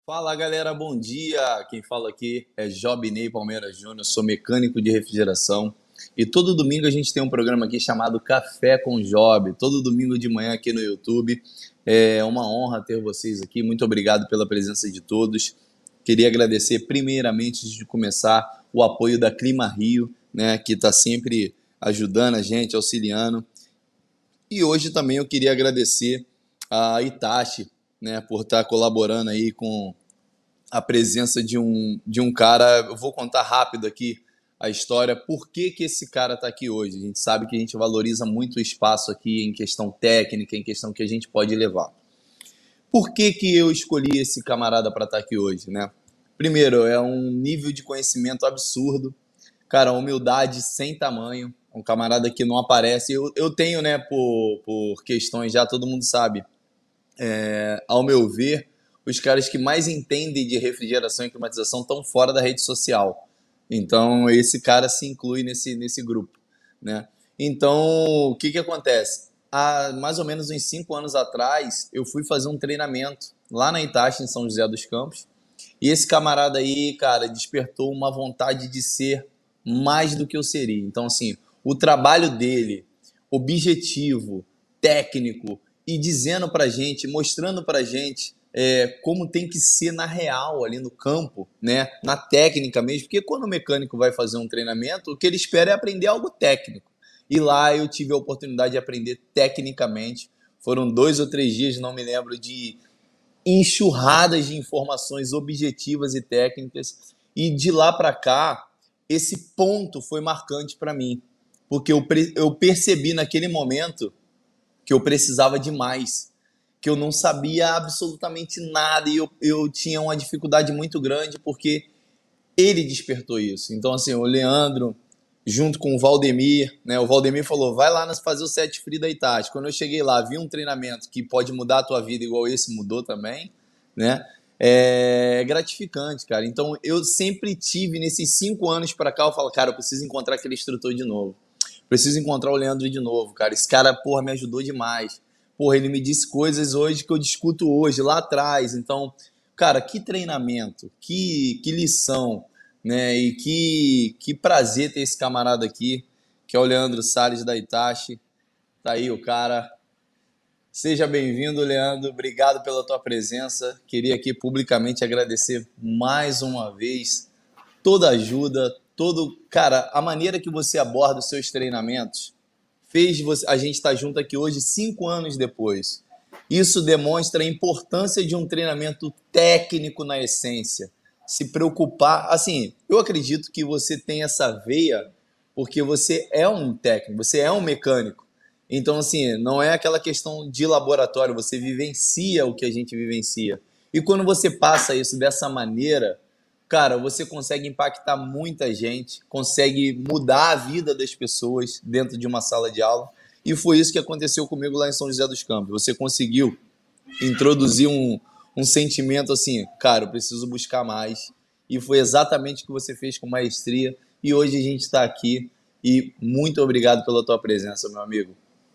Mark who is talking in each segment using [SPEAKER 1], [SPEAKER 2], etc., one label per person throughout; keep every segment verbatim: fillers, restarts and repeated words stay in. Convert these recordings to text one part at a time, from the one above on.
[SPEAKER 1] Fala galera, bom dia! Quem fala aqui é Jobney Palmeira Júnior, sou mecânico de refrigeração e todo domingo a gente tem um programa aqui chamado Café com Job, todo domingo de manhã aqui no YouTube. É uma honra ter vocês aqui, muito obrigado pela presença de todos. Queria agradecer primeiramente, antes de começar, o apoio da Clima Rio, né, que está sempre ajudando a gente, auxiliando. E hoje também eu queria agradecer a Hitachi, né, por estar colaborando aí com a presença de um, de um cara. Eu vou contar rápido aqui a história, por que que esse cara está aqui hoje. A gente sabe que a gente valoriza muito o espaço aqui em questão técnica, em questão que a gente pode levar. Por que que eu escolhi esse camarada para estar aqui hoje, né? Primeiro, é um nível de conhecimento absurdo, cara, humildade sem tamanho, um camarada que não aparece. Eu, eu tenho, né, por, por questões, já todo mundo sabe, é, ao meu ver, os caras que mais entendem de refrigeração e climatização estão fora da rede social. Então, esse cara se inclui nesse, nesse grupo, né? Então, o que que acontece? Há mais ou menos uns cinco anos atrás, eu fui fazer um treinamento lá na Itachi, em São José dos Campos, e esse camarada aí, cara, despertou uma vontade de ser mais do que eu seria. Então, assim, o trabalho dele, objetivo, técnico, e dizendo pra gente, mostrando pra gente é, como tem que ser na real, ali no campo, né? Na técnica mesmo, porque quando o mecânico vai fazer um treinamento, o que ele espera é aprender algo técnico. E lá eu tive a oportunidade de aprender tecnicamente. Foram dois ou três dias, não me lembro, de enxurradas de informações objetivas e técnicas. E de lá para cá, esse ponto foi marcante para mim, porque eu, eu percebi naquele momento que eu precisava de mais, que eu não sabia absolutamente nada e eu, eu tinha uma dificuldade muito grande porque ele despertou isso. Então, assim, o Leandro, junto com o Valdemir, né? O Valdemir falou, vai lá fazer o set free da Itachi. Quando eu cheguei lá, vi um treinamento que pode mudar a tua vida igual esse mudou também, né? É gratificante, cara. Então, eu sempre tive, nesses cinco anos para cá, eu falo, cara, eu preciso encontrar aquele instrutor de novo. Preciso encontrar o Leandro de novo, cara. Esse cara, porra, me ajudou demais. Porra, ele me disse coisas hoje que eu discuto hoje, lá atrás. Então, cara, que treinamento, que, que lição, né? E que, que prazer ter esse camarada aqui, que é o Leandro Salles da Hitachi. Tá aí o cara. Seja bem-vindo, Leandro. Obrigado pela tua presença. Queria aqui publicamente agradecer mais uma vez toda a ajuda, todo... Cara, a maneira que você aborda os seus treinamentos fez você... a gente estar junto aqui hoje, cinco anos depois. Isso demonstra a importância de um treinamento técnico na essência. Se preocupar... Assim, eu acredito que você tem essa veia porque você é um técnico, você é um mecânico. Então, assim, não é aquela questão de laboratório, você vivencia o que a gente vivencia. E quando você passa isso dessa maneira, cara, você consegue impactar muita gente, consegue mudar a vida das pessoas dentro de uma sala de aula. E foi isso que aconteceu comigo lá em São José dos Campos. Você conseguiu introduzir um, um sentimento assim, cara, eu preciso buscar mais. E foi exatamente o que você fez com maestria. E hoje a gente está aqui. E muito obrigado pela tua presença, meu amigo.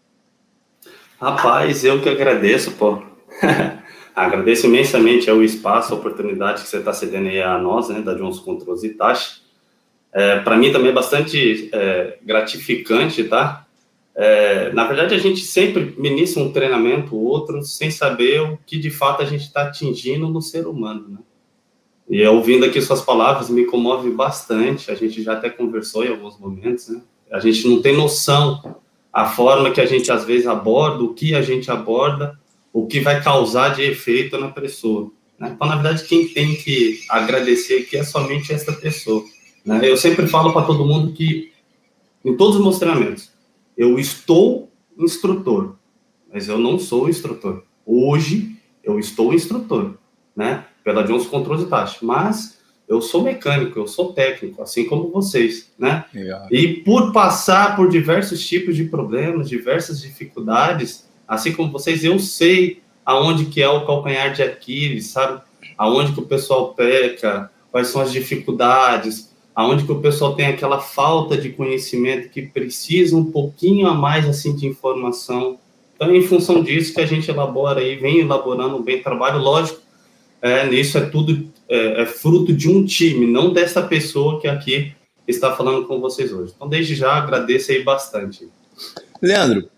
[SPEAKER 2] Rapaz, eu que agradeço, pô. Agradeço imensamente o espaço, a oportunidade que você está cedendo aí a nós, né, da Johnson Controls e Hitachi. É, para mim também é bastante é, gratificante, tá? É, na verdade, a gente sempre ministra um treinamento ou outro sem saber o que de fato a gente está atingindo no ser humano, né? E ouvindo aqui suas palavras me comove bastante. A gente já até conversou em alguns momentos, né? A gente não tem noção a forma que a gente às vezes aborda, o que a gente aborda, o que vai causar de efeito na pessoa, né? Então, na verdade, quem tem que agradecer aqui é somente essa pessoa, né? Eu sempre falo para todo mundo que, em todos os meus treinamentos, eu estou instrutor, mas eu não sou instrutor. Hoje, eu estou instrutor, né? Pela Johnson Controls e Hitachi, mas eu sou mecânico, eu sou técnico, assim como vocês, né?
[SPEAKER 1] Legal.
[SPEAKER 2] E por passar por diversos tipos de problemas, diversas dificuldades, assim como vocês, eu sei aonde que é o calcanhar de Aquiles, sabe? Aonde que o pessoal peca, quais são as dificuldades, aonde que o pessoal tem aquela falta de conhecimento que precisa um pouquinho a mais, assim, de informação. Então, em função disso que a gente elabora aí, vem elaborando um bem trabalho, lógico, é, nisso é tudo é, é fruto de um time, não dessa pessoa que aqui está falando com vocês hoje. Então, desde já, agradeço aí bastante.
[SPEAKER 1] Leandro,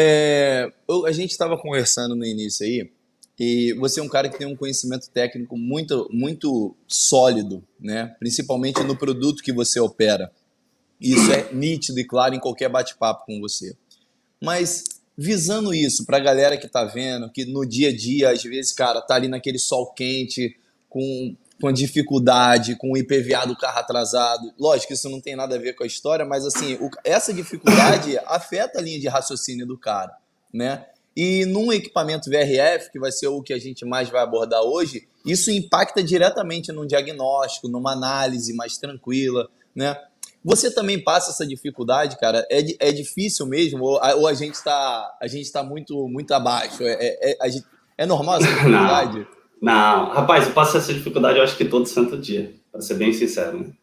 [SPEAKER 1] é, eu- a gente estava conversando no início aí, e você é um cara que tem um conhecimento técnico muito, muito sólido, né? Principalmente no produto que você opera. Isso é nítido e claro em qualquer bate-papo com você. Mas visando isso para a galera que tá vendo, que no dia a dia, às vezes, cara, tá ali naquele sol quente, com, com dificuldade, com o I P V A do carro atrasado. Lógico que isso não tem nada a ver com a história, mas assim, o- essa dificuldade afeta a linha de raciocínio do cara, né? E num equipamento V R F, que vai ser o que a gente mais vai abordar hoje, isso impacta diretamente num diagnóstico, numa análise mais tranquila, né? Você também passa essa dificuldade, cara? É, di- é difícil mesmo? Ou a, ou a gente está a gente tá muito, muito abaixo? É, é, é, a gente- é normal essa
[SPEAKER 2] Não,
[SPEAKER 1] dificuldade?
[SPEAKER 2] não. Rapaz, eu passo essa dificuldade, eu acho que todo santo dia, para ser bem sincero, né?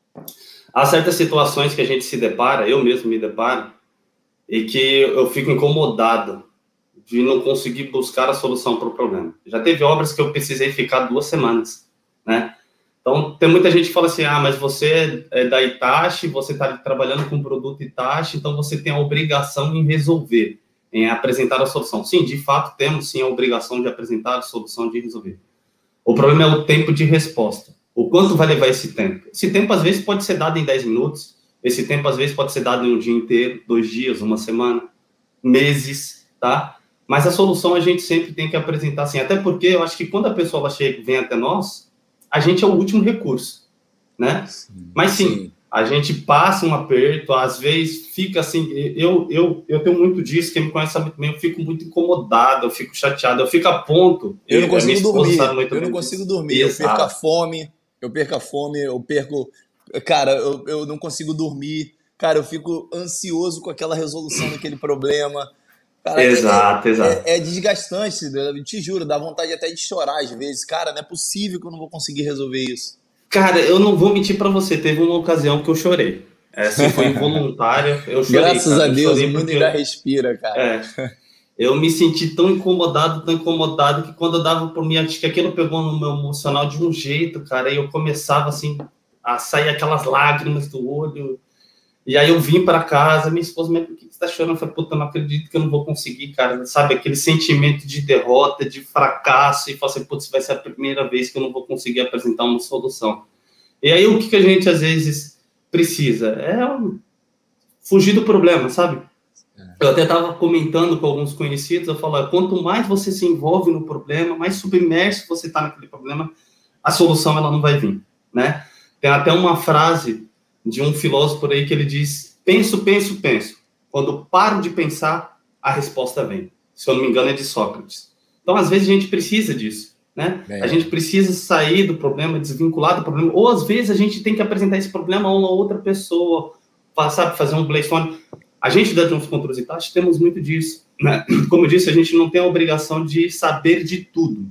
[SPEAKER 2] Há certas situações que a gente se depara, eu mesmo me deparo, e que eu fico incomodado de não conseguir buscar a solução para o problema. Já teve obras que eu precisei ficar duas semanas, né? Então, tem muita gente que fala assim, ah, mas você é da Itachi, você está trabalhando com produto Itachi, então você tem a obrigação em resolver, em apresentar a solução. Sim, de fato, temos sim a obrigação de apresentar a solução, de resolver. O problema é o tempo de resposta. O quanto vai levar esse tempo? Esse tempo, às vezes, pode ser dado em dez minutos, esse tempo, às vezes, pode ser dado em um dia inteiro, dois dias, uma semana, meses, tá? Mas a solução a gente sempre tem que apresentar assim, até porque eu acho que quando a pessoa ela chega, vem até nós, a gente é o último recurso, né? Mas sim,
[SPEAKER 1] Sim.
[SPEAKER 2] a gente passa um aperto, às vezes fica assim, eu, eu, eu tenho muito disso, quem me conhece sabe também, eu fico muito incomodado, eu fico chateado, eu fico a ponto,
[SPEAKER 1] Eu não
[SPEAKER 2] e a minha
[SPEAKER 1] consigo
[SPEAKER 2] esposa
[SPEAKER 1] dormir.
[SPEAKER 2] sabe muito
[SPEAKER 1] Eu não
[SPEAKER 2] bem
[SPEAKER 1] consigo
[SPEAKER 2] disso.
[SPEAKER 1] dormir. Eu perco a
[SPEAKER 2] Exato.
[SPEAKER 1] fome. Eu perco a fome. Eu perco. Cara, eu, eu não consigo dormir. Cara, eu fico ansioso com aquela resolução daquele problema. Cara, é, é,
[SPEAKER 2] Exato, exato.
[SPEAKER 1] é, é desgastante, eu te juro, dá vontade até de chorar às vezes. Cara, não é possível que eu não vou conseguir resolver isso.
[SPEAKER 2] Cara, eu não vou mentir pra você, teve uma ocasião que eu chorei. Essa foi involuntária, eu chorei,
[SPEAKER 1] Graças a
[SPEAKER 2] cara, eu
[SPEAKER 1] Deus, o
[SPEAKER 2] chorei
[SPEAKER 1] mundo
[SPEAKER 2] porque
[SPEAKER 1] ainda
[SPEAKER 2] eu,
[SPEAKER 1] respira, cara.
[SPEAKER 2] é, eu me senti tão incomodado, tão incomodado, que quando eu dava por mim, acho que aquilo pegou no meu emocional de um jeito, cara, e eu começava, assim, a sair aquelas lágrimas do olho, e aí eu vim para casa, minha esposa me por que você tá chorando? Eu falei, puta, eu não acredito que eu não vou conseguir, cara, sabe, aquele sentimento de derrota, de fracasso, e falei assim, putz, vai ser a primeira vez que eu não vou conseguir apresentar uma solução. E aí o que, que a gente, às vezes, precisa? É fugir do problema, sabe? Eu até estava comentando com alguns conhecidos, eu falo, quanto mais você se envolve no problema, mais submerso você está naquele problema, a solução ela não vai vir, né? Tem até uma frase de um filósofo por aí que ele diz, penso, penso, penso. Quando paro de pensar, a resposta vem. Se eu não me engano, é de Sócrates. Então, às vezes, a gente precisa disso, né?
[SPEAKER 1] É.
[SPEAKER 2] A gente precisa sair do problema, desvincular do problema, ou às vezes a gente tem que apresentar esse problema a uma outra pessoa, sabe, fazer um brainstorm. A gente da Johnson Controls e Tachi temos muito disso, né? Como eu disse, a gente não tem a obrigação de saber de tudo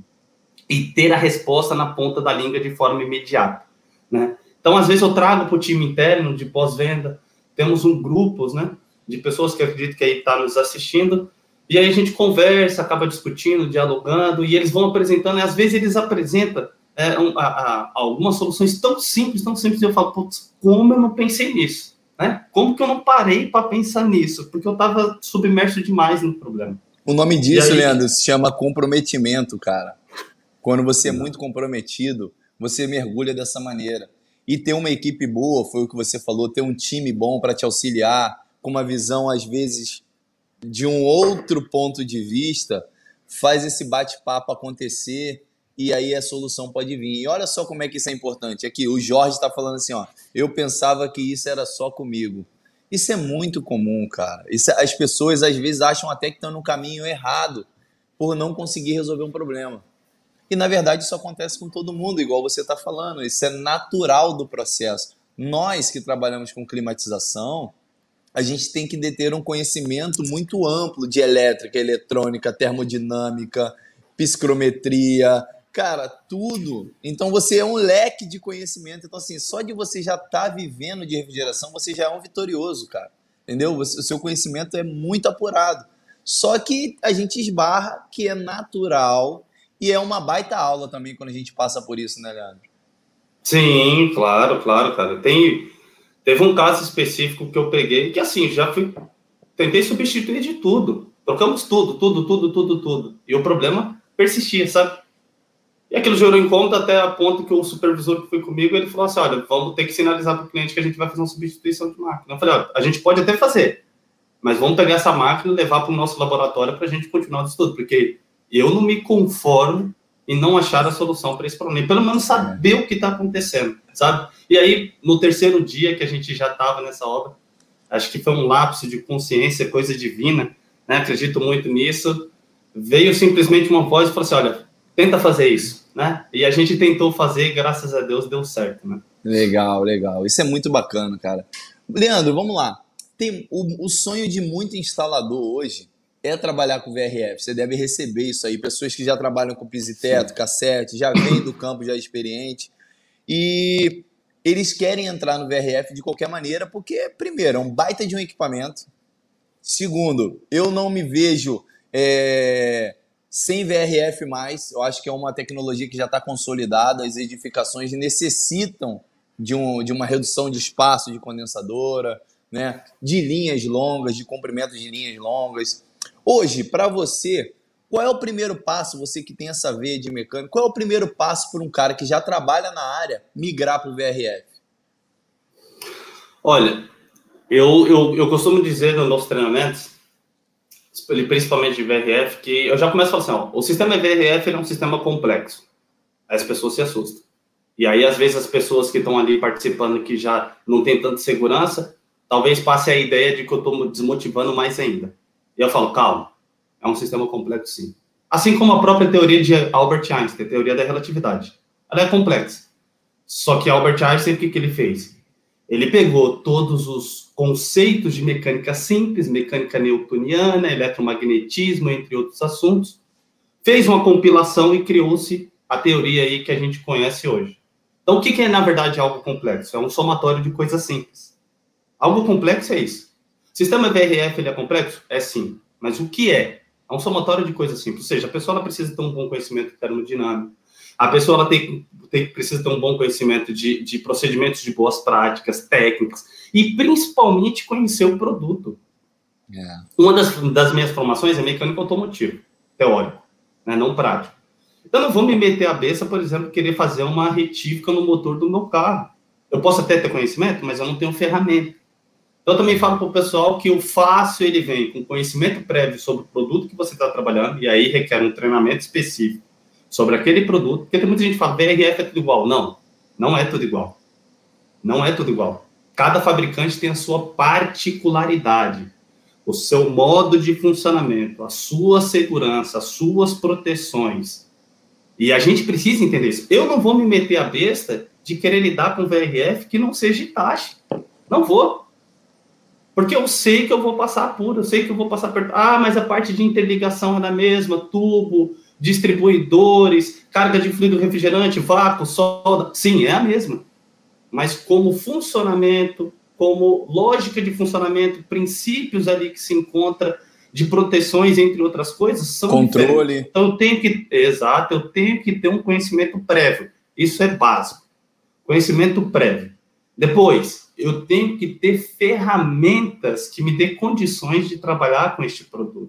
[SPEAKER 2] e ter a resposta na ponta da língua de forma imediata, né? Então, às vezes eu trago para o time interno de pós-venda, temos um grupo, né, de pessoas que eu acredito que aí está nos assistindo, e aí a gente conversa, acaba discutindo, dialogando, e eles vão apresentando, e às vezes eles apresentam é, um, a, a, algumas soluções tão simples, tão simples, e eu falo, putz, como eu não pensei nisso? Né? Como que eu não parei para pensar nisso? Porque eu estava submerso demais no problema.
[SPEAKER 1] O nome disso,
[SPEAKER 2] aí...
[SPEAKER 1] Leandro, se chama comprometimento, cara. Quando você é muito comprometido, você mergulha dessa maneira. E ter uma equipe boa, foi o que você falou, ter um time bom para te auxiliar, com uma visão, às vezes, de um outro ponto de vista, faz esse bate-papo acontecer e aí a solução pode vir. E olha só como é que isso é importante. Aqui, o Jorge está falando assim, ó, eu pensava que isso era só comigo. Isso é muito comum, cara. Isso, as pessoas, às vezes, acham até que estão no caminho errado por não conseguir resolver um problema. E, na verdade, isso acontece com todo mundo, igual você está falando. Isso é natural do processo. Nós que trabalhamos com climatização, a gente tem que deter um conhecimento muito amplo de elétrica, eletrônica, termodinâmica, psicometria, cara, tudo. Então, você é um leque de conhecimento. Então, assim, só de você já estar tá vivendo de refrigeração, você já é um vitorioso, cara. Entendeu? Você, o seu conhecimento é muito apurado. Só que a gente esbarra que é natural E é uma baita aula também quando a gente passa por isso, né, Leandro?
[SPEAKER 2] Sim, claro, claro, cara. Tem, teve um caso específico que eu peguei, que assim, já fui, tentei substituir de tudo. Trocamos tudo, tudo, tudo, tudo, tudo. E o problema persistia, sabe? E aquilo gerou em conta até a ponto que o supervisor que foi comigo, ele falou assim, olha, vamos ter que sinalizar para o cliente que a gente vai fazer uma substituição de máquina. Eu falei, olha, a gente pode até fazer, mas vamos pegar essa máquina e levar para o nosso laboratório para a gente continuar o estudo, porque eu não me conformo em não achar a solução para esse problema, pelo menos saber o que está acontecendo, sabe? E aí, no terceiro dia que a gente já estava nessa obra, acho que foi um lapso de consciência, coisa divina, né? Acredito muito nisso, veio simplesmente uma voz e falou assim, olha, tenta fazer isso, né? E a gente tentou fazer e, graças a Deus, deu certo, né?
[SPEAKER 1] Legal, legal. Isso é muito bacana, cara. Leandro, vamos lá. Tem o, o sonho de muito instalador hoje é trabalhar com V R F. Você deve receber isso aí. Pessoas que já trabalham com piso e teto, Sim. cassete, já vêm do campo, já é experiente. E eles querem entrar no V R F de qualquer maneira, porque, primeiro, é um baita de um equipamento. Segundo, eu não me vejo é, sem V R F mais. Eu acho que é uma tecnologia que já está consolidada. As edificações necessitam de, um, de uma redução de espaço de condensadora, né? De linhas longas, de comprimento de linhas longas. Hoje, para você, qual é o primeiro passo, você que tem essa veia de mecânico, qual é o primeiro passo para um cara que já trabalha na área migrar para o V R F?
[SPEAKER 2] Olha, eu, eu, eu costumo dizer nos nossos treinamentos, principalmente de V R F, que eu já começo a falar assim, ó, o sistema V R F ele é um sistema complexo. Aí as pessoas se assustam. E aí, às vezes, as pessoas que estão ali participando que já não tem tanta segurança, talvez passe a ideia de que eu estou desmotivando mais ainda. E eu falo, calma, é um sistema complexo, sim. Assim como a própria teoria de Albert Einstein, a teoria da relatividade. Ela é complexa. Só que Albert Einstein, o que, que ele fez? Ele pegou todos os conceitos de mecânica simples, mecânica newtoniana, eletromagnetismo, entre outros assuntos, fez uma compilação e criou-se a teoria aí que a gente conhece hoje. Então, o que, que é, na verdade, algo complexo? É um somatório de coisas simples. Algo complexo é isso. O sistema V R F ele é complexo? É sim. Mas o que é? É um somatório de coisas simples. Ou seja, a pessoa ela precisa ter um bom conhecimento termodinâmico. A pessoa ela tem, tem, precisa ter um bom conhecimento de, de procedimentos de boas práticas, técnicas. E, principalmente, conhecer o produto. Yeah. Uma das, das minhas formações é mecânico automotivo. Teórico, né? Não prático. Então, eu não vou me meter a beça, por exemplo, querer fazer uma retífica no motor do meu carro. Eu posso até ter conhecimento, mas eu não tenho ferramenta. Então, eu também falo para o pessoal que o fácil, ele vem com conhecimento prévio sobre o produto que você está trabalhando, e aí requer um treinamento específico sobre aquele produto, porque tem muita gente que fala, V R F é tudo igual. Não, não é tudo igual. Não é tudo igual. Cada fabricante tem a sua particularidade, o seu modo de funcionamento, a sua segurança, as suas proteções. E a gente precisa entender isso. Eu não vou me meter a besta de querer lidar com V R F que não seja Hitachi. Não vou. Porque eu sei que eu vou passar apuro, eu sei que eu vou passar perto. Ah, mas a parte de interligação é a mesma, tubo, distribuidores, carga de fluido refrigerante, vácuo, solda. Sim, é a mesma. Mas como funcionamento, como lógica de funcionamento, princípios ali que se encontra de proteções, entre outras coisas, são
[SPEAKER 1] controle.
[SPEAKER 2] Diferentes. Então, eu tenho que... Exato, eu tenho que ter um conhecimento prévio. Isso é básico. Conhecimento prévio. Depois... eu tenho que ter ferramentas que me dê condições de trabalhar com este produto.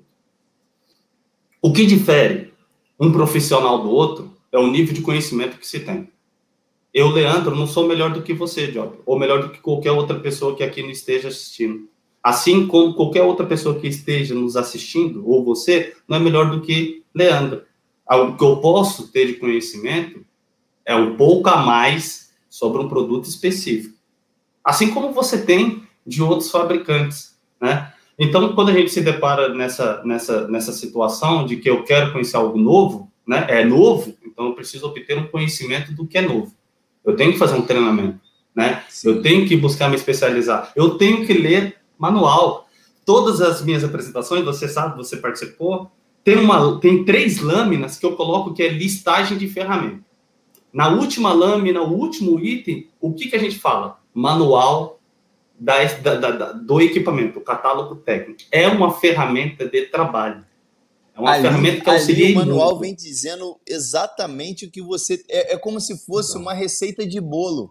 [SPEAKER 2] O que difere um profissional do outro é o nível de conhecimento que se tem. Eu, Leandro, não sou melhor do que você, Job, ou melhor do que qualquer outra pessoa que aqui não esteja assistindo. Assim como qualquer outra pessoa que esteja nos assistindo, ou você, não é melhor do que Leandro. O que eu posso ter de conhecimento é um pouco a mais sobre um produto específico. Assim como você tem de outros fabricantes, né? Então, quando a gente se depara nessa, nessa, nessa situação de que eu quero conhecer algo novo, né? É novo, então eu preciso obter um conhecimento do que é novo. Eu tenho que fazer um treinamento, né? Sim. Eu tenho que buscar me especializar. Eu tenho que ler manual. Todas as minhas apresentações, você sabe, você participou, tem, uma, tem três lâminas que eu coloco que é listagem de ferramenta. Na última lâmina, o último item, o que, que a gente fala? Manual da, da, da, do equipamento, o catálogo técnico. É uma ferramenta de trabalho. É uma
[SPEAKER 1] ali,
[SPEAKER 2] ferramenta que
[SPEAKER 1] ali
[SPEAKER 2] auxilia
[SPEAKER 1] o manual
[SPEAKER 2] muito.
[SPEAKER 1] vem dizendo exatamente o que você... É, é como se fosse uma receita de bolo.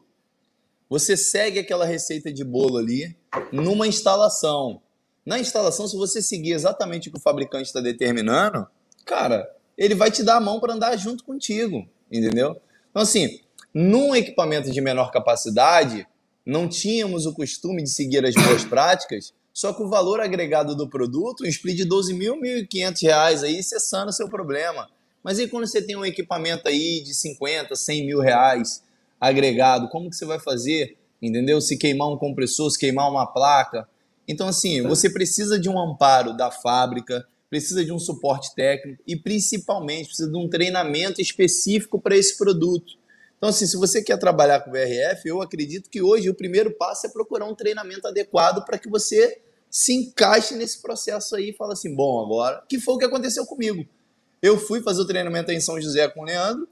[SPEAKER 1] Você segue aquela receita de bolo ali numa instalação. Na instalação, se você seguir exatamente o que o fabricante está determinando, cara, ele vai te dar a mão para andar junto contigo, entendeu? Então, assim, num equipamento de menor capacidade, não tínhamos o costume de seguir as boas práticas, só que o valor agregado do produto, um split de doze mil, mil e quinhentos reais, aí cessando o seu problema. Mas aí quando você tem um equipamento aí de cinquenta, cem mil reais agregado, como que você vai fazer, entendeu? Se queimar um compressor, se queimar uma placa. Então, assim, você precisa de um amparo da fábrica, precisa de um suporte técnico e, principalmente, precisa de um treinamento específico para esse produto. Então, assim, se você quer trabalhar com V R F, eu acredito que hoje o primeiro passo é procurar um treinamento adequado para que você se encaixe nesse processo aí e fala assim, bom, agora, que foi o que aconteceu comigo. Eu fui fazer o treinamento aí em São José com o Leandro.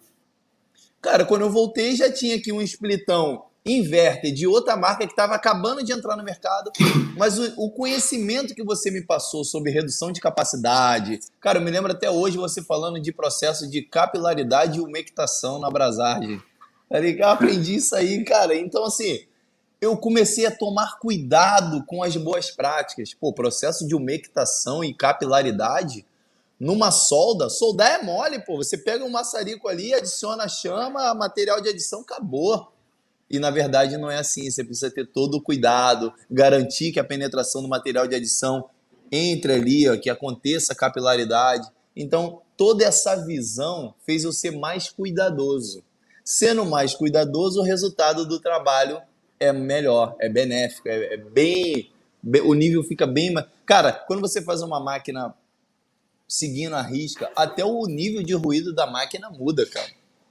[SPEAKER 1] Cara, quando eu voltei, já tinha aqui um splitão inverter de outra marca que estava acabando de entrar no mercado, mas o, o conhecimento que você me passou sobre redução de capacidade, cara, eu me lembro até hoje você falando de processo de capilaridade e umectação na abrasagem. Eu aprendi isso aí, cara. Então, assim, eu comecei a tomar cuidado com as boas práticas. Pô, processo de umectação e capilaridade numa solda, soldar é mole, pô. Você pega um maçarico ali, adiciona a chama, material de adição, acabou. E, na verdade, não é assim. Você precisa ter todo o cuidado, garantir que a penetração do material de adição entre ali, ó, que aconteça a capilaridade. Então, toda essa visão fez eu ser mais cuidadoso. Sendo mais cuidadoso, o resultado do trabalho é melhor, é benéfico, é, é bem, bem... O nível fica bem... Cara, quando você faz uma máquina seguindo a risca, até o nível de ruído da máquina muda, cara.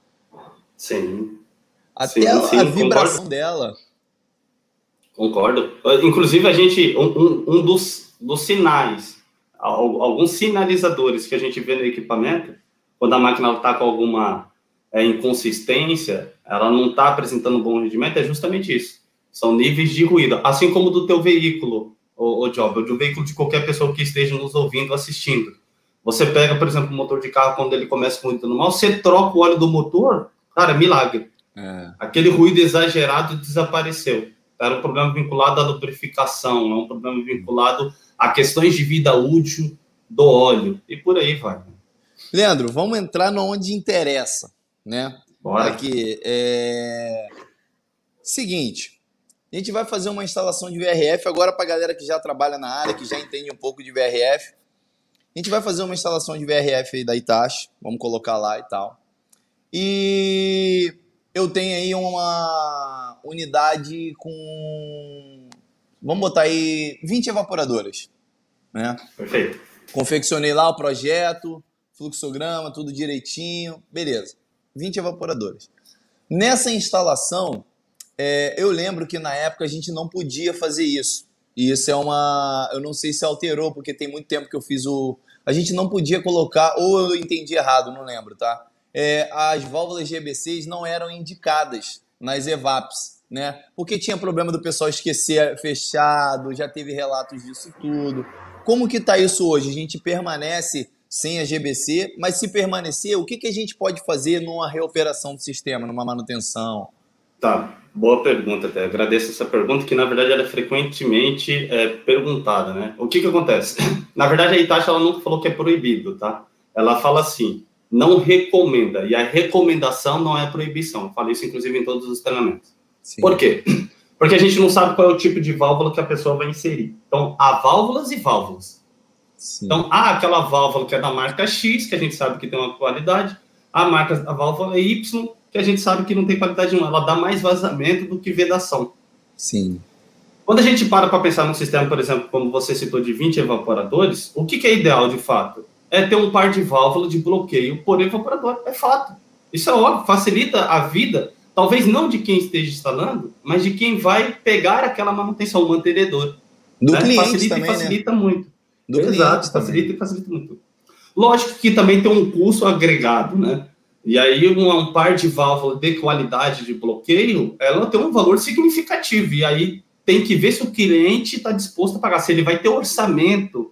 [SPEAKER 2] Sim.
[SPEAKER 1] Até
[SPEAKER 2] sim,
[SPEAKER 1] a,
[SPEAKER 2] sim,
[SPEAKER 1] a vibração
[SPEAKER 2] concordo.
[SPEAKER 1] dela.
[SPEAKER 2] Concordo. Inclusive, a gente, um, um, um dos, dos sinais, alguns sinalizadores que a gente vê no equipamento, quando a máquina está com alguma é, inconsistência, ela não está apresentando um bom rendimento, é justamente isso. São níveis de ruído. Assim como do teu veículo, o, o Job, ou do veículo de qualquer pessoa que esteja nos ouvindo, assistindo. Você pega, por exemplo, o motor de carro, quando ele começa com ruído normal, você troca o óleo do motor, cara, milagre. É. Aquele ruído exagerado desapareceu. Era um problema vinculado à lubrificação, é um problema vinculado a questões de vida útil do óleo, e por aí vai.
[SPEAKER 1] Leandro, vamos entrar onde interessa, né?
[SPEAKER 2] Bora.
[SPEAKER 1] Aqui, é... Seguinte, a gente vai fazer uma instalação de V R F agora para a galera que já trabalha na área, que já entende um pouco de V R F. A gente vai fazer uma instalação de V R F aí da Hitachi, vamos colocar lá e tal. E eu tenho aí uma unidade com, vamos botar aí vinte evaporadoras, né?
[SPEAKER 2] Perfeito.
[SPEAKER 1] Confeccionei lá o projeto, fluxograma, tudo direitinho, beleza. vinte evaporadoras. Nessa instalação, é, eu lembro que na época a gente não podia fazer isso. E isso é uma... Eu não sei se alterou, porque tem muito tempo que eu fiz o... A gente não podia colocar, ou eu entendi errado, não lembro, tá? É, as válvulas G B Cs não eram indicadas nas EVAPs, né? Porque tinha problema do pessoal esquecer fechado, já teve relatos disso tudo. Como que tá isso hoje? A gente permanece sem a G B C, mas se permanecer, o que, que a gente pode fazer numa reoperação do sistema, numa manutenção?
[SPEAKER 2] Tá, boa pergunta até. Agradeço essa pergunta, que na verdade ela é frequentemente é, perguntada, né? O que que acontece? Na verdade a Hitachi ela nunca falou que é proibido, tá? Ela fala assim, não recomenda, e a recomendação não é proibição. Eu falei isso inclusive em todos os treinamentos. Sim. Por quê? Porque a gente não sabe qual é o tipo de válvula que a pessoa vai inserir. Então, há válvulas e válvulas. Sim. Então, há aquela válvula que é da marca X, que a gente sabe que tem uma qualidade, a marca, a válvula Y, que a gente sabe que não tem qualidade nenhuma, ela dá mais vazamento do que vedação.
[SPEAKER 1] Sim.
[SPEAKER 2] Quando a gente para para pensar num sistema, por exemplo, como você citou, de vinte evaporadores, o que, que é ideal, de fato? É ter um par de válvulas de bloqueio por evaporador, é fato. Isso é óbvio, facilita a vida, talvez não de quem esteja instalando, mas de quem vai pegar aquela manutenção, o mantenedor.
[SPEAKER 1] Do
[SPEAKER 2] né?
[SPEAKER 1] cliente
[SPEAKER 2] Facilita
[SPEAKER 1] também,
[SPEAKER 2] e facilita
[SPEAKER 1] né?
[SPEAKER 2] muito.
[SPEAKER 1] Do
[SPEAKER 2] Exato, facilita também. e facilita muito. Lógico que também tem um custo agregado, né? E aí, um, um par de válvulas de qualidade de bloqueio, ela tem um valor significativo. E aí, tem que ver se o cliente está disposto a pagar, se ele vai ter orçamento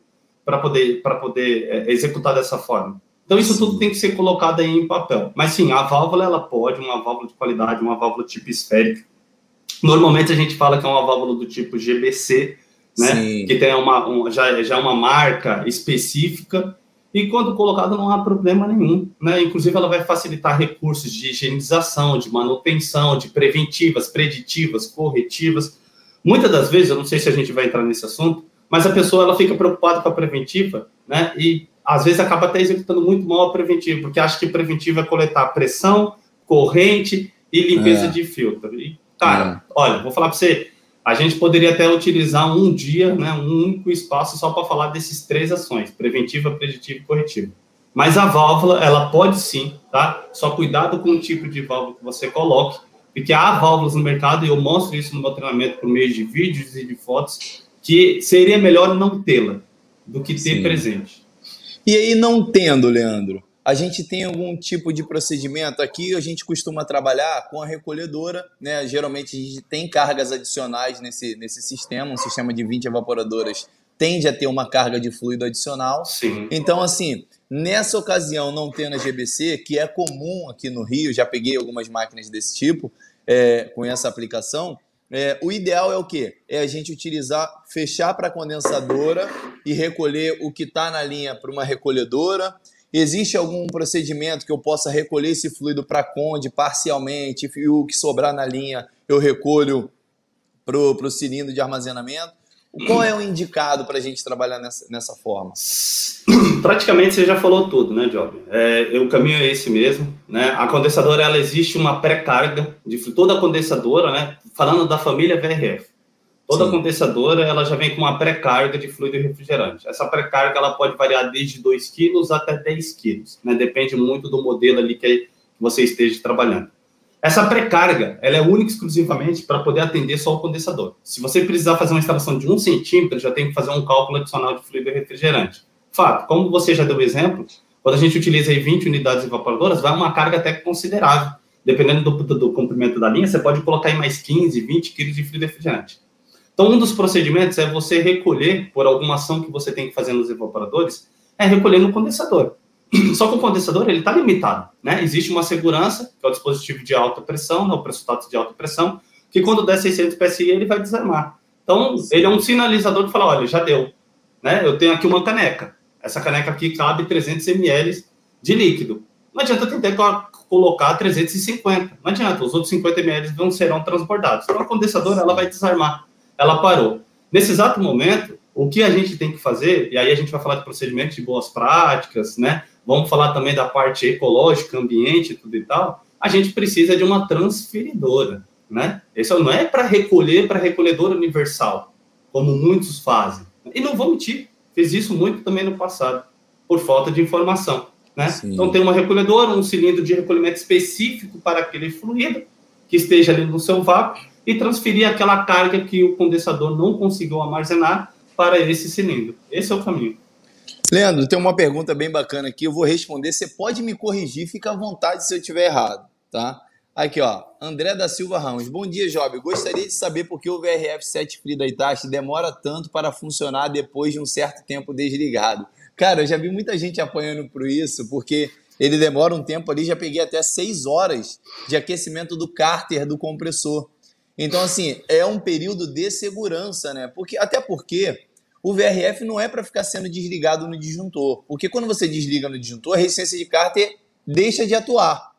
[SPEAKER 2] para poder, para poder é, executar dessa forma. Então, isso Sim. tudo tem que ser colocado aí em papel. Mas, sim, a válvula, ela pode, uma válvula de qualidade, uma válvula tipo esférica. Normalmente, a gente fala que é uma válvula do tipo G B C, né? Sim. Que tem uma, um, já, já uma marca específica, e quando colocado não há problema nenhum, né? Inclusive, ela vai facilitar recursos de higienização, de manutenção, de preventivas, preditivas, corretivas. Muitas das vezes, eu não sei se a gente vai entrar nesse assunto, mas a pessoa ela fica preocupada com a preventiva, né? E às vezes acaba até executando muito mal a preventiva, porque acha que preventiva é coletar pressão, corrente e limpeza é. de filtro. E, cara, é. olha, vou falar para você, a gente poderia até utilizar um dia, né, um único espaço só para falar desses três ações, preventiva, preditiva e corretiva. Mas a válvula, ela pode sim, tá? Só cuidado com o tipo de válvula que você coloque, porque há válvulas no mercado, e eu mostro isso no meu treinamento por meio de vídeos e de fotos, que seria melhor não tê-la do que ter sim. presente.
[SPEAKER 1] E aí, não tendo, Leandro, a gente tem algum tipo de procedimento aqui, a gente costuma trabalhar com a recolhedora, né? Geralmente a gente tem cargas adicionais nesse, nesse sistema, um sistema de vinte evaporadoras tende a ter uma carga de fluido adicional.
[SPEAKER 2] Sim.
[SPEAKER 1] Então, assim, nessa ocasião, não tendo a G B C, que é comum aqui no Rio, já peguei algumas máquinas desse tipo, é, com essa aplicação, É, o ideal é o quê? É a gente utilizar, fechar para a condensadora e recolher o que está na linha para uma recolhedora. Existe algum procedimento que eu possa recolher esse fluido para a conde parcialmente e o que sobrar na linha eu recolho para o cilindro de armazenamento? Qual é o indicado para a gente trabalhar nessa, nessa forma?
[SPEAKER 2] Praticamente você já falou tudo, né, Job? É, o caminho é esse mesmo, né? A condensadora, ela existe uma pré-carga de toda condensadora, né? Falando da família V R F. Toda Sim. condensadora, ela já vem com uma pré-carga de fluido refrigerante. Essa pré-carga, ela pode variar desde dois quilos até dez quilos, né? Depende muito do modelo ali que você esteja trabalhando. Essa pré-carga, ela é única e exclusivamente para poder atender só o condensador. Se você precisar fazer uma instalação de um centímetro, já tem que fazer um cálculo adicional de fluido refrigerante. Fato, como você já deu o exemplo, quando a gente utiliza aí vinte unidades evaporadoras, vai uma carga até considerável. Dependendo do, do, do comprimento da linha, você pode colocar aí mais quinze, vinte quilos de fluido refrigerante. Então, um dos procedimentos é você recolher, por alguma ação que você tem que fazer nos evaporadores, é recolher no condensador. Só que o condensador, ele está limitado, né? Existe uma segurança, que é o dispositivo de alta pressão, né? O pressotato de alta pressão, que quando der seiscentos P S I, ele vai desarmar. Então, ele é um sinalizador que fala, olha, já deu, né? Eu tenho aqui uma caneca. Essa caneca aqui cabe trezentos mililitros de líquido. Não adianta tentar colocar trezentos e cinquenta. Não adianta, os outros cinquenta mililitros não serão transbordados. Então, a condensadora, ela vai desarmar. Ela parou. Nesse exato momento, o que a gente tem que fazer, e aí a gente vai falar de procedimentos de boas práticas, né? Vamos falar também da parte ecológica, ambiente, tudo e tal. A gente precisa de uma transferidora, né? Isso não é para recolher, para recolhedora universal, como muitos fazem. E não vou mentir, fiz isso muito também no passado, por falta de informação, né? Sim. Então, tem uma recolhedora, um cilindro de recolhimento específico para aquele fluido que esteja ali no seu vácuo e transferir aquela carga que o condensador não conseguiu armazenar para esse cilindro. Esse é o caminho.
[SPEAKER 1] Leandro, tem uma pergunta bem bacana aqui, eu vou responder, você pode me corrigir, fica à vontade se eu estiver errado, tá? Aqui, ó, André da Silva Ramos. Bom dia, Job. Gostaria de saber por que o V R F sete Free da Hitachi demora tanto para funcionar depois de um certo tempo desligado. Cara, eu já vi muita gente apanhando por isso, porque ele demora um tempo ali, já peguei até seis horas de aquecimento do cárter do compressor. Então, assim, é um período de segurança, né? Porque, até porque o V R F não é para ficar sendo desligado no disjuntor. Porque quando você desliga no disjuntor, a resistência de cárter deixa de atuar.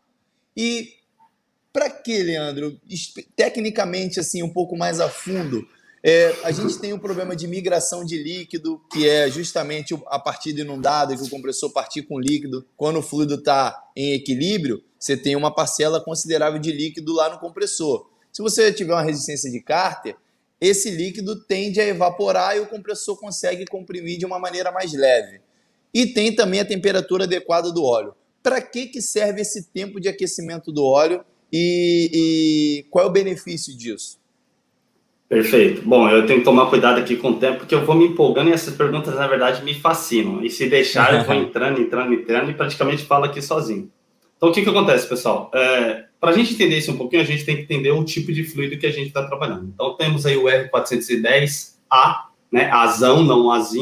[SPEAKER 1] E para que, Leandro? Tecnicamente, assim, um pouco mais a fundo, é, a gente tem um problema de migração de líquido, que é justamente a partida inundada, que o compressor partir com líquido. Quando o fluido está em equilíbrio, você tem uma parcela considerável de líquido lá no compressor. Se você tiver uma resistência de cárter, esse líquido tende a evaporar e o compressor consegue comprimir de uma maneira mais leve. E tem também a temperatura adequada do óleo. Para que, que serve esse tempo de aquecimento do óleo e, e qual é o benefício disso?
[SPEAKER 2] Perfeito. Bom, eu tenho que tomar cuidado aqui com o tempo, porque eu vou me empolgando e essas perguntas, na verdade, me fascinam. E se deixar, eu vou entrando, entrando, entrando e praticamente falo aqui sozinho. Então, o que, que acontece, pessoal? É, para a gente entender isso um pouquinho, a gente tem que entender o tipo de fluido que a gente está trabalhando. Então, temos aí o R quatrocentos e dez A, né, azão, não azim,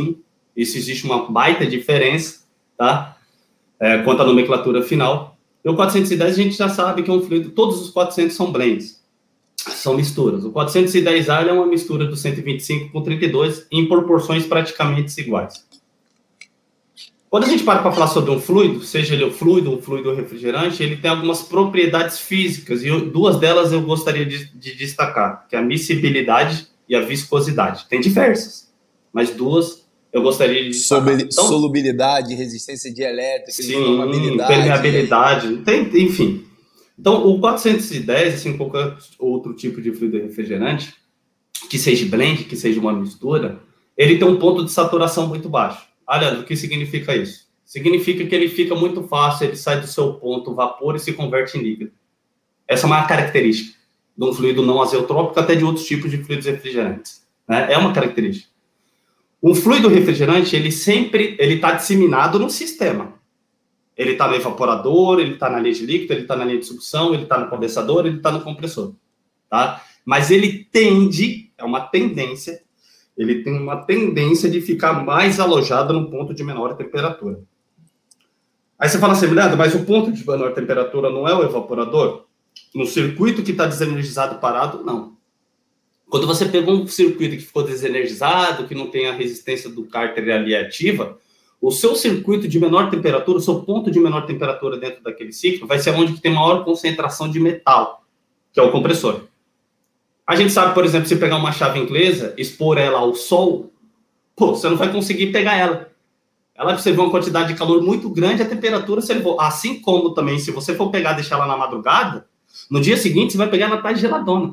[SPEAKER 2] Isso existe uma baita diferença, tá? É, quanto à nomenclatura final. E o quatrocentos e dez a gente já sabe que é um fluido, todos os quatrocentos são blends, são misturas. O quatrocentos e dez A é uma mistura do cento e vinte e cinco com trinta e dois em proporções praticamente iguais. Quando a gente para para falar sobre um fluido, seja ele um fluido, um fluido refrigerante, ele tem algumas propriedades físicas, e eu, duas delas eu gostaria de, de destacar, que é a miscibilidade e a viscosidade. Tem diversas, mas duas eu gostaria de destacar.
[SPEAKER 1] Então, solubilidade, resistência dielétrica,
[SPEAKER 2] sim, permeabilidade, tem, enfim. Então, o quatrocentos e dez, assim, qualquer outro tipo de fluido refrigerante, que seja blend, que seja uma mistura, ele tem um ponto de saturação muito baixo. Olha, o que significa isso? Significa que ele fica muito fácil, ele sai do seu ponto vapor e se converte em líquido. Essa é uma característica de um fluido não azeotrópico, até de outros tipos de fluidos refrigerantes, né? É uma característica. Um fluido refrigerante, ele sempre ele está disseminado no sistema. Ele está no evaporador, ele está na linha de líquido, ele está na linha de sucção, ele está no condensador, ele está no compressor, tá? Mas ele tende, é uma tendência, ele tem uma tendência de ficar mais alojado num ponto de menor temperatura. Aí você fala assim, Leandro, mas o ponto de menor temperatura não é o evaporador? No circuito que está desenergizado parado, não. Quando você pegou um circuito que ficou desenergizado, que não tem a resistência do cárter ali ativa, o seu circuito de menor temperatura, o seu ponto de menor temperatura dentro daquele ciclo, vai ser onde tem maior concentração de metal, que é o compressor. A gente sabe, por exemplo, se pegar uma chave inglesa, expor ela ao sol, pô, você não vai conseguir pegar ela. Ela precisa uma quantidade de calor muito grande, a temperatura, se ele for, assim como também, se você for pegar e deixar ela na madrugada, no dia seguinte você vai pegar ela tarde geladona.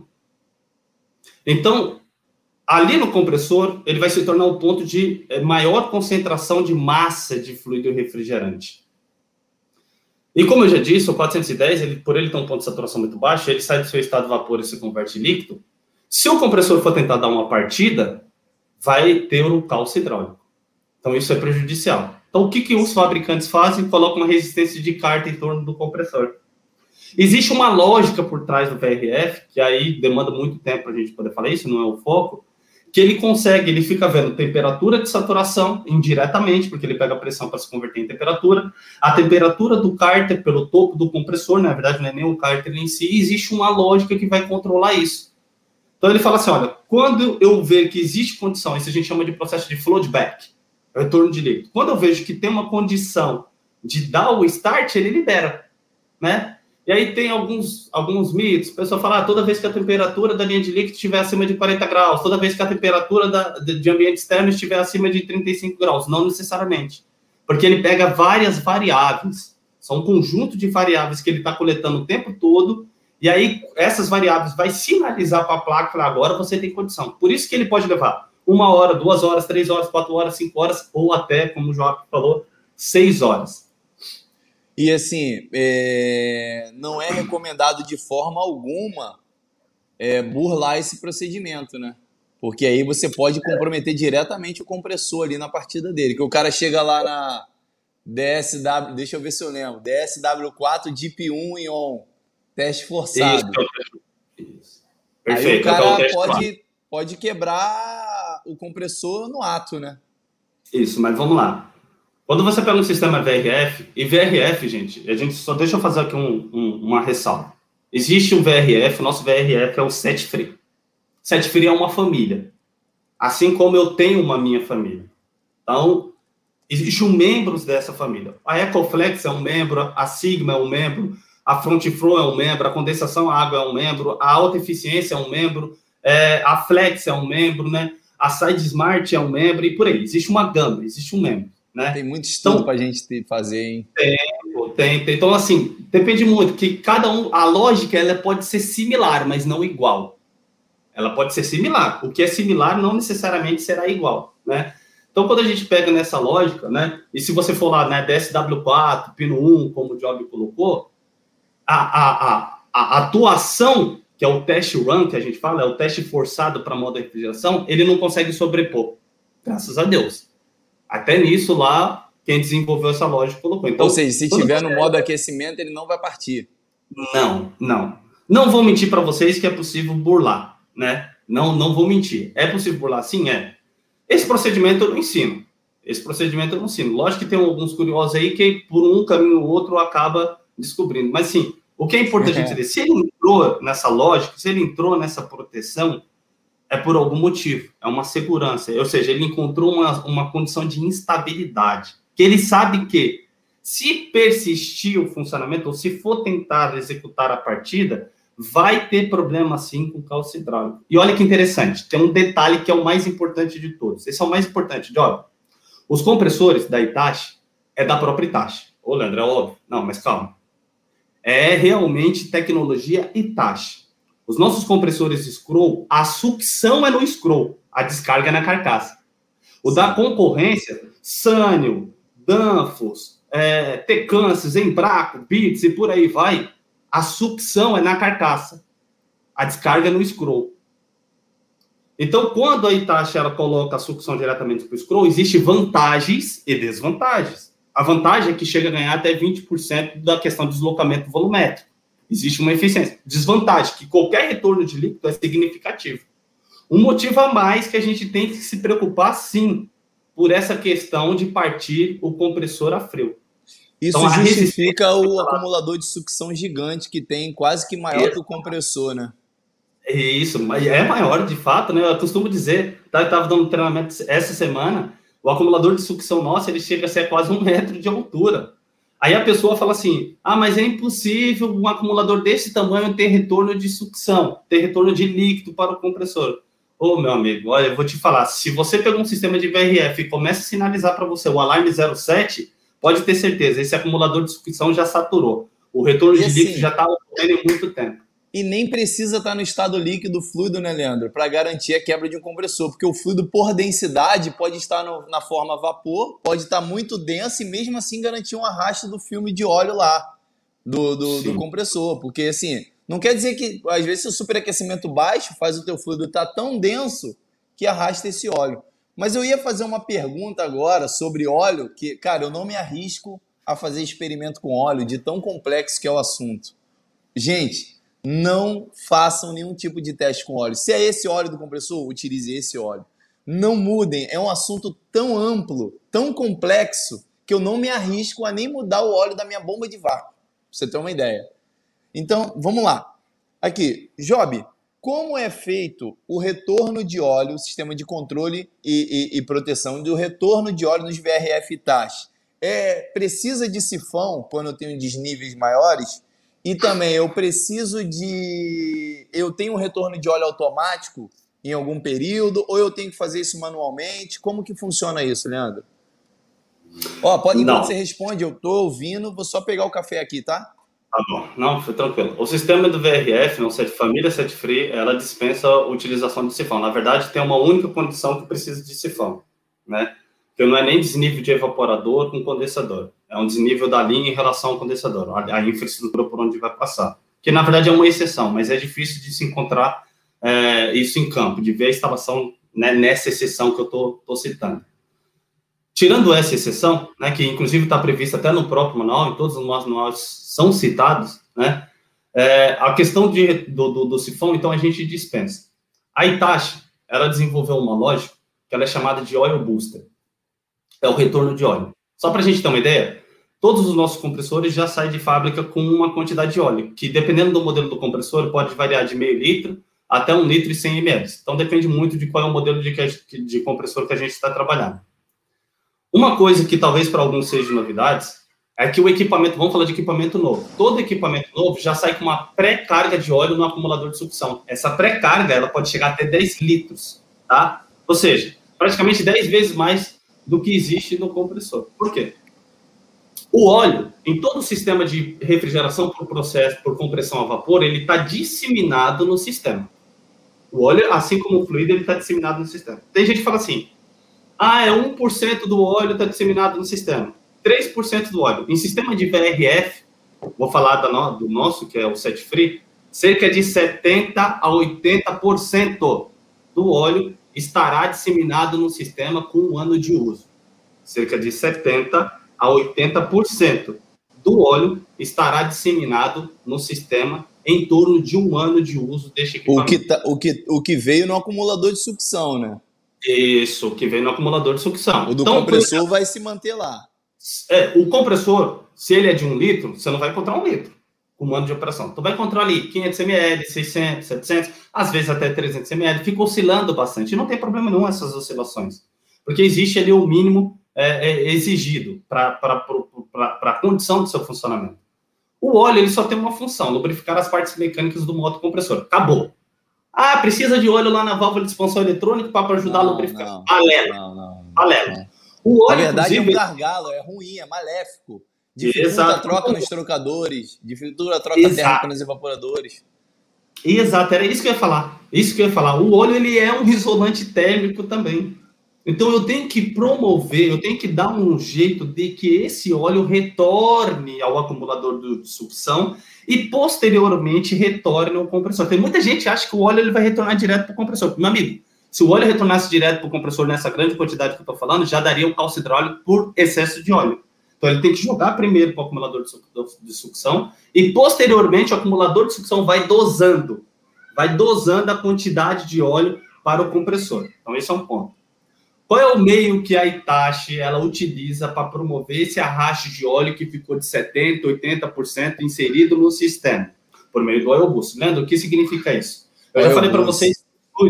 [SPEAKER 2] Então, ali no compressor, ele vai se tornar um ponto de maior concentração de massa de fluido refrigerante. E como eu já disse, o quatrocentos e dez, ele, por ele ter um ponto de saturação muito baixo, ele sai do seu estado de vapor e se converte em líquido. Se o compressor for tentar dar uma partida, vai ter o calço hidráulico. Então, isso é prejudicial. Então, o que, que os fabricantes fazem? Colocam uma resistência de cárter em torno do compressor. Existe uma lógica por trás do V R F, que aí demanda muito tempo para a gente poder falar isso, não é o foco, que ele consegue, ele fica vendo temperatura de saturação indiretamente, porque ele pega a pressão para se converter em temperatura, a temperatura do cárter pelo topo do compressor, na verdade não é nem o cárter em si, existe uma lógica que vai controlar isso. Então ele fala assim, olha, quando eu ver que existe condição, isso a gente chama de processo de flow back, retorno de líquido, quando eu vejo que tem uma condição de dar o start, ele libera, né? E aí tem alguns, alguns mitos, o pessoal fala, ah, toda vez que a temperatura da linha de líquido estiver acima de quarenta graus, toda vez que a temperatura da, de ambiente externo estiver acima de trinta e cinco graus, não necessariamente, porque ele pega várias variáveis, são um conjunto de variáveis que ele está coletando o tempo todo, e aí essas variáveis vai sinalizar para a placa, falar, agora você tem condição. Por isso que ele pode levar uma hora, duas horas, três horas, quatro horas, cinco horas, ou até, como o João falou, seis horas.
[SPEAKER 1] E assim, é, não é recomendado de forma alguma é, burlar esse procedimento, né? Porque aí você pode comprometer diretamente o compressor ali na partida dele. Que o cara chega lá na D S W, deixa eu ver se eu lembro, D S W quatro D I P um em on, teste forçado. Isso. Isso. Perfeito. Aí o cara então, pode, pode quebrar o compressor no ato, né?
[SPEAKER 2] Isso, mas vamos lá. Quando você pega um sistema V R F, e V R F, gente, a gente só deixa eu fazer aqui um, um, uma ressalva. Existe um V R F, o nosso V R F é o Set Free. Set Free é uma família. Assim como eu tenho uma minha família. Então, existem membros dessa família. A Ecoflex é um membro, a Sigma é um membro, a Front Flow é um membro, a condensação à água é um membro, a alta eficiência é um membro, é, a Flex é um membro, né? A Side Smart é um membro, e por aí. Existe uma gama, existe um membro. Né?
[SPEAKER 1] Tem muito estudo então, para a gente ter, fazer, hein?
[SPEAKER 2] Tem, tem, tem. Então, assim, depende muito, que cada um, a lógica, ela pode ser similar, mas não igual. Ela pode ser similar. O que é similar não necessariamente será igual, né? Então, quando a gente pega nessa lógica, né? E se você for lá, né, D S W quatro, Pino um, como o Job colocou, a, a, a, a atuação, que é o test run, que a gente fala, é o teste forçado para modo de refrigeração, ele não consegue sobrepor. Graças a Deus. Até nisso lá, quem desenvolveu essa lógica colocou. Então,
[SPEAKER 1] ou seja, se tiver no modo aquecimento, ele não vai partir.
[SPEAKER 2] Não, não. Não vou mentir para vocês que é possível burlar, né? Não, não vou mentir. É possível burlar? Sim, é. Esse procedimento eu não ensino. Esse procedimento eu não ensino. Lógico que tem alguns curiosos aí que, por um caminho ou outro, acaba descobrindo. Mas, sim, o que é importante entender, se ele entrou nessa lógica, se ele entrou nessa proteção, é por algum motivo, é uma segurança. Ou seja, ele encontrou uma, uma condição de instabilidade, que ele sabe que, se persistir o funcionamento, ou se for tentar executar a partida, vai ter problema, sim, com o cálcio hidráulico. E olha que interessante, tem um detalhe que é o mais importante de todos. Esse é o mais importante, Job. Os compressores da Hitachi é da própria Hitachi. Ô, Leandro, é óbvio. Não, mas calma. É realmente tecnologia Hitachi. Os nossos compressores Scroll, a sucção é no Scroll, a descarga é na carcaça. O da concorrência, Sanyo, Danfoss, é, Tecãs, Embraco, Bits e por aí vai, a sucção é na carcaça, a descarga é no Scroll. Então, quando a Hitachi ela coloca a sucção diretamente para o Scroll, existem vantagens e desvantagens. A vantagem é que chega a ganhar até vinte por cento da questão do deslocamento volumétrico. Existe uma eficiência. Desvantagem, que qualquer retorno de líquido é significativo. Um motivo a mais que a gente tem que se preocupar, sim, por essa questão de partir o compressor a freio.
[SPEAKER 1] Isso então, justifica o acumulador de sucção gigante que tem, quase que maior é. que o compressor, né?
[SPEAKER 2] Isso, mas é maior de fato, né? Eu costumo dizer, tá, eu estava dando treinamento essa semana, o acumulador de sucção nosso, ele chega a ser quase um metro de altura. Aí a pessoa fala assim, ah, mas é impossível um acumulador desse tamanho ter retorno de sucção, ter retorno de líquido para o compressor. Ô, meu amigo, olha, eu vou te falar, se você pegar um sistema de V R F e começa a sinalizar para você o alarme zero sete, pode ter certeza, esse acumulador de sucção já saturou. O retorno e de assim, líquido já está ocorrendo em muito tempo.
[SPEAKER 1] E nem precisa estar no estado líquido fluido, né, Leandro? Para garantir a quebra de um compressor. Porque o fluido, por densidade, pode estar no, na forma vapor, pode estar muito denso e mesmo assim garantir um arrasto do filme de óleo lá, do, do, do compressor. Porque, assim, não quer dizer que, às vezes, o superaquecimento baixo faz o teu fluido estar tão denso que arrasta esse óleo. Mas eu ia fazer uma pergunta agora sobre óleo, que, cara, eu não me arrisco a fazer experimento com óleo, de tão complexo que é o assunto. Gente, não façam nenhum tipo de teste com óleo. Se é esse óleo do compressor, utilize esse óleo. Não mudem, é um assunto tão amplo, tão complexo, que eu não me arrisco a nem mudar o óleo da minha bomba de vácuo, pra você ter uma ideia. Então, vamos lá. Aqui, Job, como é feito o retorno de óleo, o sistema de controle e, e, e proteção do retorno de óleo nos V R F Hitachi? É, precisa de sifão quando eu tenho desníveis maiores? E também eu preciso de... Eu tenho um retorno de óleo automático em algum período ou eu tenho que fazer isso manualmente? Como que funciona isso, Leandro? Ó, pode, enquanto você responde, eu tô ouvindo, vou só pegar o café aqui, tá?
[SPEAKER 2] Tá bom, não, foi tranquilo. O sistema do V R F, não sei, família Set Free, ela dispensa a utilização de sifão. Na verdade, tem uma única condição que precisa de sifão, né? Que não é nem desnível de evaporador com condensador. É um desnível da linha em relação ao condensador, a, a infraestrutura por onde vai passar. Que, na verdade, é uma exceção, mas é difícil de se encontrar é, isso em campo, de ver a instalação, né, nessa exceção que eu estou citando. Tirando essa exceção, né, que inclusive está prevista até no próprio manual, em todos os manuais são citados, né, é, a questão de, do, do, do sifão, então, a gente dispensa. A Hitachi, ela desenvolveu uma lógica que ela é chamada de Oil Booster. É o retorno de óleo. Só para a gente ter uma ideia, todos os nossos compressores já saem de fábrica com uma quantidade de óleo, que dependendo do modelo do compressor, pode variar de meio litro até um litro e cem mililitros. Então, depende muito de qual é o modelo de, de compressor que a gente está trabalhando. Uma coisa que talvez para alguns seja novidades, é que o equipamento, vamos falar de equipamento novo, todo equipamento novo já sai com uma pré-carga de óleo no acumulador de sucção. Essa pré-carga, ela pode chegar até dez litros, tá? Ou seja, praticamente dez vezes mais do que existe no compressor. Por quê? O óleo, em todo o sistema de refrigeração por processo, por compressão a vapor, ele está disseminado no sistema. O óleo, assim como o fluido, ele está disseminado no sistema. Tem gente que fala assim, ah, é um por cento do óleo está disseminado no sistema, três por cento do óleo. Em sistema de V R F, vou falar da no, do nosso, que é o Set Free, cerca de setenta a oitenta por cento do óleo estará disseminado no sistema com um ano de uso. Cerca de setenta a oitenta por cento do óleo estará disseminado no sistema em torno de um ano de uso deste equipamento.
[SPEAKER 1] O que, tá, o que, o que veio no acumulador de sucção, né?
[SPEAKER 2] Isso, que vem no acumulador de sucção.
[SPEAKER 1] O do então, compressor exemplo, vai se manter lá.
[SPEAKER 2] É, o compressor, se ele é de um litro, você não vai encontrar um litro. Comando de operação. Tu vai encontrar ali quinhentos mililitros, seiscentos, setecentos, às vezes até trezentos mililitros, fica oscilando bastante. E não tem problema nenhum essas oscilações. Porque existe ali o mínimo é, é, exigido para a condição do seu funcionamento. O óleo ele só tem uma função, lubrificar as partes mecânicas do motor compressor. Acabou. Ah, precisa de óleo lá na válvula de expansão eletrônica para ajudar
[SPEAKER 1] não,
[SPEAKER 2] a lubrificar.
[SPEAKER 1] Não,
[SPEAKER 2] Balela.
[SPEAKER 1] Não, não,
[SPEAKER 2] Balela.
[SPEAKER 1] Não.
[SPEAKER 2] O óleo,
[SPEAKER 1] na verdade,
[SPEAKER 2] inclusive...
[SPEAKER 1] é um gargalo, é ruim, é maléfico. Dificulta Exato. a troca nos trocadores, dificulta a troca
[SPEAKER 2] Exato.
[SPEAKER 1] térmica nos evaporadores.
[SPEAKER 2] Exato, era isso que eu ia falar. Isso que eu ia falar. O óleo ele é um isolante térmico também. Então eu tenho que promover, eu tenho que dar um jeito de que esse óleo retorne ao acumulador de sucção e posteriormente retorne ao compressor. Tem muita gente que acha que o óleo ele vai retornar direto para o compressor. Meu amigo, se o óleo retornasse direto para o compressor nessa grande quantidade que eu estou falando, já daria um calço hidráulico por excesso de óleo. Então, ele tem que jogar primeiro para o acumulador de sucção e, posteriormente, o acumulador de sucção vai dosando. Vai dosando a quantidade de óleo para o compressor. Então, esse é um ponto. Qual é o meio que a Hitachi ela utiliza para promover esse arraste de óleo que ficou de setenta por cento, oitenta por cento inserido no sistema? Por meio do Oil Boost. Leandro, o que significa isso? Eu já falei para vocês,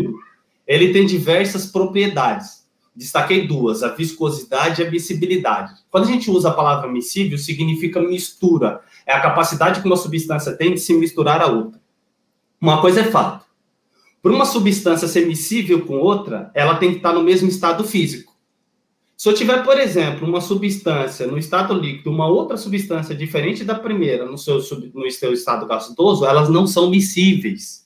[SPEAKER 2] ele tem diversas propriedades. Destaquei duas, a viscosidade e a miscibilidade. Quando a gente usa a palavra miscível, significa mistura. É a capacidade que uma substância tem de se misturar a outra. Uma coisa é fato. Para uma substância ser miscível com outra, ela tem que estar no mesmo estado físico. Se eu tiver, por exemplo, uma substância no estado líquido, uma outra substância diferente da primeira no seu, no seu estado gasoso, elas não são miscíveis.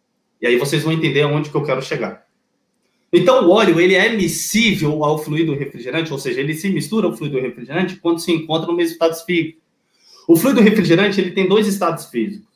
[SPEAKER 2] E aí vocês vão entender aonde que eu quero chegar. Então, o óleo, ele é miscível ao fluido refrigerante, ou seja, ele se mistura ao fluido refrigerante quando se encontra no mesmo estado físico. O fluido refrigerante, ele tem dois estados físicos.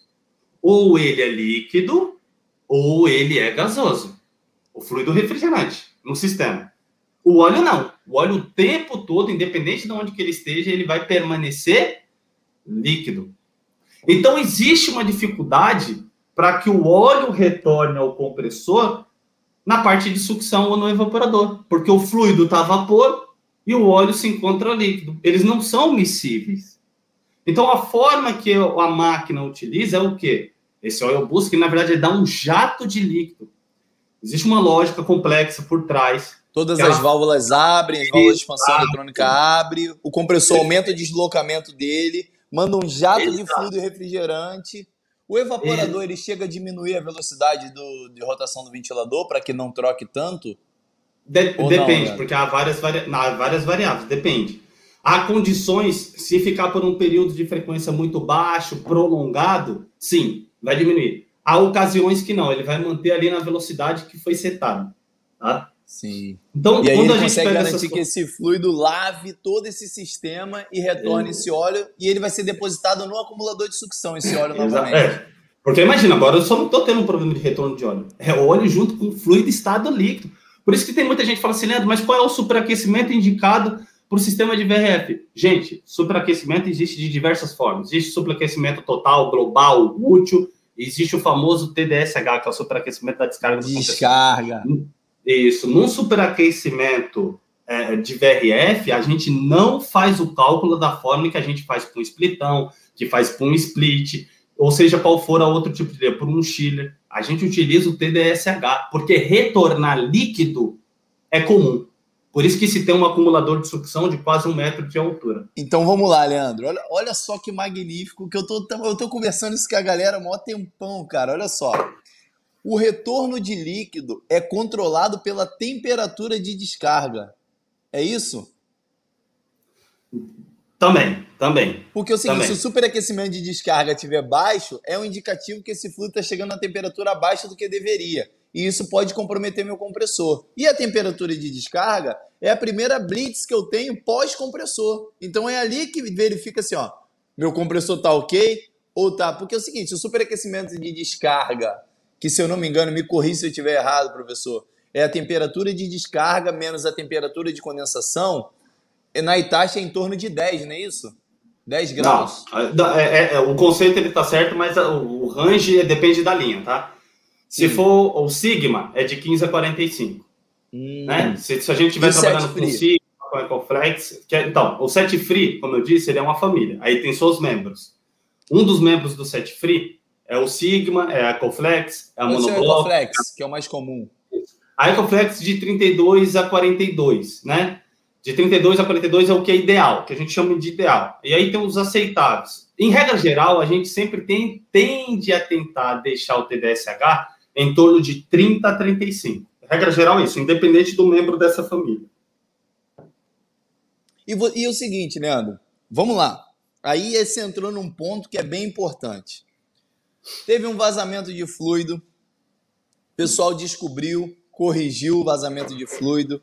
[SPEAKER 2] Ou ele é líquido, ou ele é gasoso. O fluido refrigerante, no sistema. O óleo, não. O óleo, o tempo todo, independente de onde que ele esteja, ele vai permanecer líquido. Então, existe uma dificuldade para que o óleo retorne ao compressor na parte de sucção ou no evaporador, porque o fluido está a vapor e o óleo se encontra líquido. Eles não são miscíveis. Então, a forma que a máquina utiliza é o quê? Esse Oil Boost, que na verdade dá um jato de líquido. Existe uma lógica complexa por trás.
[SPEAKER 1] Todas as ela... válvulas abrem, as válvulas de expansão ah, eletrônica abrem, o compressor é. aumenta o deslocamento dele, manda um jato Exato. de fluido refrigerante. O evaporador, ele chega a diminuir a velocidade do, de rotação do ventilador para que não troque tanto?
[SPEAKER 2] De, depende, não, porque há várias, vari, há várias variáveis, depende. Há condições, se ficar por um período de frequência muito baixo, prolongado, sim, vai diminuir. Há ocasiões que não, ele vai manter ali na velocidade que foi setada. Tá?
[SPEAKER 1] Sim.
[SPEAKER 2] Então,
[SPEAKER 1] e aí
[SPEAKER 2] quando
[SPEAKER 1] ele
[SPEAKER 2] a gente
[SPEAKER 1] consegue garantir
[SPEAKER 2] essas...
[SPEAKER 1] que esse fluido lave todo esse sistema e retorne é. esse óleo, e ele vai ser depositado no acumulador de sucção, esse óleo novamente.
[SPEAKER 2] É. Porque imagina, agora eu só não estou tendo um problema de retorno de óleo. É óleo junto com fluido estado líquido. Por isso que tem muita gente que fala assim, Leandro, mas qual é o superaquecimento indicado para o sistema de V R F? Gente, superaquecimento existe de diversas formas. Existe superaquecimento total, global, útil. Existe o famoso T D S H, que é o superaquecimento da descarga do compressor.
[SPEAKER 1] Descarga.
[SPEAKER 2] Isso. Num superaquecimento é, de V R F, a gente não faz o cálculo da forma que a gente faz com um splitão, que faz com um split, ou seja, qual for a outro tipo de... por um chiller. A gente utiliza o T D S H, porque retornar líquido é comum. Por isso que se tem um acumulador de sucção de quase um metro de altura.
[SPEAKER 1] Então vamos lá, Leandro. Olha, olha só que magnífico, que eu tô, eu tô conversando isso com a galera há mó tempão, cara. Olha só. O retorno de líquido é controlado pela temperatura de descarga. É isso?
[SPEAKER 2] Também, também.
[SPEAKER 1] Porque é o seguinte,
[SPEAKER 2] também.
[SPEAKER 1] se o superaquecimento de descarga estiver baixo, é um indicativo que esse fluido está chegando a temperatura abaixo do que deveria. E isso pode comprometer meu compressor. E a temperatura de descarga é a primeira blitz que eu tenho pós-compressor. Então é ali que verifica assim, ó, meu compressor tá ok ou tá... Porque é o seguinte, o superaquecimento de descarga, que se eu não me engano, me corrija se eu estiver errado, professor, é a temperatura de descarga menos a temperatura de condensação, na Hitachi é em torno de dez, não é isso? dez graus.
[SPEAKER 2] Não, é, é, é, o conceito ele tá certo, mas o, o range depende da linha, tá? Se Sim. for o Sigma, é de quinze a quarenta e cinco. Hum. Né? Se, se a gente estiver trabalhando com Sigma, com Ecoflex, que é, então, o Set Free, como eu disse, ele é uma família. Aí tem seus membros. Um dos membros do Set Free é o Sigma, é a Ecoflex, é a Monoblock. É o
[SPEAKER 1] Ecoflex, que é o mais comum.
[SPEAKER 2] A Ecoflex de trinta e dois a quarenta e dois, né? De trinta e dois a quarenta e dois é o que é ideal, que a gente chama de ideal. E aí tem os aceitáveis. Em regra geral, a gente sempre tem, tende a tentar deixar o T D S H em torno de trinta a trinta e cinco. Regra geral é isso, independente do membro dessa família.
[SPEAKER 1] E, e o seguinte, Leandro, vamos lá. Aí você entrou num ponto que é bem importante. Teve um vazamento de fluido, o pessoal descobriu, corrigiu o vazamento de fluido,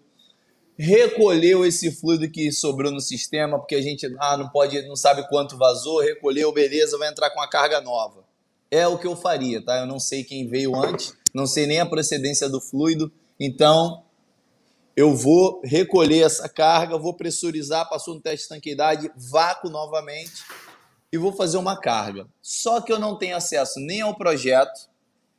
[SPEAKER 1] recolheu esse fluido que sobrou no sistema, porque a gente ah, não pode, não sabe quanto vazou, recolheu, beleza, vai entrar com a carga nova. É o que eu faria, tá? Eu não sei quem veio antes, não sei nem a procedência do fluido, então eu vou recolher essa carga, vou pressurizar, passou no teste de estanqueidade, vácuo novamente e vou fazer uma carga. Só que eu não tenho acesso nem ao projeto,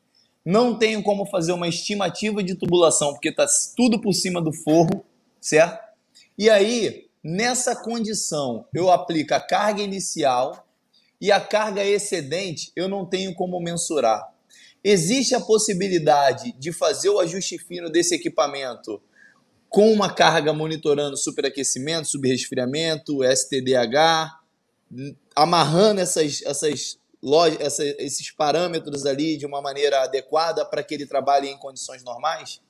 [SPEAKER 1] não tenho como fazer uma estimativa de tubulação, porque está tudo por cima do forro, certo? E aí, nessa condição, eu aplico a carga inicial e a carga excedente eu não tenho como mensurar. Existe a possibilidade de fazer o ajuste fino desse equipamento com uma carga monitorando superaquecimento, subresfriamento, S T D H, amarrando essas, essas, essa, esses parâmetros ali de uma maneira adequada para que ele trabalhe em condições normais?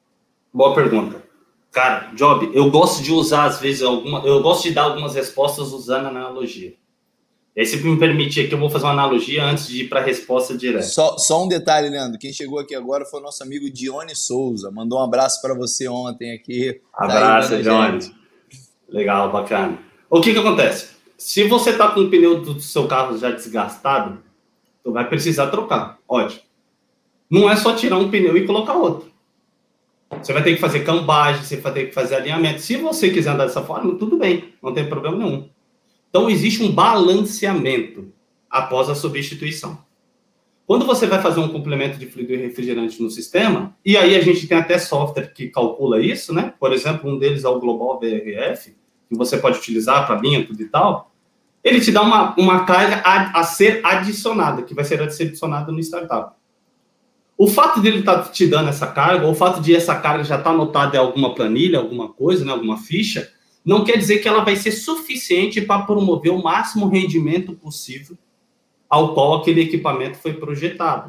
[SPEAKER 2] Boa pergunta. Cara, Job, eu gosto de usar, às vezes, alguma, eu gosto de dar algumas respostas usando analogia. E aí, se me permitir aqui, eu vou fazer uma analogia antes de ir para a resposta direta.
[SPEAKER 1] Só, só um detalhe, Leandro. Quem chegou aqui agora foi o nosso amigo Dione Souza. Mandou um abraço para você ontem aqui.
[SPEAKER 2] Abraço, tá Dione. Legal, bacana. O que que acontece? Se você está com o pneu do seu carro já desgastado, tu vai precisar trocar. Ótimo. Não é só tirar um pneu e colocar outro. Você vai ter que fazer cambagem, você vai ter que fazer alinhamento. Se você quiser andar dessa forma, tudo bem, não tem problema nenhum. Então, existe um balanceamento após a substituição. Quando você vai fazer um complemento de fluido e refrigerante no sistema, e aí a gente tem até software que calcula isso, né? Por exemplo, um deles é o Global V R F, que você pode utilizar para linha, tudo e tal. Ele te dá uma, uma carga a, a ser adicionada, que vai ser adicionada no startup. O fato de ele estar tá te dando essa carga, ou o fato de essa carga já estar tá anotada em alguma planilha, alguma coisa, né, alguma ficha, não quer dizer que ela vai ser suficiente para promover o máximo rendimento possível ao qual aquele equipamento foi projetado.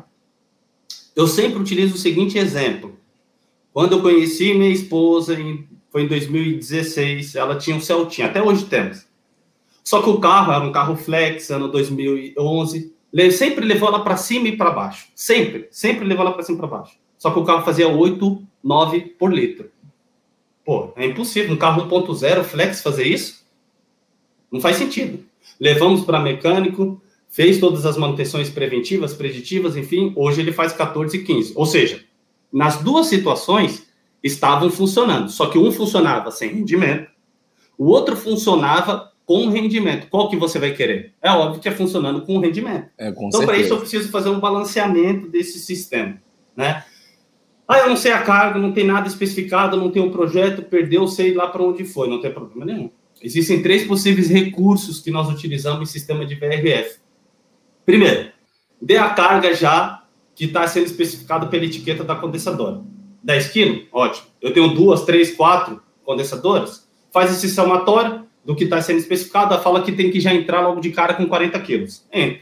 [SPEAKER 2] Eu sempre utilizo o seguinte exemplo. Quando eu conheci minha esposa, em, foi em dois mil e dezesseis, ela tinha um Celtinha, até hoje temos. Só que o carro era um carro flex, ano dois mil e onze, sempre levou ela para cima e para baixo. Sempre, sempre levou ela para cima e para baixo. Só que o carro fazia oito, nove por litro. Pô, é impossível um carro um ponto zero flex fazer isso? Não faz sentido. Levamos para mecânico, fez todas as manutenções preventivas, preditivas, enfim, hoje ele faz quatorze e quinze. Ou seja, nas duas situações estavam funcionando, só que um funcionava sem rendimento, o outro funcionava com rendimento. Qual que você vai querer? É óbvio que é funcionando com rendimento.
[SPEAKER 1] É, com
[SPEAKER 2] então, para isso, eu preciso fazer um balanceamento desse sistema, né? Ah, eu não sei a carga, não tem nada especificado, não tem um projeto, perdeu, sei lá para onde foi, não tem problema nenhum. Existem três possíveis recursos que nós utilizamos em sistema de V R F. Primeiro, dê a carga já que está sendo especificado pela etiqueta da condensadora. dez quilos? Ótimo. Eu tenho duas, três, quatro condensadoras. Faz esse somatório do que está sendo especificado, ela fala que tem que já entrar logo de cara com quarenta quilos. Entra.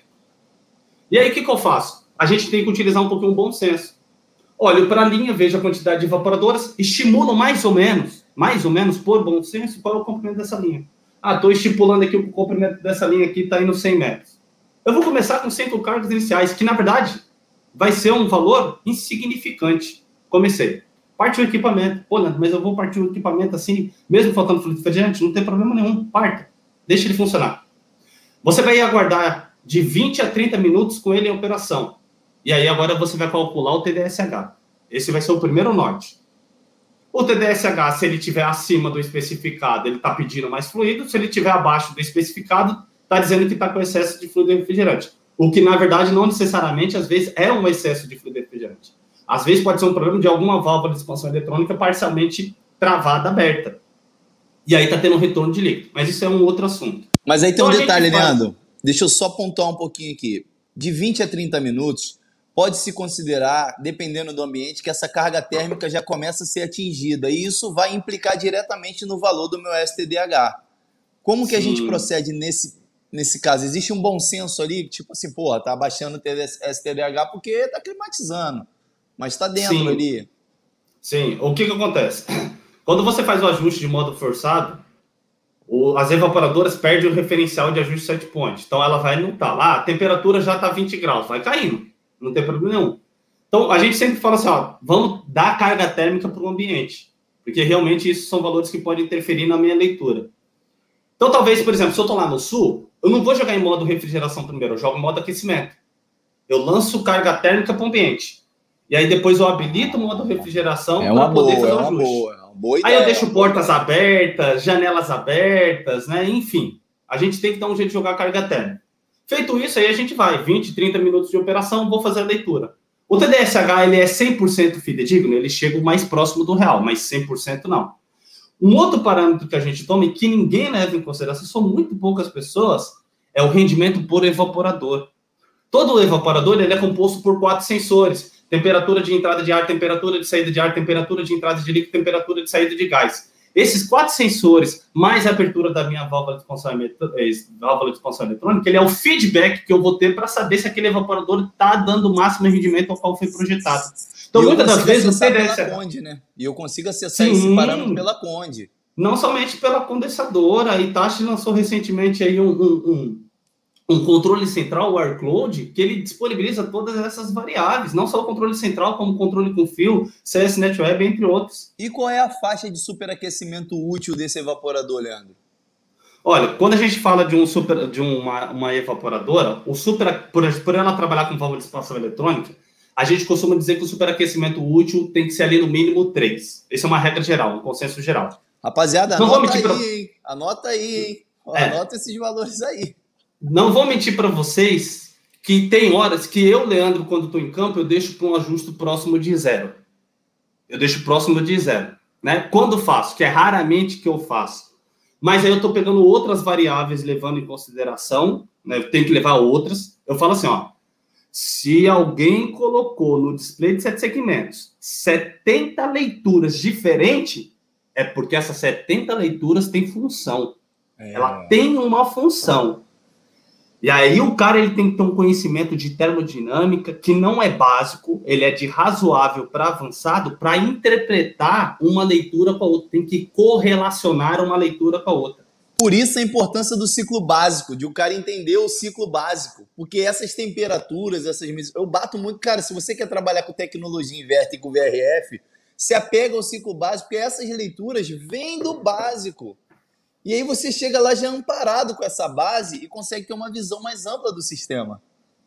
[SPEAKER 2] E aí, o que, que eu faço? A gente tem que utilizar um pouquinho o bom senso. Olho para a linha, vejo a quantidade de evaporadoras, estimulo mais ou menos, mais ou menos, por bom senso, qual é o comprimento dessa linha. Ah, estou estipulando aqui o comprimento dessa linha aqui, está indo cem metros. Eu vou começar com cem cargas iniciais, que, na verdade, vai ser um valor insignificante. Comecei. Parte o equipamento. Pô, Leandro, mas eu vou partir o equipamento assim, mesmo faltando fluido refrigerante? Não tem problema nenhum. Parta. Deixa ele funcionar. Você vai aguardar de vinte a trinta minutos com ele em operação. E aí agora você vai calcular o T D S H. Esse vai ser o primeiro norte. O T D S H, se ele estiver acima do especificado, ele está pedindo mais fluido. Se ele estiver abaixo do especificado, está dizendo que está com excesso de fluido refrigerante. O que, na verdade, não necessariamente, às vezes, é um excesso de fluido refrigerante. Às vezes pode ser um problema de alguma válvula de expansão eletrônica parcialmente travada, aberta. E aí está tendo um retorno de líquido. Mas isso é um outro assunto.
[SPEAKER 1] Mas aí tem
[SPEAKER 2] Então,
[SPEAKER 1] um
[SPEAKER 2] a gente
[SPEAKER 1] detalhe,
[SPEAKER 2] faz-
[SPEAKER 1] Leandro. Deixa eu só pontuar um pouquinho aqui. De vinte a trinta minutos, pode-se considerar, dependendo do ambiente, que essa carga térmica já começa a ser atingida. E isso vai implicar diretamente no valor do meu S T D H. Como que a gente
[SPEAKER 2] Sim.
[SPEAKER 1] procede nesse, nesse caso? Existe um bom senso ali, tipo assim, porra, tá abaixando o S T D H porque tá climatizando, mas tá dentro
[SPEAKER 2] Sim.
[SPEAKER 1] ali.
[SPEAKER 2] Sim, o que que acontece? Quando você faz o ajuste de modo forçado, o- as evaporadoras perdem o referencial de ajuste set point. Então, ela vai lutar lá, a temperatura já está vinte graus, vai caindo, não tem problema nenhum. Então, a gente sempre fala assim, ó, vamos dar carga térmica para o ambiente, porque realmente isso são valores que podem interferir na minha leitura. Então, talvez, por exemplo, se eu estou lá no sul, eu não vou jogar em modo refrigeração primeiro, eu jogo em modo aquecimento. Eu lanço carga térmica para o ambiente. E aí depois eu habilito o modo refrigeração
[SPEAKER 1] É
[SPEAKER 2] para
[SPEAKER 1] uma
[SPEAKER 2] poder
[SPEAKER 1] boa,
[SPEAKER 2] fazer
[SPEAKER 1] é
[SPEAKER 2] o
[SPEAKER 1] uma
[SPEAKER 2] ajuste.
[SPEAKER 1] boa, é uma boa
[SPEAKER 2] Aí
[SPEAKER 1] ideia.
[SPEAKER 2] eu deixo
[SPEAKER 1] é uma boa
[SPEAKER 2] portas
[SPEAKER 1] ideia.
[SPEAKER 2] abertas, janelas abertas, né? Enfim, a gente tem que dar um jeito de jogar carga térmica. Feito isso, aí a gente vai, vinte, trinta minutos de operação, vou fazer a leitura. O T D S H, ele é cem por cento fidedigno, ele chega o mais próximo do real, mas cem por cento não. Um outro parâmetro que a gente toma e que ninguém leva em consideração, são muito poucas pessoas, é o rendimento por evaporador. Todo evaporador ele é composto por quatro sensores: temperatura de entrada de ar, temperatura de saída de ar, temperatura de entrada de líquido, temperatura de saída de gás. Esses quatro sensores, mais a abertura da minha válvula de expansão, válvula de expansão eletrônica, ele é o feedback que eu vou ter para saber se aquele evaporador está dando o máximo rendimento ao qual foi projetado. Então,
[SPEAKER 1] E eu
[SPEAKER 2] muitas das
[SPEAKER 1] consigo
[SPEAKER 2] vezes, o
[SPEAKER 1] acessar
[SPEAKER 2] T D S
[SPEAKER 1] pela
[SPEAKER 2] H...
[SPEAKER 1] Conde, né? E eu consigo acessar
[SPEAKER 2] Sim.
[SPEAKER 1] esse parâmetro pela Conde.
[SPEAKER 2] Não somente pela condensadora, a Hitachi lançou recentemente aí um, um, um, um controle central, o AirCloud, que ele disponibiliza todas essas variáveis, não só o controle central, como o controle com fio, C S NetWeb, entre outros.
[SPEAKER 1] E qual é a faixa de superaquecimento útil desse evaporador, Leandro?
[SPEAKER 2] Olha, quando a gente fala de, um super, de uma, uma evaporadora, o super, por, por ela trabalhar com válvula de expansão eletrônica, a gente costuma dizer que o superaquecimento útil tem que ser ali no mínimo três. Essa é uma regra geral, um consenso geral.
[SPEAKER 1] Rapaziada,
[SPEAKER 2] Não vou
[SPEAKER 1] anota aí,
[SPEAKER 2] mentir pra...
[SPEAKER 1] hein? Anota aí, hein? Ó,
[SPEAKER 2] É.
[SPEAKER 1] Anota esses valores aí.
[SPEAKER 2] Não vou mentir para vocês que tem horas que eu, Leandro, quando estou em campo, eu deixo para um ajuste próximo de zero. Eu deixo próximo de zero. Né? Quando faço, que é raramente que eu faço. Mas aí eu estou pegando outras variáveis, levando em consideração, né? Eu tenho que levar outras. Eu falo assim, ó, se alguém colocou no display de sete segmentos setenta leituras diferentes, é porque essas setenta leituras têm função.
[SPEAKER 1] É.
[SPEAKER 2] Ela tem uma função. E aí o cara ele tem que ter um conhecimento de termodinâmica que não é básico, ele é de razoável para avançado para interpretar uma leitura com a outra. Tem que correlacionar uma leitura com a outra.
[SPEAKER 1] Por isso a importância do ciclo básico, de o cara entender o ciclo básico. Porque essas temperaturas, essas... Eu bato muito... Cara, se você quer trabalhar com tecnologia inverter e com V R F, se apega ao ciclo básico, porque essas leituras vêm do básico. E aí você chega lá já amparado com essa base e consegue ter uma visão mais ampla do sistema.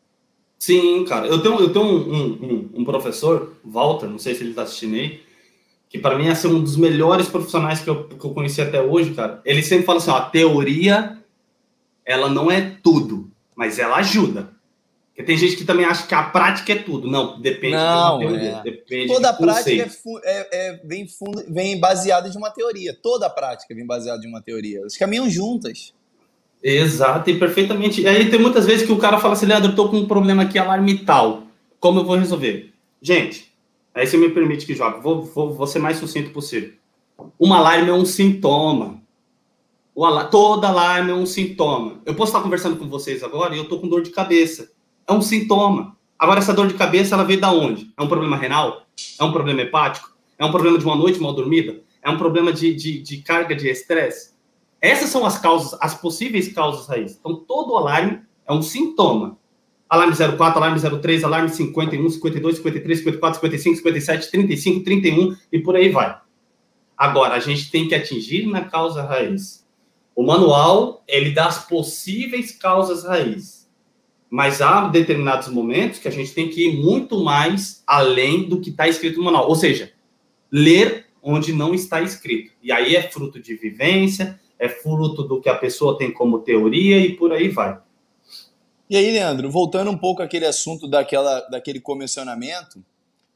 [SPEAKER 2] Sim, cara. Eu tenho, eu tenho um, um, um professor, Walter, não sei se ele está assistindo aí, que para mim é assim, um dos melhores profissionais que eu, que eu conheci até hoje, cara. Ele sempre fala assim, ó, a teoria, ela não é tudo, mas ela ajuda. Porque tem gente que também acha que a prática é tudo. Não, depende
[SPEAKER 1] não,
[SPEAKER 2] de uma teoria.
[SPEAKER 1] É.
[SPEAKER 2] Depende
[SPEAKER 1] Toda
[SPEAKER 2] de
[SPEAKER 1] prática é, é, é, vem, fundo, vem baseada de uma teoria. Toda prática vem baseada de uma teoria. Elas caminham juntas.
[SPEAKER 2] Exato, e perfeitamente. E aí tem muitas vezes que o cara fala assim, Leandro, eu tô com um problema aqui, alarme tal. Como eu vou resolver? Gente, aí você me permite que jogue. Vou, vou, vou ser mais sucinto possível. Um alarme é um sintoma. O alarme, todo alarme é um sintoma. Eu posso estar conversando com vocês agora e eu tô com dor de cabeça. É um sintoma. Agora, essa dor de cabeça, ela veio da onde? É um problema renal? É um problema hepático? É um problema de uma noite mal dormida? É um problema de, de, de carga de estresse? Essas são as causas, as possíveis causas raízes. Então, todo alarme é um sintoma. Alarme zero quatro, alarme zero três, alarme cinquenta e um, cinquenta e dois, cinquenta e três, cinquenta e quatro, cinquenta e cinco, cinquenta e sete, trinta e cinco, trinta e um e por aí vai. Agora, a gente tem que atingir na causa raiz. O manual, ele dá as possíveis causas raízes. Mas há determinados momentos que a gente tem que ir muito mais além do que está escrito no manual. Ou seja, ler onde não está escrito. E aí é fruto de vivência, é fruto do que a pessoa tem como teoria e por aí vai.
[SPEAKER 1] E aí, Leandro, voltando um pouco àquele assunto daquela, daquele comissionamento,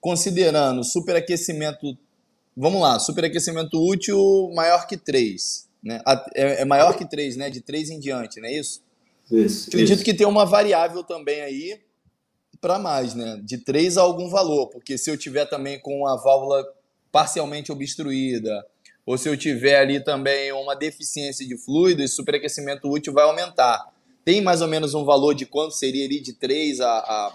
[SPEAKER 1] considerando superaquecimento, vamos lá, superaquecimento útil maior que três, né? É, é maior que três, né? De três em diante, não é isso?
[SPEAKER 2] Isso.
[SPEAKER 1] Acredito
[SPEAKER 2] isso.
[SPEAKER 1] que tem uma variável também aí para mais, né? De três a algum valor, porque se eu tiver também com a válvula parcialmente obstruída, ou se eu tiver ali também uma deficiência de fluido, esse superaquecimento útil vai aumentar. Tem mais ou menos um valor de quanto seria ali de três a... a...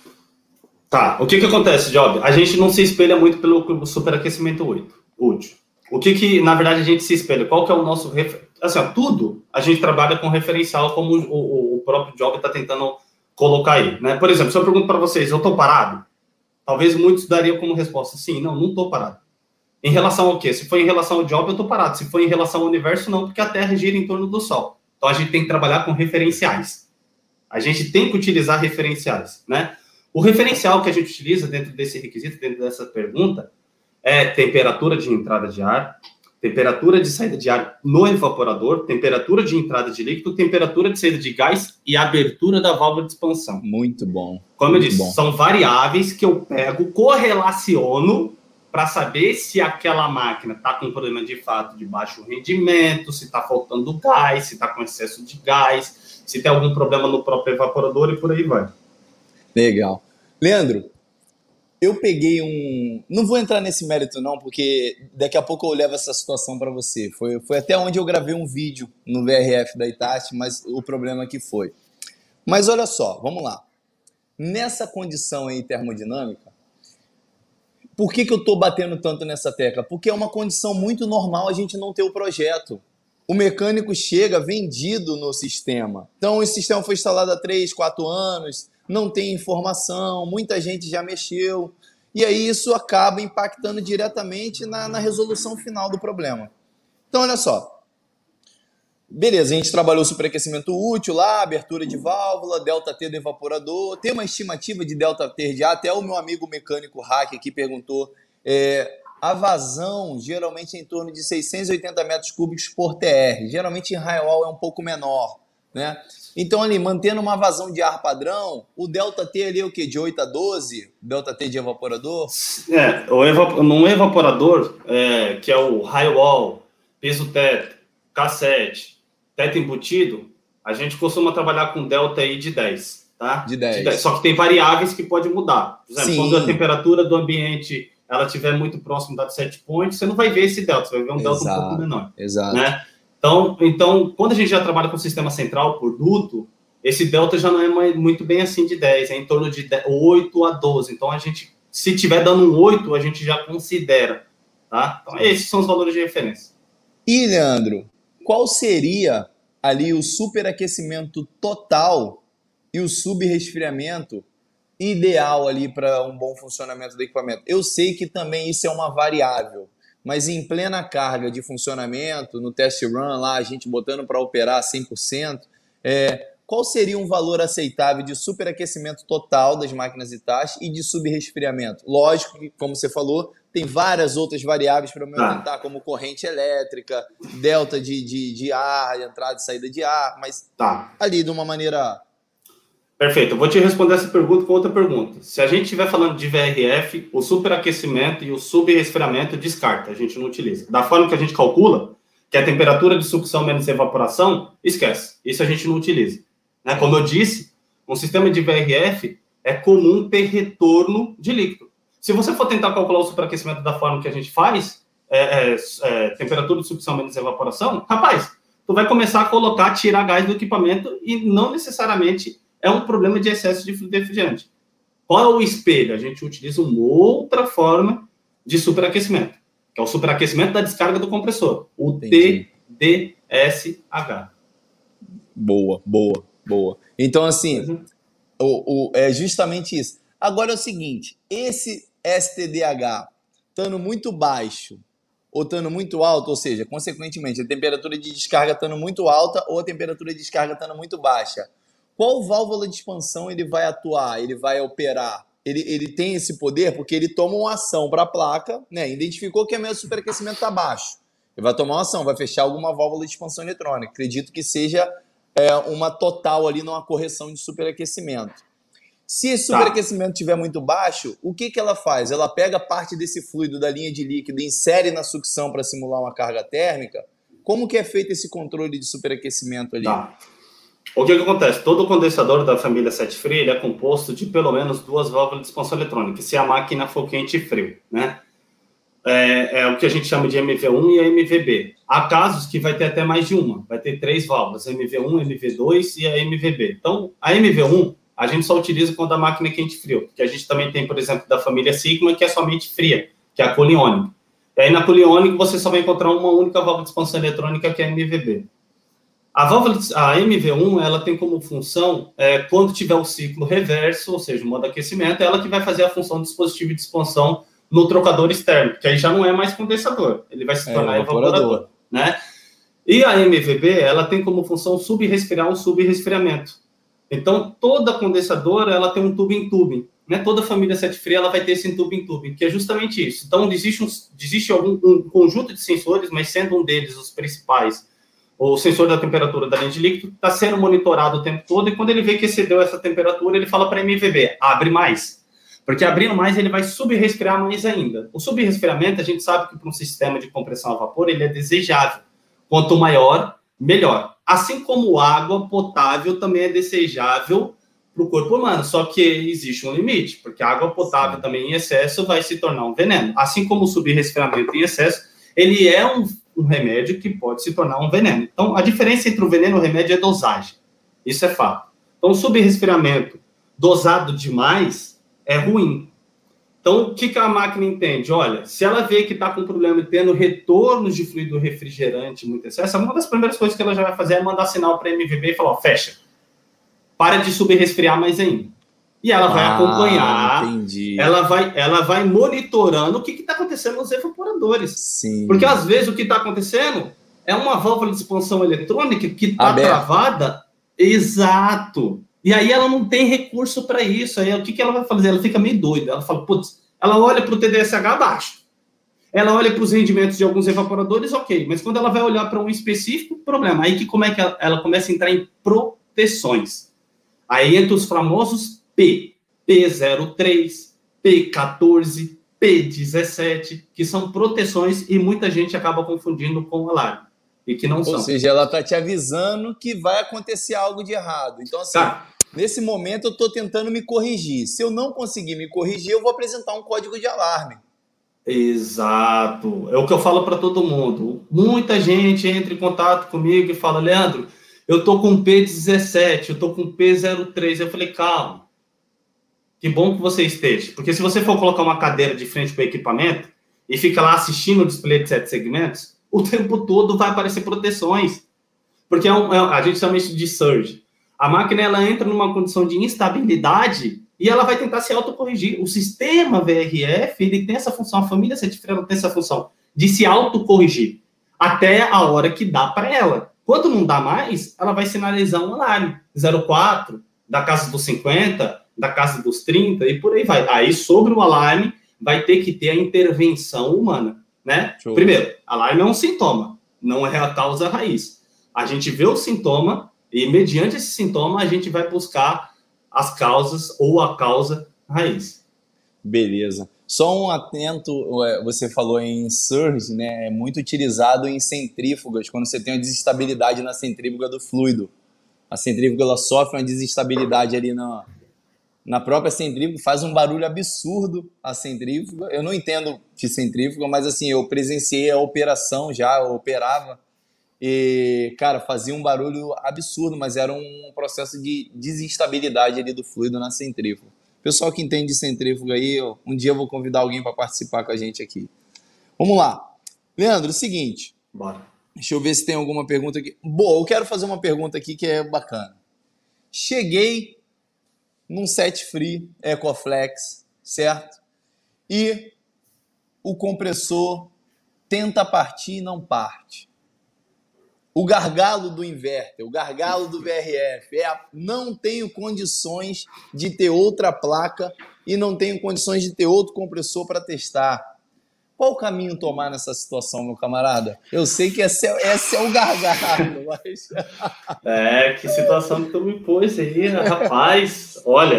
[SPEAKER 2] Tá, o que que acontece, Job? A gente não se espelha muito pelo superaquecimento útil. O que que, na verdade, a gente se espelha? Qual que é o nosso... Refer... Assim, ó, tudo a gente trabalha com referencial, como o, o, o próprio Job está tentando colocar aí, né? Por exemplo, se eu pergunto para vocês, eu estou parado? Talvez muitos dariam como resposta, sim, não, não estou parado. Em relação ao quê? Se for em relação ao Job, eu estou parado. Se for em relação ao universo, não, porque a Terra gira em torno do Sol. Então, a gente tem que trabalhar com referenciais. A gente tem que utilizar referenciais, né? O referencial que a gente utiliza dentro desse requisito, dentro dessa pergunta, é temperatura de entrada de ar, temperatura de saída de ar no evaporador, temperatura de entrada de líquido, temperatura de saída de gás e abertura da válvula de expansão.
[SPEAKER 1] Muito bom.
[SPEAKER 2] Como
[SPEAKER 1] muito
[SPEAKER 2] eu disse,
[SPEAKER 1] bom.
[SPEAKER 2] São variáveis que eu pego, correlaciono para saber se aquela máquina está com problema de fato de baixo rendimento, se está faltando gás, se está com excesso de gás, se tem algum problema no próprio evaporador e por aí vai.
[SPEAKER 1] Legal. Leandro, eu peguei um... Não vou entrar nesse mérito não, porque daqui a pouco eu levo essa situação para você. Foi, foi até onde eu gravei um vídeo no V R F da Hitachi, mas o problema que foi. Mas olha só, vamos lá. Nessa condição aí termodinâmica, por que que eu estou batendo tanto nessa tecla? Porque é uma condição muito normal a gente não ter o projeto. O mecânico chega vendido no sistema. Então, esse sistema foi instalado há três, quatro anos, não tem informação, muita gente já mexeu, e aí isso acaba impactando diretamente na, na resolução final do problema. Então, olha só. Beleza, a gente trabalhou superaquecimento útil lá, abertura de válvula, ΔT do evaporador, tem uma estimativa de ΔT de ar, até o meu amigo mecânico hack aqui perguntou, é, a vazão geralmente é em torno de seiscentos e oitenta metros cúbicos por T R, geralmente em raio-wall é um pouco menor, né? Então ali, mantendo uma vazão de ar padrão, o ΔT ali é o quê? De oito a doze? ΔT de evaporador?
[SPEAKER 2] É, o evap num evaporador, é, que é o raio-wall, piso-teto, cassete, teto embutido, a gente costuma trabalhar com delta aí de dez, tá?
[SPEAKER 1] De dez.
[SPEAKER 2] De dez. Só que tem variáveis que podem mudar. Por exemplo,
[SPEAKER 1] Sim.
[SPEAKER 2] quando a temperatura do ambiente ela estiver muito próximo da set point, você não vai ver esse delta, você vai ver um delta
[SPEAKER 1] Exato.
[SPEAKER 2] um pouco menor.
[SPEAKER 1] Exato.
[SPEAKER 2] Né? Então, então, quando a gente já trabalha com sistema central por duto, esse delta já não é mais, muito bem assim de dez, é em torno de oito a doze. Então, a gente, se tiver dando um oito, a gente já considera. Tá? Então, esses são os valores de referência.
[SPEAKER 1] E, Leandro, qual seria ali o superaquecimento total e o subresfriamento ideal ali para um bom funcionamento do equipamento? Eu sei que também isso é uma variável, mas em plena carga de funcionamento, no test run lá, a gente botando para operar cem por cento, é, qual seria um valor aceitável de superaquecimento total das máquinas Hitachi e de subresfriamento? Lógico que, como você falou, tem várias outras variáveis para me aumentar, ah. como corrente elétrica, delta de, de, de ar, entrada e saída de ar, mas tá. ali de uma maneira...
[SPEAKER 2] Perfeito, eu vou te responder essa pergunta com outra pergunta. Se a gente estiver falando de V R F, o superaquecimento e o subresfriamento descarta, a gente não utiliza. Da forma que a gente calcula, que é a temperatura de sucção menos evaporação, esquece, isso a gente não utiliza. Né? Como eu disse, um sistema de V R F é comum ter retorno de líquido. Se você for tentar calcular o superaquecimento da forma que a gente faz, é, é, é, temperatura de sucção menos evaporação, rapaz, tu vai começar a colocar, tirar gás do equipamento e não necessariamente é um problema de excesso de fluido refrigerante. Qual é o espelho? A gente utiliza uma outra forma de superaquecimento, que é o superaquecimento da descarga do compressor, o T D S H.
[SPEAKER 1] Boa, boa, boa. Então, assim, uhum. o, o, é justamente isso. Agora é o seguinte, esse S T D H estando muito baixo ou estando muito alto, ou seja, consequentemente, a temperatura de descarga estando muito alta ou a temperatura de descarga estando muito baixa, qual válvula de expansão ele vai atuar, ele vai operar? Ele, ele tem esse poder porque ele toma uma ação para a placa, né? Identificou que o meu superaquecimento está baixo. Ele vai tomar uma ação, vai fechar alguma válvula de expansão eletrônica. Acredito que seja é, uma total ali numa correção de superaquecimento. Se esse
[SPEAKER 2] Tá.
[SPEAKER 1] superaquecimento estiver muito baixo, o que, que ela faz? Ela pega parte desse fluido da linha de líquido e insere na sucção para simular uma carga térmica? Como que é feito esse controle de superaquecimento ali?
[SPEAKER 2] Tá. O que, que acontece? Todo condensador da família sete Free ele é composto de pelo menos duas válvulas de expansão eletrônica, se a máquina for quente e frio, né? É, é o que a gente chama de M V um e a M V B. Há casos que vai ter até mais de uma, vai ter três válvulas, M V um, M V dois e a M V B. Então, a M V um a gente só utiliza quando a máquina é quente e frio, porque a gente também tem, por exemplo, da família Sigma, que é somente fria, que é a coliônica. E aí, na coliônica, você só vai encontrar uma única válvula de expansão eletrônica, que é a M V B. A válvula, a M V um, ela tem como função, é, quando tiver o ciclo reverso, ou seja, o modo aquecimento, é ela que vai fazer a função do dispositivo de expansão no trocador externo, que aí já não é mais condensador, ele vai se tornar
[SPEAKER 1] é, evaporador.
[SPEAKER 2] evaporador, né? E a M V B, ela tem como função subresfriar um subresfriamento. Então, toda condensadora, ela tem um tubo em tubing, né? Toda família sete Free, ela vai ter esse tubo em tubing, que é justamente isso. Então, existe, um, existe algum, um conjunto de sensores, mas sendo um deles os principais, o sensor da temperatura da linha de líquido, está sendo monitorado o tempo todo, e quando ele vê que excedeu essa temperatura, ele fala para a M V B, abre mais. Porque abrindo mais, ele vai subresfriar mais ainda. O subresfriamento, a gente sabe que para um sistema de compressão a vapor, ele é desejável. Quanto maior, melhor. Assim como água potável também é desejável para o corpo humano, só que existe um limite, porque a água potável também em excesso vai se tornar um veneno. Assim como o subresfriamento em excesso, ele é um, um remédio que pode se tornar um veneno. Então, a diferença entre o veneno e o remédio é dosagem. Isso é fato. Então, o subresfriamento dosado demais é ruim. Então, o que, que a máquina entende? Olha, se ela vê que está com problema e tendo retornos de fluido refrigerante muito excesso, uma das primeiras coisas que ela já vai fazer é mandar sinal para a M V B e falar, ó, fecha. Para de subresfriar mais ainda. E ela vai
[SPEAKER 1] Ah,
[SPEAKER 2] acompanhar,
[SPEAKER 1] entendi.
[SPEAKER 2] ela vai, ela vai monitorando o que está acontecendo nos evaporadores.
[SPEAKER 1] Sim.
[SPEAKER 2] Porque, às vezes, o que está acontecendo é uma válvula de expansão eletrônica que está travada. Exato. E aí ela não tem recurso para isso. Aí o que, que ela vai fazer? Ela fica meio doida. Ela fala, putz, ela olha para o T D S H abaixo. Ela olha para os rendimentos de alguns evaporadores, ok. Mas quando ela vai olhar para um específico, problema. Aí que como é que ela, ela começa a entrar em proteções. Aí entra os famosos P. P zero três, P quatorze, P dezessete, que são proteções e muita gente acaba confundindo com alarme. E que não
[SPEAKER 1] Ou
[SPEAKER 2] são.
[SPEAKER 1] Ou seja, ela está te avisando que vai acontecer algo de errado. Então, assim, tá. Nesse momento eu estou tentando me corrigir. Se eu não conseguir me corrigir, eu vou apresentar um código de alarme.
[SPEAKER 2] Exato. É o que eu falo para todo mundo. Muita gente entra em contato comigo e fala, Leandro, eu estou com P dezessete, eu estou com P zero três. Eu falei, calma. Que bom que você esteja. Porque se você for colocar uma cadeira de frente para o equipamento e fica lá assistindo o display de sete segmentos, o tempo todo vai aparecer proteções. Porque é um, é, a gente chama isso de surge. A máquina ela entra numa condição de instabilidade e ela vai tentar se autocorrigir. O sistema V R F ele tem essa função, a família sete Free tem essa função de se autocorrigir até a hora que dá para ela. Quando não dá mais, ela vai sinalizar um alarme. zero quatro, da casa dos cinquenta, da casa dos trinta e por aí vai. Aí, sobre o alarme, vai ter que ter a intervenção humana, né? Show. Primeiro, alarme é um sintoma, não é a causa raiz. A gente vê o sintoma e, mediante esse sintoma, a gente vai buscar as causas ou a causa raiz.
[SPEAKER 1] Beleza. Só um atento, você falou em surge, né? É muito utilizado em centrífugas, quando você tem uma desestabilidade na centrífuga do fluido. A centrífuga ela sofre uma desestabilidade ali na, na própria centrífuga, faz um barulho absurdo a centrífuga. Eu não entendo de centrífuga, mas assim, eu presenciei a operação já, eu operava. E, cara, fazia um barulho absurdo, mas era um processo de desestabilidade ali do fluido na centrífuga. Pessoal que entende de centrífuga aí, um dia eu vou convidar alguém para participar com a gente aqui. Vamos lá. Leandro, é o seguinte.
[SPEAKER 2] Bora.
[SPEAKER 1] Deixa eu ver se tem alguma pergunta aqui. Boa, eu quero fazer uma pergunta aqui que é bacana. Cheguei num sete Free Ecoflex, certo? E o compressor tenta partir e não parte. O gargalo do inverter, o gargalo do V R F, é a, não tenho condições de ter outra placa e não tenho condições de ter outro compressor para testar. Qual o caminho tomar nessa situação, meu camarada? Eu sei que esse é, esse é o gargalo, mas...
[SPEAKER 2] É, que situação que tu me pôs aí, rapaz. Olha,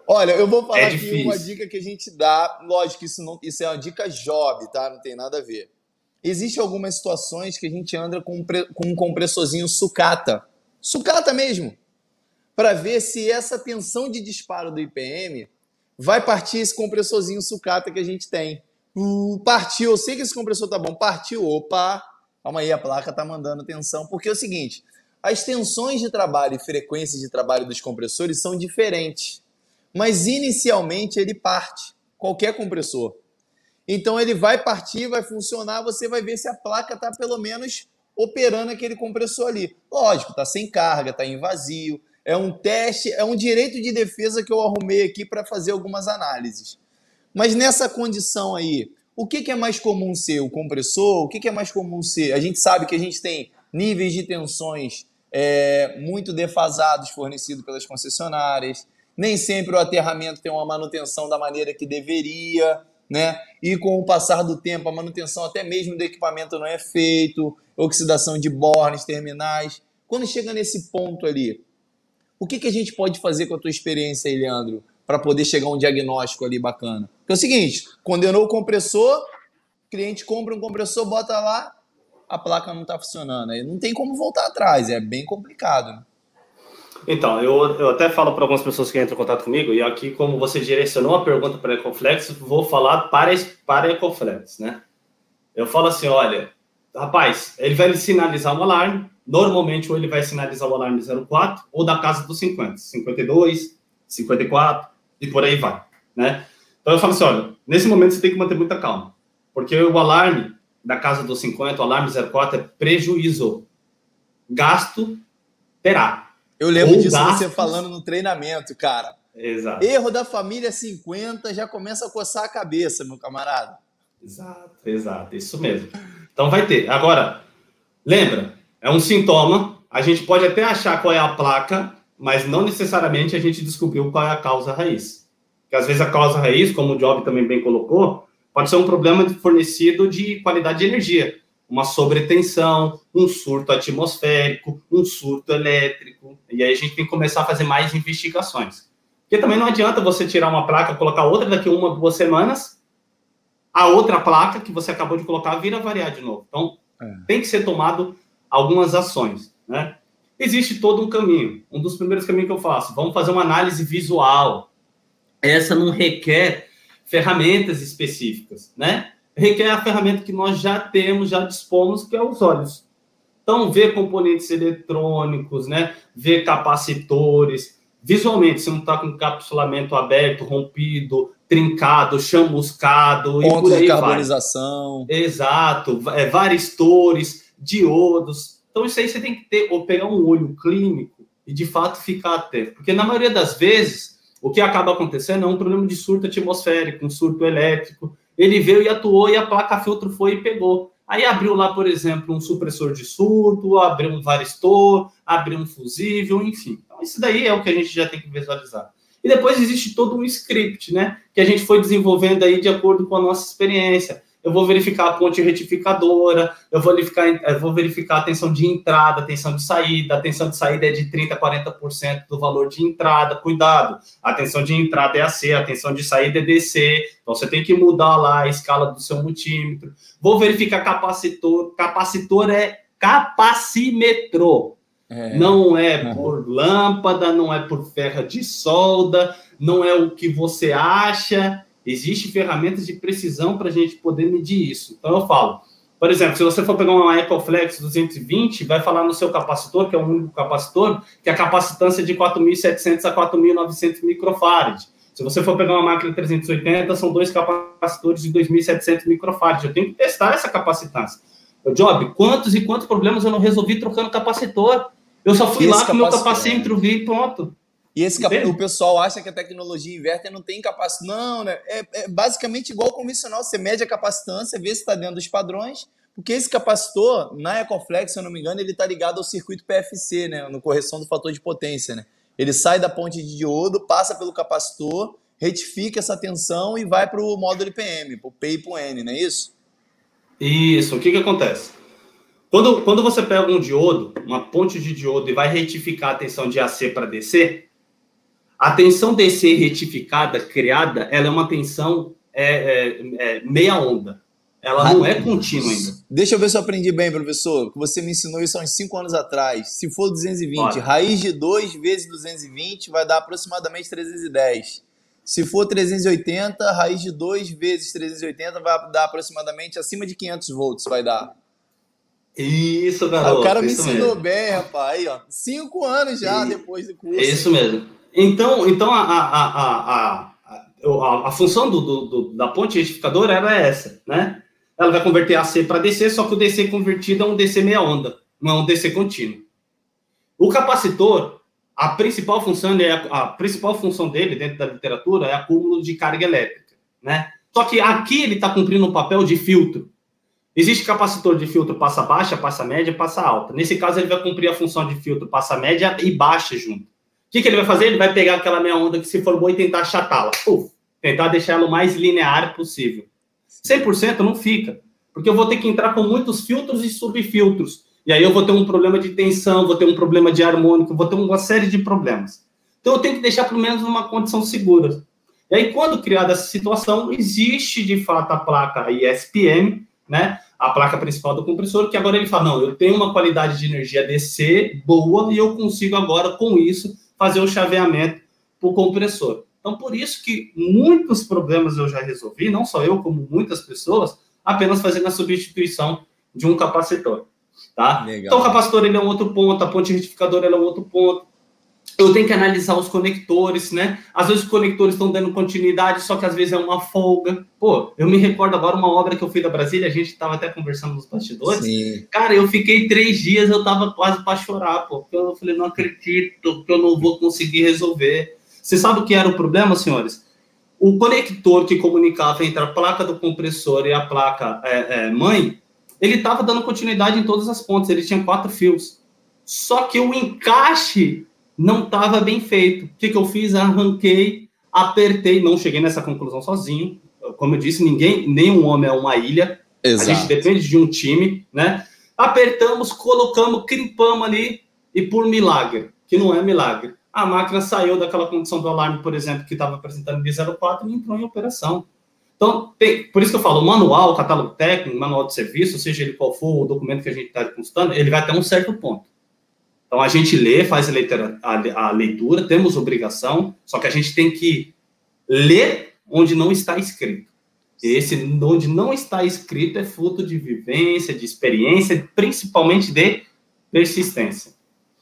[SPEAKER 1] Olha, eu vou falar
[SPEAKER 2] É
[SPEAKER 1] aqui uma
[SPEAKER 2] difícil.
[SPEAKER 1] dica que a gente dá. Lógico, isso, não, isso é uma dica job, tá? Não tem nada a ver. Existem algumas situações que a gente anda com, um pre- com um compressorzinho sucata. Sucata mesmo. Para ver se essa tensão de disparo do I P M vai partir esse compressorzinho sucata que a gente tem. Uh, partiu, eu sei que esse compressor tá bom. Partiu, opa, calma aí, a placa tá mandando tensão. Porque é o seguinte, as tensões de trabalho e frequências de trabalho dos compressores são diferentes. Mas inicialmente ele parte, qualquer compressor. Então ele vai partir, vai funcionar, você vai ver se a placa está pelo menos operando aquele compressor ali. Lógico, está sem carga, está em vazio. É um teste, é um direito de defesa que eu arrumei aqui para fazer algumas análises. Mas nessa condição aí, o que, que é mais comum ser? O compressor? O que, que é mais comum ser? A gente sabe que a gente tem níveis de tensões é, muito defasados fornecidos pelas concessionárias. Nem sempre o aterramento tem uma manutenção da maneira que deveria, né? E com o passar do tempo, a manutenção até mesmo do equipamento não é feito, oxidação de bornes, terminais. Quando chega nesse ponto ali, o que, que a gente pode fazer com a tua experiência aí, Leandro, para poder chegar a um diagnóstico ali bacana? Porque é o seguinte, condenou o compressor, o cliente compra um compressor, bota lá, a placa não está funcionando. Aí não tem como voltar atrás, é bem complicado, né?
[SPEAKER 2] Então, eu, eu até falo para algumas pessoas que entram em contato comigo, e aqui, como você direcionou a pergunta para a Ecoflex, vou falar para, para a Ecoflex, né? Eu falo assim, olha, rapaz, ele vai sinalizar um alarme, normalmente ou ele vai sinalizar o alarme zero quatro ou da casa dos cinquenta, cinquenta e dois, cinquenta e quatro e por aí vai, né? Então eu falo assim, olha, nesse momento você tem que manter muita calma, porque o alarme da casa dos cinquenta, o alarme zero quatro é prejuízo, gasto terá.
[SPEAKER 1] Eu lembro
[SPEAKER 2] Ou
[SPEAKER 1] disso
[SPEAKER 2] gastos...
[SPEAKER 1] você falando no treinamento, cara.
[SPEAKER 2] Exato.
[SPEAKER 1] Erro da família cinquenta já começa a coçar a cabeça, meu camarada.
[SPEAKER 2] Exato, exato, isso mesmo. Então vai ter. Agora, lembra, é um sintoma, a gente pode até achar qual é a placa, mas não necessariamente a gente descobriu qual é a causa raiz. Porque às vezes a causa raiz, como o Job também bem colocou, pode ser um problema fornecido de qualidade de energia. Uma sobretensão, um surto atmosférico, um surto elétrico. E aí a gente tem que começar a fazer mais investigações. Porque também não adianta você tirar uma placa, colocar outra daqui a uma, duas semanas, a outra placa que você acabou de colocar vira variar de novo. Então, é. tem que ser tomado algumas ações, né? Existe todo um caminho. Um dos primeiros caminhos que eu faço, vamos fazer uma análise visual. Essa não requer ferramentas específicas, né? Requer a ferramenta que nós já temos, já dispomos, que é os olhos. Então, ver componentes eletrônicos, né? Ver capacitores. Visualmente, se não está com encapsulamento aberto, rompido, trincado, chamuscado,
[SPEAKER 1] pontos
[SPEAKER 2] e por aí
[SPEAKER 1] de carbonização.
[SPEAKER 2] Vai. Exato. É, varistores, diodos. Então, isso aí você tem que ter, ou pegar um olho clínico e, de fato, ficar atento. Porque, na maioria das vezes, o que acaba acontecendo é um problema de surto atmosférico, um surto elétrico. Ele veio e atuou e a placa-filtro foi e pegou. Aí abriu lá, por exemplo, um supressor de surto, abriu um varistor, abriu um fusível, enfim. Então, isso daí é o que a gente já tem que visualizar. E depois existe todo um script, né? Que a gente foi desenvolvendo aí de acordo com a nossa experiência. Eu vou verificar a ponte retificadora, eu vou verificar, eu vou verificar a tensão de entrada, a tensão de saída. A tensão de saída é de trinta por cento a quarenta por cento do valor de entrada. Cuidado, a tensão de entrada é A C, a tensão de saída é D C. Então, você tem que mudar lá a escala do seu multímetro. Vou verificar capacitor. Capacitor é capacímetro. É. Não é por lâmpada, não é por ferro de solda, não é o que você acha. Existem ferramentas de precisão para a gente poder medir isso. Então, eu falo, por exemplo, se você for pegar uma Ecoflex duzentos e vinte, vai falar no seu capacitor, que é o único capacitor, que a capacitância é de quatro mil e setecentos a quatro mil e novecentos microfarad. Se você for pegar uma máquina trezentos e oitenta, são dois capacitores de dois mil e setecentos microfarad. Eu tenho que testar essa capacitância. O Job, quantos e quantos problemas eu não resolvi trocando capacitor? Eu só fui lá com o meu capacímetro, vi e pronto.
[SPEAKER 1] E esse cap... o pessoal acha que a tecnologia inverter não tem capacidade. Não, né? É, é basicamente igual ao convencional. Você mede a capacitância, vê se está dentro dos padrões, porque esse capacitor, na Ecoflex, se eu não me engano, ele está ligado ao circuito P F C, né? No correção do fator de potência, né? Ele sai da ponte de diodo, passa pelo capacitor, retifica essa tensão e vai para o módulo I P M, para o P e para o N, não é isso?
[SPEAKER 2] Isso. O que que acontece? Quando, quando você pega um diodo, uma ponte de diodo, e vai retificar a tensão de A C para D C, A tensão D C retificada, criada, ela é uma tensão é, é, é, meia onda. Ela não é contínua ainda.
[SPEAKER 1] Deixa eu ver se eu aprendi bem, professor. Que você me ensinou isso há uns cinco anos atrás. Se for duzentos e vinte, Olha. raiz de dois vezes duzentos e vinte vai dar aproximadamente trezentos e dez. Se for trezentos e oitenta, raiz de dois vezes trezentos e oitenta vai dar aproximadamente acima de quinhentos volts, vai dar.
[SPEAKER 2] Isso, garoto.
[SPEAKER 1] Ah, o cara me
[SPEAKER 2] isso
[SPEAKER 1] ensinou
[SPEAKER 2] mesmo.
[SPEAKER 1] bem, rapaz. Aí, ó, cinco anos já e... depois do curso.
[SPEAKER 2] Isso mesmo. Então, então a, a, a, a, a, a função do, do, do, da ponte retificadora era essa, né? Ela vai converter A C para D C, só que o D C convertido é um D C meia onda, não é um D C contínuo. O capacitor, a principal função, é a, a principal função dele, dentro da literatura, é acúmulo de carga elétrica, né? Só que aqui ele está cumprindo um papel de filtro. Existe capacitor de filtro passa baixa, passa média, passa alta. Nesse caso, ele vai cumprir a função de filtro passa média e baixa junto. O que, que ele vai fazer? Ele vai pegar aquela meia onda que se formou e tentar achatá-la. Uf, tentar deixar ela o mais linear possível. cem por cento não fica, porque eu vou ter que entrar com muitos filtros e subfiltros. E aí eu vou ter um problema de tensão, vou ter um problema de harmônico, vou ter uma série de problemas. Então eu tenho que deixar pelo menos numa condição segura. E aí, quando criada essa situação, existe de fato a placa I S P M, né? A placa principal do compressor, que agora ele fala, não, eu tenho uma qualidade de energia D C boa e eu consigo agora, com isso, fazer o chaveamento para o compressor. Então, por isso que muitos problemas eu já resolvi, não só eu, como muitas pessoas, apenas fazendo a substituição de um capacitor, tá? Legal. Então, o capacitor, ele é um outro ponto, a ponte retificadora, ele é um outro ponto. Eu tenho que analisar os conectores, né? Às vezes os conectores estão dando continuidade, só que às vezes é uma folga. Pô, eu me recordo agora uma obra que eu fui da Brasília, a gente estava até conversando nos bastidores. Sim. Cara, eu fiquei três dias, eu tava quase para chorar, pô. Porque eu falei, não acredito que eu não vou conseguir resolver. Você sabe o que era o problema, senhores? O conector que comunicava entre a placa do compressor e a placa é, é, mãe, ele estava dando continuidade em todas as pontas, ele tinha quatro fios. Só que o encaixe não estava bem feito. O que, que eu fiz? Arranquei, apertei, não cheguei nessa conclusão sozinho. Como eu disse, ninguém, nenhum homem é uma ilha. Exato. A gente depende de um time, né? Apertamos, colocamos, crimpamos ali e por milagre, que não é milagre, a máquina saiu daquela condição do alarme, por exemplo, que estava apresentando de zero quatro e entrou em operação. Então, tem, por isso que eu falo, o manual, o catálogo técnico, o manual de serviço, seja ele qual for o documento que a gente está consultando, ele vai até um certo ponto. Então, a gente lê, faz a leitura, a, a leitura, temos obrigação, só que a gente tem que ler onde não está escrito. Esse onde não está escrito é fruto de vivência, de experiência, principalmente de persistência.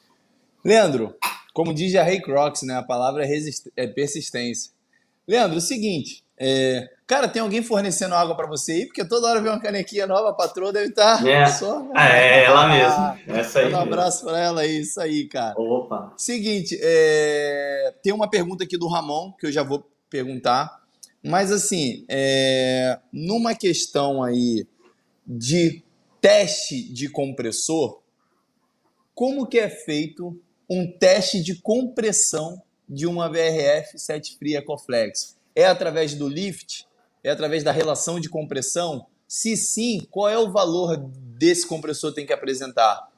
[SPEAKER 1] Leandro, como diz a Ray Crocs, né? A palavra é, é persistência. Leandro, é o seguinte, é... cara, tem alguém fornecendo água para você aí? Porque toda hora vem uma canequinha nova, a patroa deve estar
[SPEAKER 2] é.
[SPEAKER 1] só...
[SPEAKER 2] É, ela mesma. Essa aí.
[SPEAKER 1] Um abraço para ela aí, isso aí, cara.
[SPEAKER 2] Opa.
[SPEAKER 1] Seguinte, é... tem uma pergunta aqui do Ramon, que eu já vou perguntar, mas assim, é... numa questão aí de teste de compressor, como que é feito um teste de compressão de uma V R F sete Free Ecoflex? É através do lift? É através da relação de compressão? Se sim, qual é o valor desse compressor que tem que apresentar?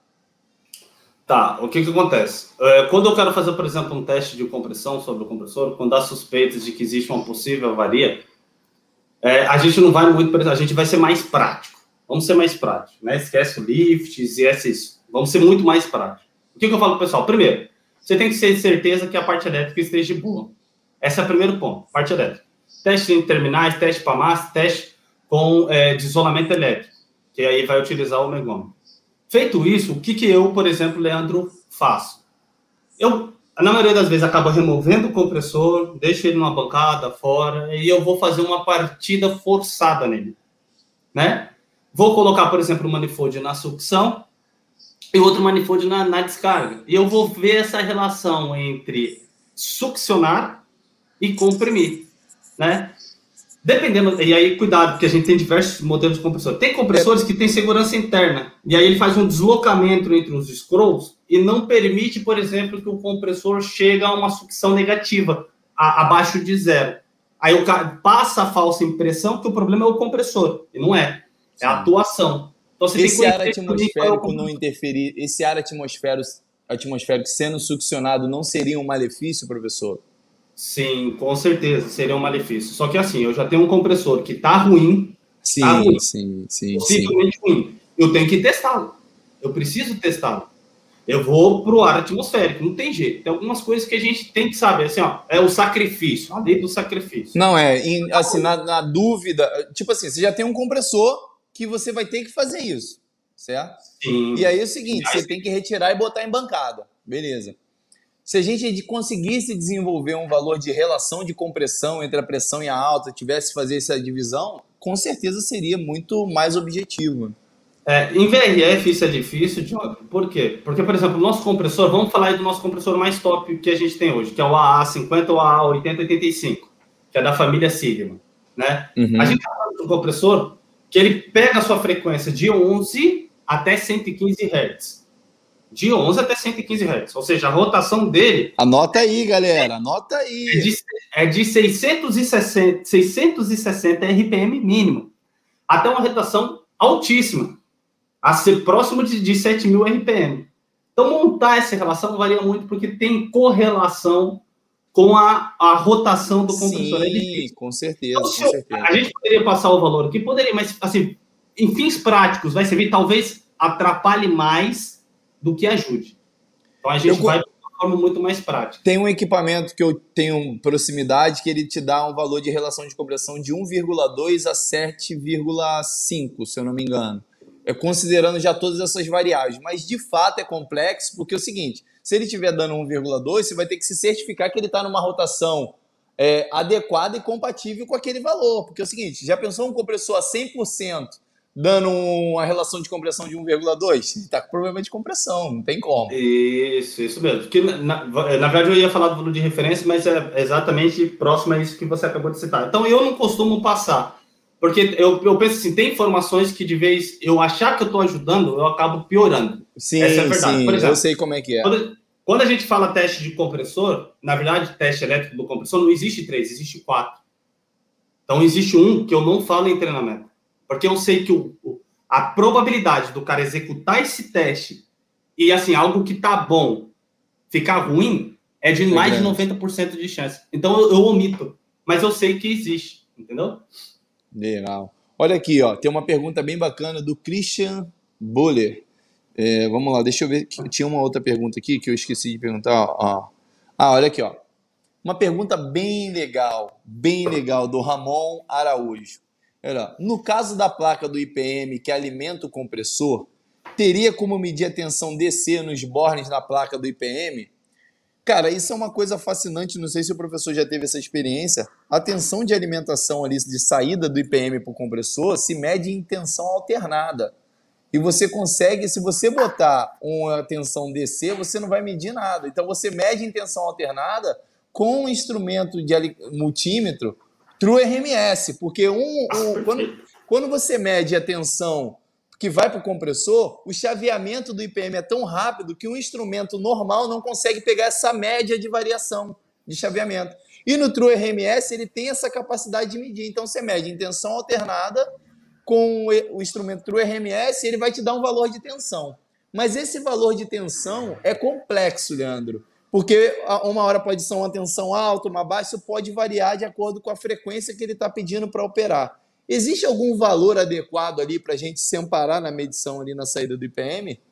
[SPEAKER 2] Tá, o que que acontece? É, quando eu quero fazer, por exemplo, um teste de compressão sobre o compressor, quando há suspeitas de que existe uma possível avaria, é, a gente não vai muito, a gente vai ser mais prático. Vamos ser mais prático, né? Esquece o lift, esquece isso. Vamos ser muito mais prático. O que que eu falo pro pessoal? Primeiro, você tem que ter certeza que a parte elétrica esteja boa. Esse é o primeiro ponto, parte elétrica. Teste em terminais, teste para massa, teste com é, de isolamento elétrico, que aí vai utilizar o megômetro. Feito isso, o que que eu, por exemplo, Leandro, faço? Eu, na maioria das vezes, acabo removendo o compressor, deixo ele numa bancada, fora, e eu vou fazer uma partida forçada nele, né? Vou colocar, por exemplo, um manifold na sucção e outro manifold na, na descarga. E eu vou ver essa relação entre succionar e comprimir, né? Dependendo, e aí cuidado, porque a gente tem diversos modelos de compressor. Tem compressores que têm segurança interna, e aí ele faz um deslocamento entre os scrolls e não permite, por exemplo, que o compressor chegue a uma sucção negativa, a, abaixo de zero. Aí o cara passa a falsa impressão que o problema é o compressor, e não é, é a atuação. Então, você
[SPEAKER 1] esse
[SPEAKER 2] tem que
[SPEAKER 1] ar atmosférico não interferir, esse ar atmosférico, atmosférico sendo succionado não seria um malefício, professor?
[SPEAKER 2] Sim, com certeza, seria um malefício. Só que assim, eu já tenho um compressor que tá ruim,
[SPEAKER 1] Sim,
[SPEAKER 2] tá ruim,
[SPEAKER 1] sim, sim, sim.
[SPEAKER 2] possivelmente ruim. Eu tenho que testá-lo. Eu preciso testá-lo. Eu vou pro ar atmosférico, não tem jeito. Tem algumas coisas que a gente tem que saber, assim, ó, é o sacrifício, a lei do sacrifício.
[SPEAKER 1] Não, é, em- assim, na, na dúvida, tipo assim, você já tem um compressor que você vai ter que fazer isso, certo?
[SPEAKER 2] Sim.
[SPEAKER 1] E aí é o seguinte, você tem que retirar e botar em bancada, beleza. Se a gente conseguisse desenvolver um valor de relação de compressão entre a pressão e a alta, tivesse que fazer essa divisão, com certeza seria muito mais objetivo.
[SPEAKER 2] É, em V R F isso é difícil, Diogo. Por quê? Porque, por exemplo, o nosso compressor, vamos falar aí do nosso compressor mais top que a gente tem hoje, que é o A A cinquenta ou A A oitenta oitenta e cinco, que é da família Sigma, né?
[SPEAKER 1] Uhum.
[SPEAKER 2] A gente está falando de um compressor que ele pega a sua frequência de onze até cento e quinze hertz. De onze até cento e quinze hertz. Ou seja, a rotação dele...
[SPEAKER 1] Anota aí, galera. Anota aí.
[SPEAKER 2] É de, é de seiscentos e sessenta, seiscentos e sessenta R P M mínimo. Até uma rotação altíssima. A ser próximo de, de sete mil R P M. Então, montar essa relação varia muito, porque tem correlação com a, a rotação do compressor.
[SPEAKER 1] Sim, é com certeza,
[SPEAKER 2] então,
[SPEAKER 1] com certeza.
[SPEAKER 2] A gente poderia passar o valor aqui, poderia, mas, assim, em fins práticos, vai servir, talvez atrapalhe mais do que ajude. Então, a gente Eu... vai de uma forma muito mais prática.
[SPEAKER 1] Tem um equipamento que eu tenho proximidade que ele te dá um valor de relação de compressão de um vírgula dois a sete vírgula cinco, se eu não me engano. É considerando já todas essas variáveis, mas de fato é complexo, porque é o seguinte, se ele estiver dando um vírgula dois, você vai ter que se certificar que ele está numa rotação é, adequada e compatível com aquele valor, porque é o seguinte, já pensou um compressor a cem por cento dando uma relação de compressão de um vírgula dois? Ele está com problema de compressão, não tem como.
[SPEAKER 2] Isso, isso mesmo. Porque, na, na verdade, eu ia falar do valor de referência, mas é exatamente próximo a isso que você acabou de citar. Então, eu não costumo passar. Porque eu, eu penso assim, tem informações que de vez eu achar que eu estou ajudando, eu acabo piorando.
[SPEAKER 1] Sim,
[SPEAKER 2] essa é a verdade.
[SPEAKER 1] Sim,
[SPEAKER 2] Por exemplo,
[SPEAKER 1] eu sei como é que é.
[SPEAKER 2] Quando, quando a gente fala teste de compressor, na verdade, teste elétrico do compressor, não existe três, existe quatro. Então, existe um que eu não falo em treinamento. Porque eu sei que o, o, a probabilidade do cara executar esse teste e, assim, algo que tá bom ficar ruim é de mais é de noventa por cento de chance. Então, eu, eu omito. Mas eu sei que existe, entendeu?
[SPEAKER 1] Legal. Olha aqui, ó, tem uma pergunta bem bacana do Christian Buller. É, vamos lá, deixa eu ver. Tinha uma outra pergunta aqui que eu esqueci de perguntar. Ó. Ah, olha aqui, ó. Uma pergunta bem legal, bem legal, do Ramon Araújo. Olha, no caso da placa do I P M que alimenta o compressor, teria como medir a tensão D C nos bornes na placa do I P M? Cara, isso é uma coisa fascinante, não sei se o professor já teve essa experiência. A tensão de alimentação ali, de saída do I P M para o compressor, se mede em tensão alternada. E você consegue, se você botar uma tensão D C, você não vai medir nada. Então você mede em tensão alternada com um instrumento de multímetro True R M S, porque um, um, quando, quando você mede a tensão que vai para o compressor, o chaveamento do I P M é tão rápido que um instrumento normal não consegue pegar essa média de variação de chaveamento. E no True R M S ele tem essa capacidade de medir. Então você mede em tensão alternada com o instrumento True R M S e ele vai te dar um valor de tensão. Mas esse valor de tensão é complexo, Leandro, porque uma hora pode ser uma tensão alta, uma baixa, isso pode variar de acordo com a frequência que ele está pedindo para operar. Existe algum valor adequado ali para a gente se amparar na medição ali na saída do I P M?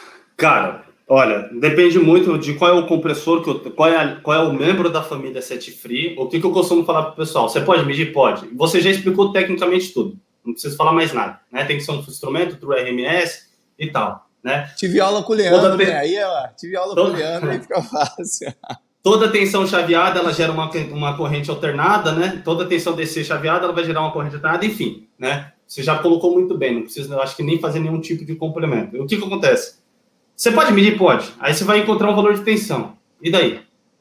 [SPEAKER 2] Cara, olha, depende muito de qual é o compressor, que eu, qual, é a, qual é o membro da família Set Free. O que, que eu costumo falar para o pessoal? Você pode medir? Pode. Você já explicou tecnicamente tudo. Não preciso falar mais nada. Né? Tem que ser um instrumento, True R M S e tal. Né?
[SPEAKER 1] Tive aula com o Leandro, né? Aí, ó, tive aula Toda... com o Leandro, aí fica fácil.
[SPEAKER 2] Toda tensão chaveada, ela gera uma, uma corrente alternada, né? Toda tensão D C chaveada, ela vai gerar uma corrente alternada, enfim, né? Você já colocou muito bem, não precisa, eu acho que nem fazer nenhum tipo de complemento. O que que acontece? Você pode medir? Pode. Aí você vai encontrar um valor de tensão. E daí?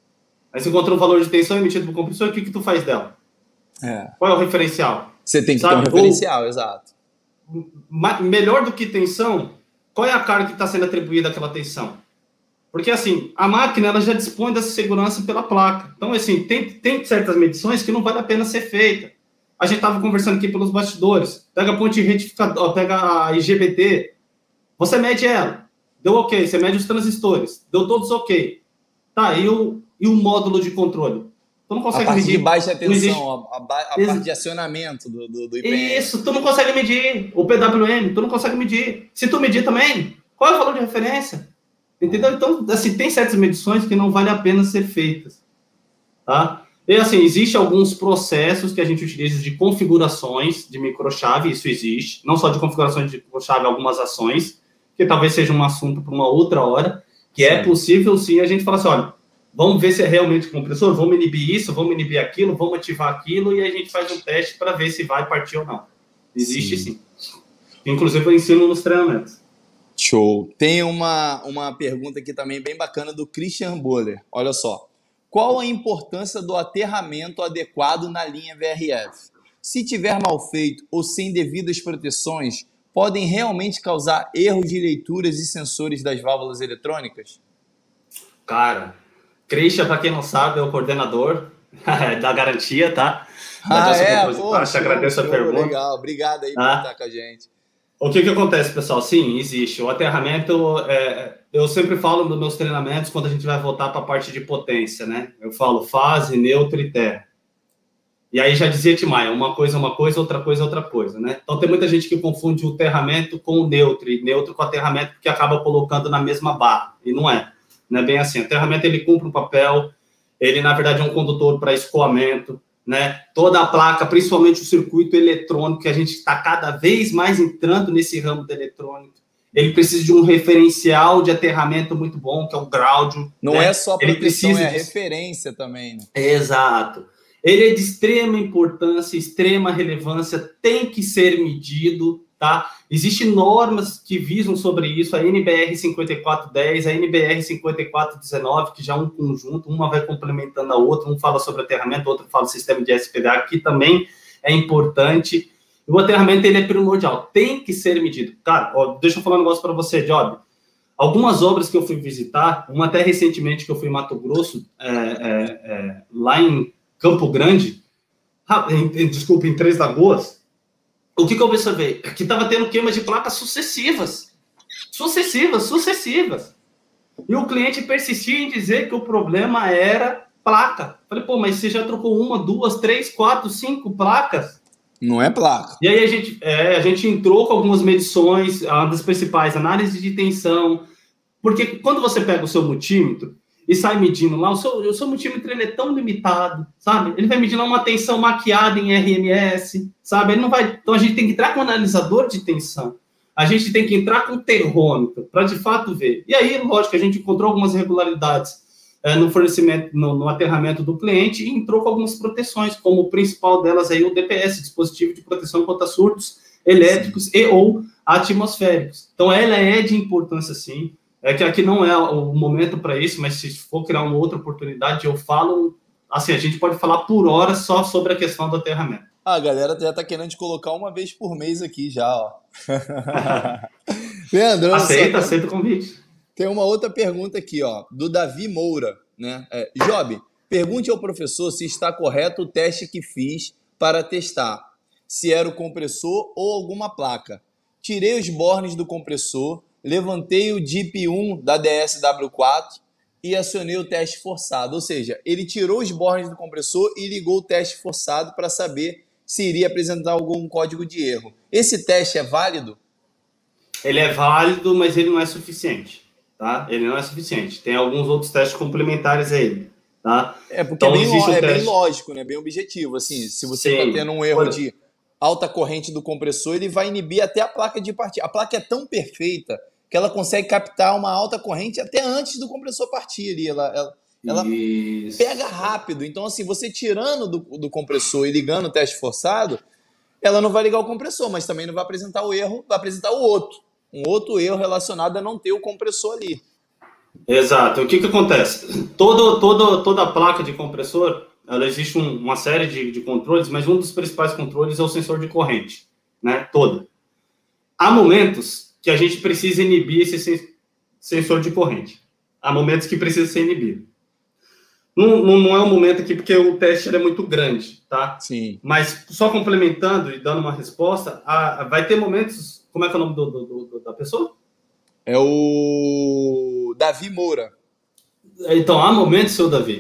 [SPEAKER 2] Aí você encontrou um valor de tensão emitido pelo compressor, o que que tu faz dela? É. Qual é o referencial?
[SPEAKER 1] Você tem que Sabe? ter um referencial, Ou, exato.
[SPEAKER 2] Melhor do que tensão, qual é a carga que está sendo atribuída àquela tensão? Porque, assim, a máquina ela já dispõe dessa segurança pela placa. Então, assim, tem, tem certas medições que não vale a pena ser feita. A gente estava conversando aqui pelos bastidores. Pega a ponte retificador, pega a I G B T, você mede ela. Deu ok, você mede os transistores. Deu todos ok. Tá, e o, e o módulo de controle? Tu não consegue
[SPEAKER 1] a parte
[SPEAKER 2] medir.
[SPEAKER 1] de baixa
[SPEAKER 2] Não existe.
[SPEAKER 1] tensão, a, a, a
[SPEAKER 2] Ex-
[SPEAKER 1] parte de acionamento do, do, do I P M.
[SPEAKER 2] Isso, tu não consegue medir. O P W M, tu não consegue medir. Se tu medir também, qual é o valor de referência? Entendeu? Então, assim, tem certas medições que não vale a pena ser feitas. Tá? E, assim, existem alguns processos que a gente utiliza de configurações de microchave, isso existe. Não só de configurações de microchave, algumas ações, que talvez seja um assunto para uma outra hora, que sim. É possível, sim, a gente falar assim, olha, vamos ver se é realmente compressor, vamos inibir isso, vamos inibir aquilo, vamos ativar aquilo, e a gente faz um teste para ver se vai partir ou não. Existe, sim. sim. Inclusive, eu ensino nos treinamentos.
[SPEAKER 1] Show. Tem uma, uma pergunta aqui também bem bacana do Christian Boller. Olha só. Qual a importância do aterramento adequado na linha V R F? Se tiver mal feito ou sem devidas proteções, podem realmente causar erros de leituras e sensores das válvulas eletrônicas?
[SPEAKER 2] Cara, Christian, para quem não sabe, é o coordenador da garantia, tá?
[SPEAKER 1] Da ah, é? Pô,
[SPEAKER 2] show, agradeço
[SPEAKER 1] show,
[SPEAKER 2] a pergunta.
[SPEAKER 1] Legal, obrigado aí por ah. estar com a gente.
[SPEAKER 2] O que que acontece, pessoal? Sim, existe. O aterramento, é, eu sempre falo nos meus treinamentos, quando a gente vai voltar para a parte de potência, né? Eu falo fase, neutro e terra. E aí já dizia Timaya, uma coisa é uma coisa, outra coisa é outra coisa, né? Então tem muita gente que confunde o aterramento com o neutro, e neutro com aterramento, porque acaba colocando na mesma barra. E não é. Não é bem assim. O aterramento, ele cumpre um papel, ele, na verdade, é um condutor para escoamento, né? Toda a placa, principalmente o circuito eletrônico, que a gente está cada vez mais entrando nesse ramo da eletrônica, ele precisa de um referencial de aterramento muito bom, que é o Graudium.
[SPEAKER 1] Não
[SPEAKER 2] né?
[SPEAKER 1] é só a proteção,
[SPEAKER 2] ele
[SPEAKER 1] é a
[SPEAKER 2] de...
[SPEAKER 1] referência também. Né?
[SPEAKER 2] Exato. Ele é de extrema importância, extrema relevância, tem que ser medido, tá? Existem normas que visam sobre isso, a N B R cinquenta e quatro dez, a N B R cinquenta e quatro dezenove, que já é um conjunto, uma vai complementando a outra, um fala sobre aterramento, outro fala sistema de S P D A, que também é importante. O aterramento, ele é primordial, tem que ser medido. Cara, ó, deixa eu falar um negócio para você, Job. Algumas obras que eu fui visitar, uma até recentemente que eu fui em Mato Grosso, é, é, é, lá em Campo Grande, em, em, desculpa, em Três Lagoas, o que, que eu observei? Que estava tendo queimas de placas sucessivas. Sucessivas, sucessivas. E o cliente persistia em dizer que o problema era placa. Falei, pô, mas você já trocou uma, duas, três, quatro, cinco placas?
[SPEAKER 1] Não é placa.
[SPEAKER 2] E aí a gente, é, a gente entrou com algumas medições, uma das principais, análise de tensão, porque quando você pega o seu multímetro e sai medindo lá, o seu, o seu multímetro ele é tão limitado, sabe? Ele vai medir lá uma tensão maquiada em R M S, sabe? Ele não vai... Então, a gente tem que entrar com um analisador de tensão. A gente tem que entrar com um termômetro para, de fato, ver. E aí, lógico, a gente encontrou algumas irregularidades é, no fornecimento, no, no aterramento do cliente e entrou com algumas proteções, como o principal delas aí, o D P S, Dispositivo de Proteção contra Surtos Elétricos sim. e ou atmosféricos. Então, ela é de importância, sim. É que aqui não é o momento para isso, mas se for criar uma outra oportunidade, eu falo... Assim, a gente pode falar por horas só sobre a questão do aterramento.
[SPEAKER 1] Ah, a galera já está querendo te colocar uma vez por mês aqui já, ó. Leandro,
[SPEAKER 2] aceita, só... aceita o convite.
[SPEAKER 1] Tem uma outra pergunta aqui, ó, do Davi Moura, né? É, Job, pergunte ao professor se está correto o teste que fiz para testar, se era o compressor ou alguma placa. Tirei os bornes do compressor, levantei o D I P um da D S W quatro e acionei o teste forçado. Ou seja, ele tirou os bornes do compressor e ligou o teste forçado para saber se iria apresentar algum código de erro. Esse teste é válido?
[SPEAKER 2] Ele é válido, mas ele não é suficiente. Tá? Ele não é suficiente. Tem alguns outros testes complementares a ele. Tá?
[SPEAKER 1] É porque então, é, bem, um é bem lógico, né? Bem objetivo. Assim, se você está tendo um erro de alta corrente do compressor, ele vai inibir até a placa de partir. A placa é tão perfeita que ela consegue captar uma alta corrente até antes do compressor partir ali. Ela, ela, ela pega rápido. Então, assim, você tirando do, do compressor e ligando o teste forçado, ela não vai ligar o compressor, mas também não vai apresentar o erro, vai apresentar o outro. Um outro erro relacionado a não ter o compressor ali.
[SPEAKER 2] Exato. O que, que acontece? Todo, todo, toda a placa de compressor, ela existe um, uma série de, de controles, mas um dos principais controles é o sensor de corrente. Né? Toda. Há momentos que a gente precisa inibir esse sensor de corrente. Há momentos que precisa ser inibido. Não, não, não é um momento aqui, porque o teste é muito grande, tá?
[SPEAKER 1] Sim.
[SPEAKER 2] Mas só complementando e dando uma resposta, a, vai ter momentos... Como é que é o nome do, do, do, da pessoa?
[SPEAKER 1] É o Davi Moura.
[SPEAKER 2] Então, há momentos, seu Davi,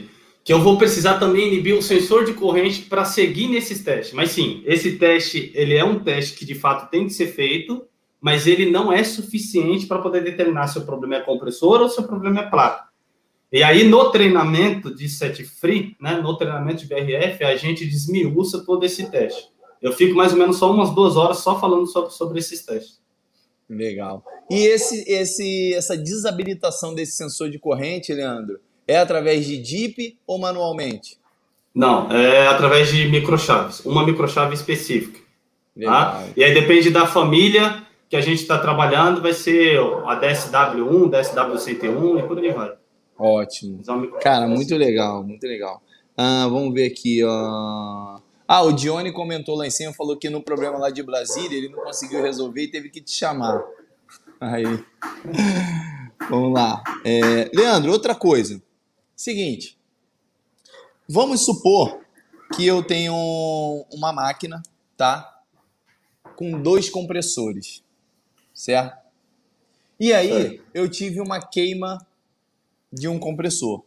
[SPEAKER 2] que eu vou precisar também inibir o sensor de corrente para seguir nesses testes. Mas sim, esse teste, ele é um teste que de fato tem que ser feito, mas ele não é suficiente para poder determinar se o problema é compressor ou se o problema é placa. E aí, no treinamento de set free, né, no treinamento de V R F, a gente desmiuça todo esse teste. Eu fico mais ou menos só umas duas horas só falando sobre, sobre esses testes.
[SPEAKER 1] Legal. E esse, esse, essa desabilitação desse sensor de corrente, Leandro, é através de D I P ou manualmente?
[SPEAKER 2] Não, é através de microchaves, uma microchave específica. Tá? E aí depende da família que a gente está trabalhando, vai ser a D S W um, D S W cento e um e por aí vai.
[SPEAKER 1] Ótimo. Cara, muito legal, muito legal. Ah, vamos ver aqui, ó. Ah, o Dione comentou lá em cima, falou que no problema lá de Brasília ele não conseguiu resolver e teve que te chamar. Aí. Vamos lá. É, Leandro, outra coisa. Seguinte. Vamos supor que eu tenho uma máquina, tá? Com dois compressores, certo? E aí, eu tive uma queima de um compressor.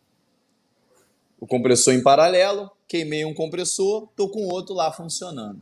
[SPEAKER 1] O compressor em paralelo, queimei um compressor, tô com outro lá funcionando.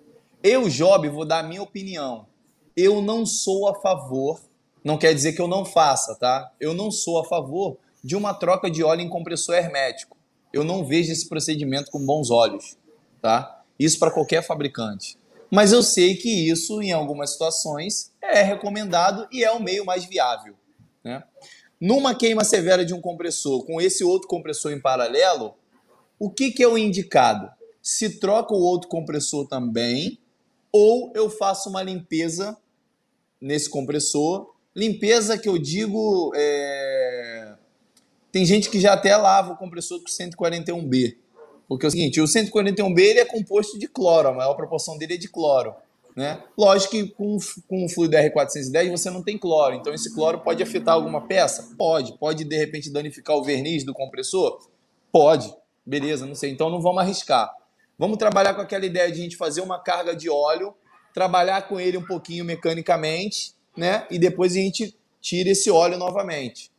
[SPEAKER 1] Eu, Job, vou dar a minha opinião. Eu não sou a favor, não quer dizer que eu não faça, tá? Eu não sou a favor de uma troca de óleo em compressor hermético. Eu não vejo esse procedimento com bons olhos, tá? Isso para qualquer fabricante. Mas eu sei que isso, em algumas situações, é recomendado e é o meio mais viável, né? Numa queima severa de um compressor com esse outro compressor em paralelo, o que, que é o indicado? Se troca o outro compressor também, ou eu faço uma limpeza nesse compressor. Limpeza que eu digo, é... tem gente que já até lava o compressor com cento e quarenta e um B. Porque é o seguinte, o cento e quarenta e um B ele é composto de cloro, a maior proporção dele é de cloro, né? Lógico que com, com o fluido R quatrocentos e dez você não tem cloro, então esse cloro pode afetar alguma peça? Pode. Pode, de repente, danificar o verniz do compressor? Pode. Beleza, não sei. Então não vamos arriscar. Vamos trabalhar com aquela ideia de a gente fazer uma carga de óleo, trabalhar com ele um pouquinho mecanicamente, né? E depois a gente tira esse óleo novamente.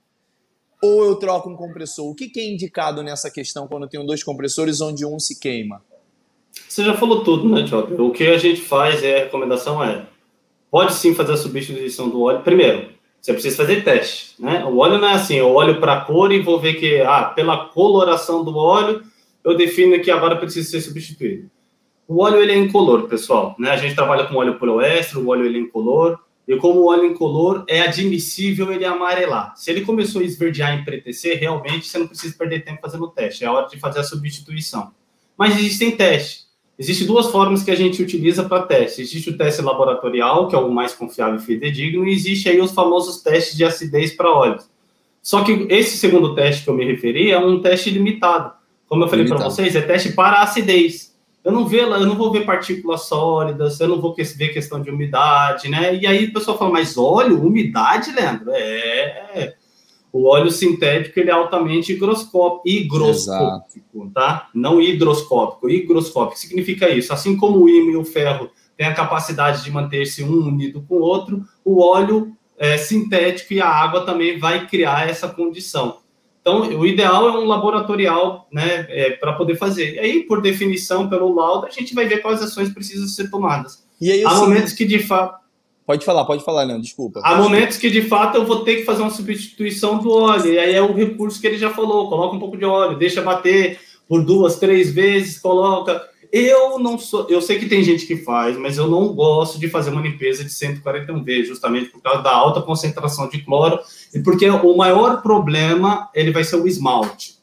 [SPEAKER 1] Ou eu troco um compressor. O que, que é indicado nessa questão quando eu tenho dois compressores onde um se queima?
[SPEAKER 2] Você já falou tudo, né, Job? O que a gente faz, é, a recomendação é, pode sim fazer a substituição do óleo. Primeiro, você precisa fazer teste, né? O óleo não é assim, eu olho para a cor e vou ver que, ah, pela coloração do óleo, eu defino que agora precisa ser substituído. O óleo, ele é incolor, pessoal, né? A gente trabalha com óleo poliéster, o óleo ele é incolor, e como o óleo incolor, é admissível ele amarelar. Se ele começou a esverdear e empretecer, realmente você não precisa perder tempo fazendo o teste, é hora de fazer a substituição. Mas existem testes. Existem duas formas que a gente utiliza para teste. Existe o teste laboratorial, que é o mais confiável e fidedigno, e existe aí os famosos testes de acidez para óleos. Só que esse segundo teste que eu me referi é um teste limitado. Como eu falei para vocês, é teste para acidez. Eu não, ve, eu não vou ver partículas sólidas, eu não vou ver questão de umidade, né? E aí o pessoal fala, mas óleo, umidade, Leandro? É... O óleo sintético, ele é altamente higroscópico, higroscópico, tá? Não hidroscópico, higroscópico. Significa isso. Assim como o ímã e o ferro têm a capacidade de manter-se um unido com o outro, o óleo é, sintético e a água também vai criar essa condição. Então, o ideal é um laboratorial, né, é, para poder fazer. E aí, por definição, pelo laudo, a gente vai ver quais ações precisam ser tomadas.
[SPEAKER 1] E aí,
[SPEAKER 2] Há momentos que, de fato...
[SPEAKER 1] Pode falar, pode falar, Leandro, desculpa.
[SPEAKER 2] Há momentos que, de fato, eu vou ter que fazer uma substituição do óleo, e aí é o recurso que ele já falou, coloca um pouco de óleo, deixa bater por duas, três vezes, coloca... Eu não sou... Eu sei que tem gente que faz, mas eu não gosto de fazer uma limpeza de cento e quarenta e um V, justamente por causa da alta concentração de cloro, e porque o maior problema, ele vai ser o esmalte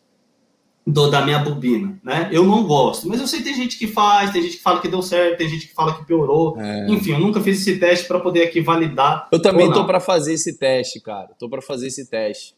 [SPEAKER 2] do, da minha bobina, né? Eu não gosto, mas eu sei que tem gente que faz, tem gente que fala que deu certo, tem gente que fala que piorou. É. Enfim, eu nunca fiz esse teste para poder aqui validar.
[SPEAKER 1] Eu também tô para fazer esse teste, cara. Tô para fazer esse teste.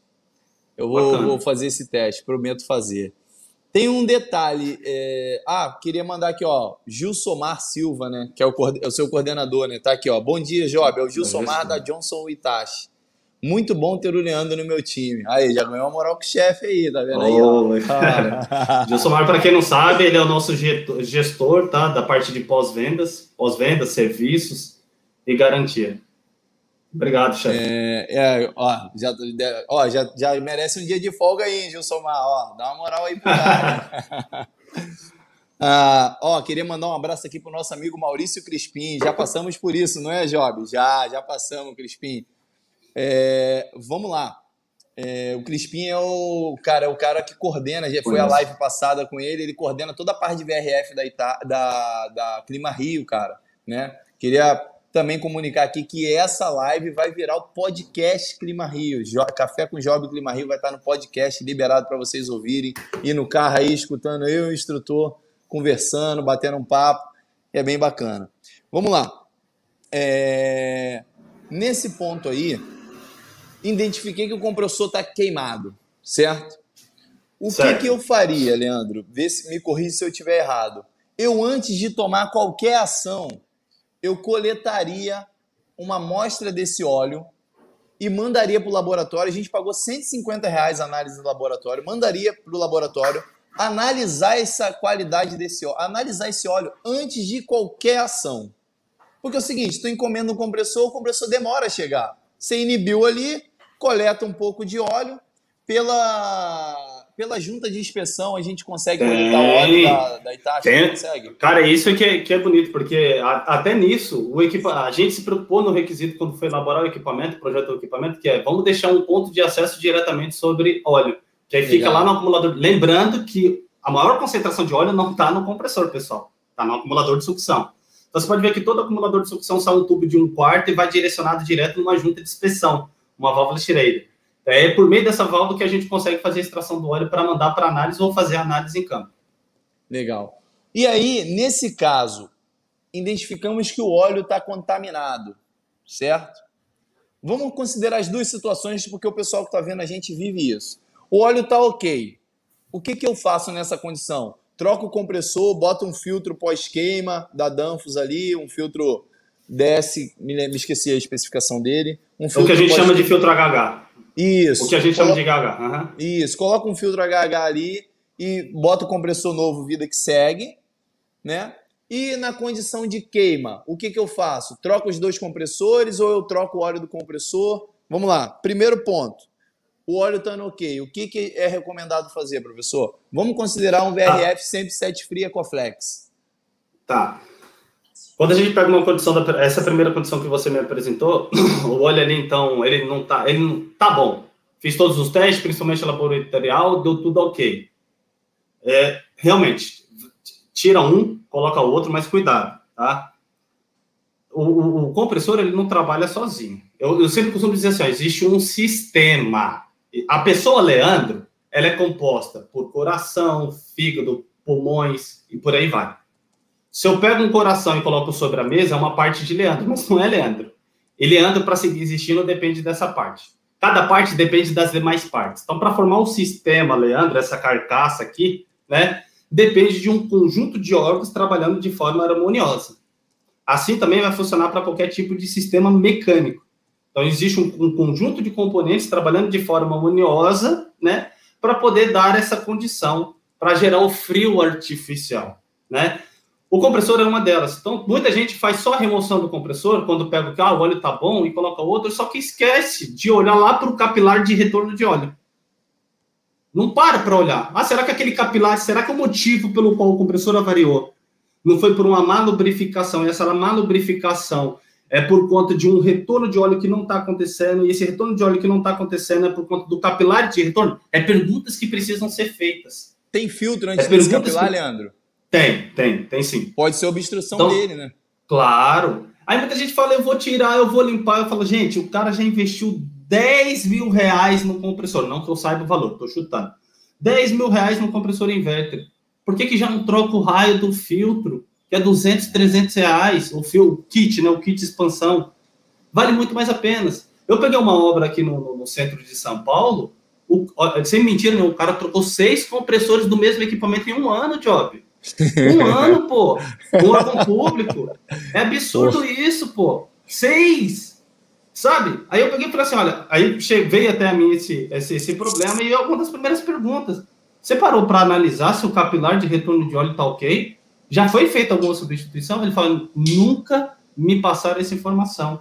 [SPEAKER 1] Eu vou, vou fazer esse teste, prometo fazer. Tem um detalhe. É... Ah, queria mandar aqui, ó, Gilsomar Silva, né? Que é o, coorden... é o seu coordenador, né? Tá aqui, ó. Bom dia, Job. É o Gilsomar da Johnson Itachi. Muito bom ter o Leandro no meu time. Aí, já ganhou uma moral com o chefe aí, tá vendo aí?
[SPEAKER 2] Oh, ó. Cara. Gilsomar, para quem não sabe, ele é o nosso gestor, tá? Da parte de pós-vendas, pós-vendas, serviços e garantia. Obrigado, chefe.
[SPEAKER 1] É, é, ó, já, ó já, já merece um dia de folga aí, hein, Gilsomar? Ó, dá uma moral aí pro cara. Ah, ó, queria mandar um abraço aqui pro nosso amigo Maurício Crispim. Já passamos por isso, não é, Job? Já, já passamos, Crispim. É, vamos lá. É, o Crispim é o cara, é o cara que coordena, já foi a live passada com ele, ele coordena toda a parte de V R F da, Ita, da, da Clima Rio, cara, né? Queria também comunicar aqui que essa live vai virar o podcast Clima Rio. Jo, Café com Job Clima Rio vai estar no podcast liberado para vocês ouvirem, ir no carro aí, escutando eu e o instrutor, conversando, batendo um papo, é bem bacana. Vamos lá. É... Nesse ponto aí, identifiquei que o compressor está queimado, certo? O certo. que, que eu faria, Leandro? Vê se me corrija se eu estiver errado. Eu, antes de tomar qualquer ação, eu coletaria uma amostra desse óleo e mandaria para o laboratório. A gente pagou cento e cinquenta reais a análise do laboratório, mandaria para o laboratório analisar essa qualidade desse óleo, analisar esse óleo antes de qualquer ação. Porque é o seguinte, tu encomenda um compressor, o compressor demora a chegar. Você inibiu ali, coleta um pouco de óleo, pela, pela junta de inspeção a gente consegue coletar o óleo da, da Itachi,
[SPEAKER 2] Tem.
[SPEAKER 1] consegue?
[SPEAKER 2] Cara, isso que é, que é bonito, porque a, até nisso, o equipa, a gente se preocupou no requisito quando foi elaborar o equipamento, o projeto do equipamento, que é, vamos deixar um ponto de acesso diretamente sobre óleo, que aí fica Legal. Lá no acumulador. Lembrando que a maior concentração de óleo não está no compressor, pessoal, está no acumulador de sucção. Então, você pode ver que todo acumulador de sucção sai um tubo de um quarto e vai direcionado direto numa junta de inspeção, uma válvula Schrader. É por meio dessa válvula que a gente consegue fazer a extração do óleo para mandar para análise ou fazer análise em campo.
[SPEAKER 1] Legal. E aí, nesse caso, identificamos que o óleo está contaminado, certo? Vamos considerar as duas situações, porque o pessoal que está vendo a gente vive isso. O óleo está ok. O que, que eu faço nessa condição? Troco o compressor, boto um filtro pós-queima da Danfoss ali, um filtro D S, me, me esqueci a especificação dele. Um
[SPEAKER 2] o que a gente chama de filtro H H.
[SPEAKER 1] Isso.
[SPEAKER 2] O que a gente
[SPEAKER 1] coloca,
[SPEAKER 2] chama de H H. Uhum.
[SPEAKER 1] Isso, coloca um filtro H H ali e bota o compressor novo, vida que segue, né? E na condição de queima, o que, que eu faço? Troco os dois compressores ou eu troco o óleo do compressor? Vamos lá, primeiro ponto. O óleo está no ok. O que, que é recomendado fazer, professor? Vamos considerar um V R F tá. cem sete Free Ecoflex.
[SPEAKER 2] Tá. Quando a gente pega uma condição, da, essa primeira condição que você me apresentou, o óleo ali, então, ele não tá, ele não tá bom. Fiz todos os testes, principalmente laboratorial, deu tudo ok. É, realmente, tira um, coloca o outro, mas cuidado, tá? O, o, o compressor, ele não trabalha sozinho. Eu, eu sempre costumo dizer assim, ó, existe um sistema. A pessoa Leandro, ela é composta por coração, fígado, pulmões e por aí vai. Se eu pego um coração e coloco sobre a mesa, é uma parte de Leandro, mas não é Leandro. E Leandro, para seguir existindo, depende dessa parte. Cada parte depende das demais partes. Então, para formar um sistema, Leandro, essa carcaça aqui, né, depende de um conjunto de órgãos trabalhando de forma harmoniosa. Assim também vai funcionar para qualquer tipo de sistema mecânico. Então, existe um, um conjunto de componentes trabalhando de forma harmoniosa, né, para poder dar essa condição, para gerar o frio artificial, né? O compressor é uma delas. Então, muita gente faz só a remoção do compressor, quando pega o que ah, o óleo está bom e coloca outro, só que esquece de olhar lá para o capilar de retorno de óleo. Não para para olhar. Ah, será que aquele capilar, será que o motivo pelo qual o compressor avariou não foi por uma má lubrificação? E essa má lubrificação é por conta de um retorno de óleo que não está acontecendo, e esse retorno de óleo que não está acontecendo é por conta do capilar de retorno? É perguntas que precisam ser feitas.
[SPEAKER 1] Tem filtro antes é desse capilar, que... Leandro?
[SPEAKER 2] Tem, tem, tem sim.
[SPEAKER 1] Pode ser obstrução então, dele, né?
[SPEAKER 2] Claro. Aí muita gente fala, eu vou tirar, eu vou limpar. Eu falo, gente, o cara já investiu dez mil reais no compressor. Não que eu saiba o valor, estou chutando. dez mil reais no compressor inverter. Por que, que já não troca o raio do filtro? Que é duzentos, trezentos reais. O, fio, o kit, né? O kit de expansão. Vale muito mais a pena. Eu peguei uma obra aqui no, no, no centro de São Paulo. O, sem mentira, né, o cara trocou seis compressores do mesmo equipamento em um ano, Job. Um ano, pô. Um órgão público. É absurdo isso, pô. Seis. Sabe? Aí eu peguei e falei assim, olha, aí veio até a mim esse, esse, esse problema e uma das primeiras perguntas. Você parou para analisar se o capilar de retorno de óleo tá ok? Já foi feita alguma substituição? Ele falou, nunca me passaram essa informação.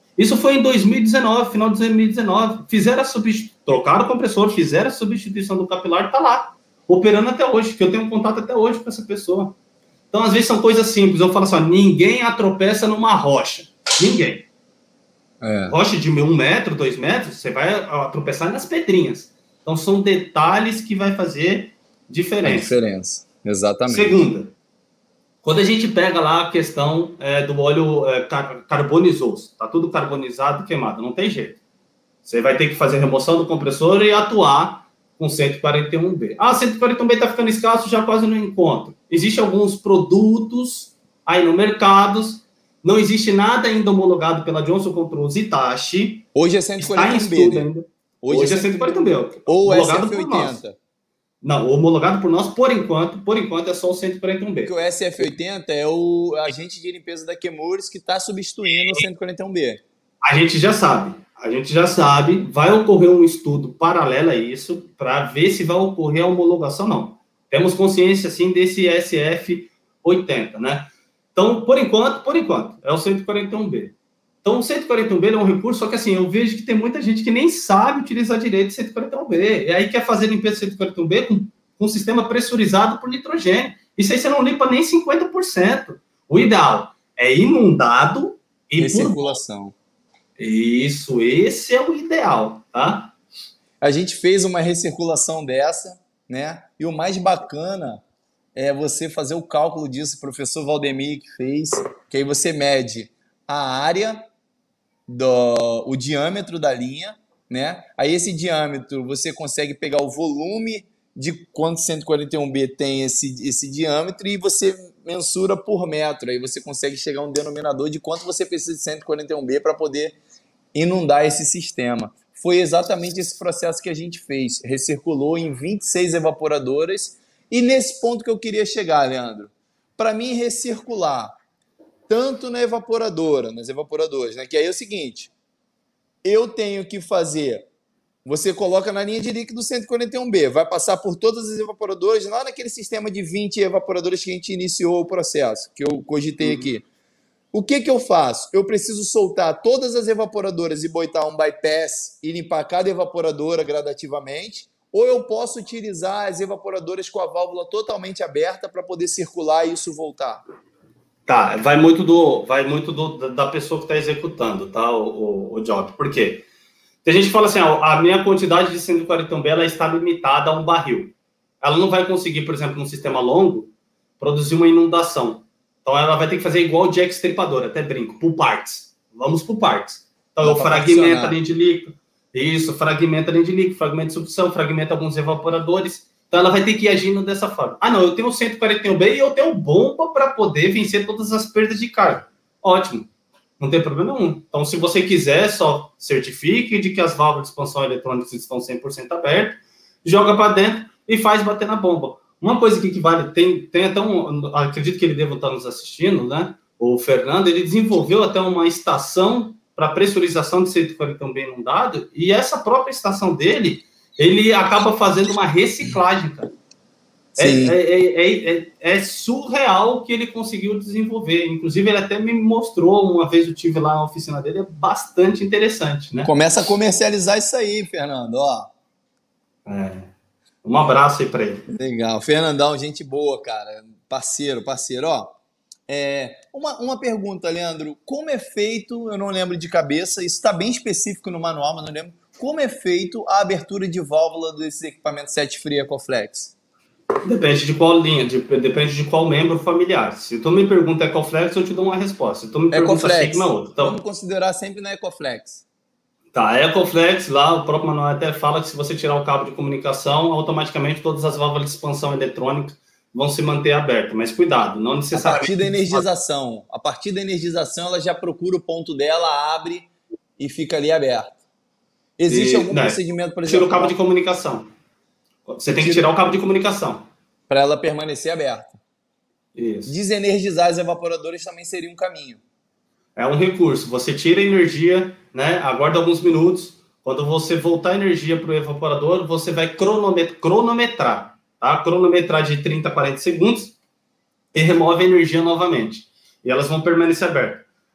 [SPEAKER 2] Isso foi em dois mil e dezenove, final de dois mil e dezenove. Fizeram a substituição, trocaram o compressor, fizeram a substituição do capilar, está lá, operando até hoje, que eu tenho um contato até hoje com essa pessoa. Então, às vezes, são coisas simples. Eu falo assim, ó, ninguém atropeça numa rocha. Ninguém. É. Rocha de um metro, dois metros, você vai tropeçar nas pedrinhas. Então, são detalhes que vai fazer diferença.
[SPEAKER 1] A diferença, exatamente.
[SPEAKER 2] Segunda, quando a gente pega lá a questão é, do óleo é, car carbonizou, tá tudo carbonizado, queimado, não tem jeito. Você vai ter que fazer remoção do compressor e atuar com cento e quarenta e um B. Ah, cento e quarenta e um B está ficando escasso, já quase não encontro. Existem alguns produtos aí no mercado, não existe nada ainda homologado pela Johnson Controls Hitachi.
[SPEAKER 1] Hoje é cento e quarenta e um B. Né?
[SPEAKER 2] Ainda. Hoje, Hoje é cento e quarenta e um B.
[SPEAKER 1] Ou S F oitenta.
[SPEAKER 2] Não, homologado por nós, por enquanto, por enquanto é só o cento e quarenta e um B.
[SPEAKER 1] Porque o S F oitenta é o agente de limpeza da Chemours que está substituindo o cento e quarenta e um B.
[SPEAKER 2] A gente já sabe, a gente já sabe, vai ocorrer um estudo paralelo a isso para ver se vai ocorrer a homologação ou não. Temos consciência, sim, desse S F oitenta, né? Então, por enquanto, por enquanto, é o cento e quarenta e um B. Então, o cento e quarenta e um B é um recurso, só que assim, eu vejo que tem muita gente que nem sabe utilizar direito o cento e quarenta e um B. E aí quer fazer limpeza do cento e quarenta e um B com, com um sistema pressurizado por nitrogênio. Isso aí você não limpa nem cinquenta por cento. O ideal é inundado e
[SPEAKER 1] recirculação.
[SPEAKER 2] Por... Isso, esse é o ideal, tá?
[SPEAKER 1] A gente fez uma recirculação dessa, né? E o mais bacana é você fazer o cálculo disso, o professor Valdemir que fez, que aí você mede a área, do, o diâmetro da linha, né? Aí esse diâmetro você consegue pegar o volume de quanto cento e quarenta e um B tem esse, esse diâmetro e você mensura por metro. Aí você consegue chegar a um denominador de quanto você precisa de cento e quarenta e um B para poder inundar esse sistema. Foi exatamente esse processo que a gente fez. Recirculou em vinte e seis evaporadoras. E nesse ponto que eu queria chegar, Leandro, para mim recircular tanto na evaporadora, nas evaporadoras, né? Que aí é o seguinte, eu tenho que fazer, você coloca na linha de líquido cento e quarenta e um B, vai passar por todas as evaporadoras, lá naquele sistema de vinte evaporadoras que a gente iniciou o processo, que eu cogitei uhum. aqui. O que que eu faço? Eu preciso soltar todas as evaporadoras e botar um bypass e limpar cada evaporadora gradativamente, ou eu posso utilizar as evaporadoras com a válvula totalmente aberta para poder circular e isso voltar?
[SPEAKER 2] Tá, vai muito, do, vai muito do, da pessoa que está executando, tá, o, o, o job. Por quê? Tem gente que fala assim, ó, a minha quantidade de cento e quarenta e um B ela está limitada a um barril. Ela não vai conseguir, por exemplo, num sistema longo, produzir uma inundação. Então, ela vai ter que fazer igual o Jack Stripador, até brinco, por partes. Vamos por partes. Então, eu fragmento a linha de líquido. Isso, fragmenta a linha de líquido, fragmento de sucção, fragmenta alguns evaporadores. Então, ela vai ter que ir agindo dessa forma. Ah, não, eu tenho cento e quarenta e um B e eu tenho bomba para poder vencer todas as perdas de carga. Ótimo, não tem problema nenhum. Então, se você quiser, só certifique de que as válvulas de expansão eletrônicas estão cem por cento abertas, joga para dentro e faz bater na bomba. Uma coisa que vale, tem, tem até um, acredito que ele deva estar nos assistindo, né? O Fernando, ele desenvolveu até uma estação para pressurização de cento e quarenta e um B inundado, e essa própria estação dele, ele acaba fazendo uma reciclagem, cara. É, é, é, é, é surreal o que ele conseguiu desenvolver. Inclusive, ele até me mostrou, uma vez eu tive lá na oficina dele, é bastante interessante, né?
[SPEAKER 1] Começa a comercializar isso aí, Fernando, ó.
[SPEAKER 2] É. Um abraço aí para ele.
[SPEAKER 1] Legal. Fernandão, gente boa, cara. Parceiro, parceiro, ó. É, uma, uma pergunta, Leandro. Como é feito, eu não lembro de cabeça, isso está bem específico no manual, mas não lembro. Como é feito a abertura de válvula desses equipamentos Set Free Ecoflex?
[SPEAKER 2] Depende de qual linha, de, depende de qual membro familiar. Se tu me pergunta Ecoflex, eu te dou uma resposta. Se tu me pergunta
[SPEAKER 1] Ecoflex.
[SPEAKER 2] Sigma, outra. Então,
[SPEAKER 1] vamos considerar sempre na Ecoflex.
[SPEAKER 2] Tá, a Ecoflex, lá o próprio manual até fala que se você tirar o cabo de comunicação, automaticamente todas as válvulas de expansão eletrônica vão se manter abertas. Mas cuidado, não necessariamente...
[SPEAKER 1] A partir da energização, a partir da energização, ela já procura o ponto dela, abre e fica ali aberto. Existe e, algum né, procedimento, por exemplo...
[SPEAKER 2] Tira o cabo de comunicação. Você tem que tirar o cabo de comunicação.
[SPEAKER 1] Para ela permanecer aberta.
[SPEAKER 2] Isso.
[SPEAKER 1] Desenergizar as evaporadoras também seria um caminho.
[SPEAKER 2] É um recurso. Você tira a energia, né, aguarda alguns minutos. Quando você voltar a energia para o evaporador, você vai cronomet cronometrar. Tá? Cronometrar de trinta a quarenta segundos e remove a energia novamente. E elas vão permanecer abertas.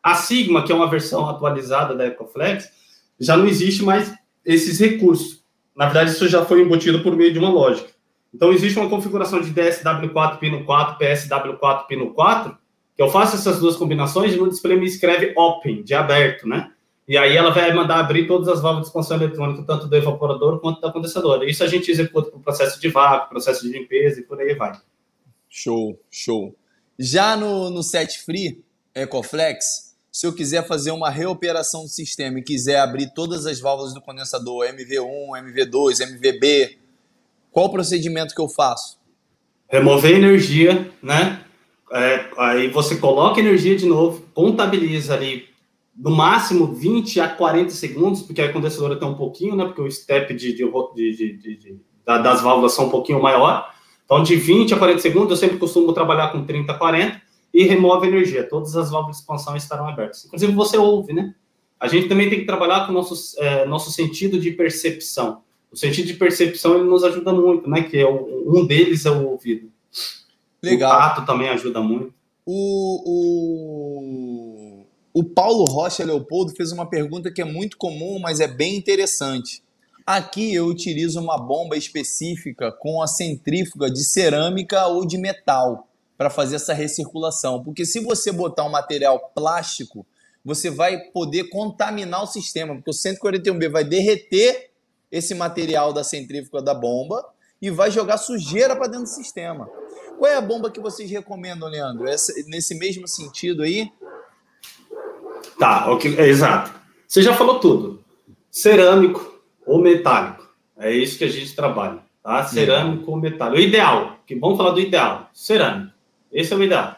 [SPEAKER 2] A Sigma, que é uma versão atualizada da Ecoflex, já não existe mais esses recursos. Na verdade, isso já foi embutido por meio de uma lógica. Então, existe uma configuração de D S W quatro pino quatro, P S W quatro pino quatro, que eu faço essas duas combinações e no display me escreve Open, de aberto, né? E aí ela vai mandar abrir todas as válvulas de expansão eletrônica, tanto do evaporador quanto da condensadora. Isso a gente executa para o processo de vácuo, processo de limpeza e por aí vai.
[SPEAKER 1] Show, show. Já no, no Set Free Ecoflex, se eu quiser fazer uma reoperação do sistema e quiser abrir todas as válvulas do condensador, M V um, M V dois, M V B, qual o procedimento que eu faço?
[SPEAKER 2] Remover energia, né? É, aí você coloca energia de novo, contabiliza ali no máximo vinte a quarenta segundos, porque a condensadora tem um pouquinho, né? Porque o step de, de, de, de, de, de, das válvulas são um pouquinho maior. Então, de vinte a quarenta segundos, eu sempre costumo trabalhar com trinta a quarenta e remove energia. Todas as válvulas de expansão estarão abertas. Inclusive, você ouve, né? A gente também tem que trabalhar com o nosso, é, nosso sentido de percepção. O sentido de percepção, ele nos ajuda muito, né? Que é o, um deles é o ouvido.
[SPEAKER 1] Legal.
[SPEAKER 2] O tato também ajuda muito.
[SPEAKER 1] O, o, o Paulo Rocha Leopoldo fez uma pergunta que é muito comum, mas é bem interessante. Aqui eu utilizo uma bomba específica com a centrífuga de cerâmica ou de metal para fazer essa recirculação. Porque se você botar um material plástico, você vai poder contaminar o sistema, porque o cento e quarenta e um B vai derreter esse material da centrífuga da bomba e vai jogar sujeira para dentro do sistema. Qual é a bomba que vocês recomendam, Leandro? Essa, nesse mesmo sentido aí?
[SPEAKER 2] Tá, okay, é, exato. Você já falou tudo. Cerâmico ou metálico. É isso que a gente trabalha, tá? Cerâmico ou metálico. O ideal, que vamos falar do ideal, cerâmico. Esse é o ideal.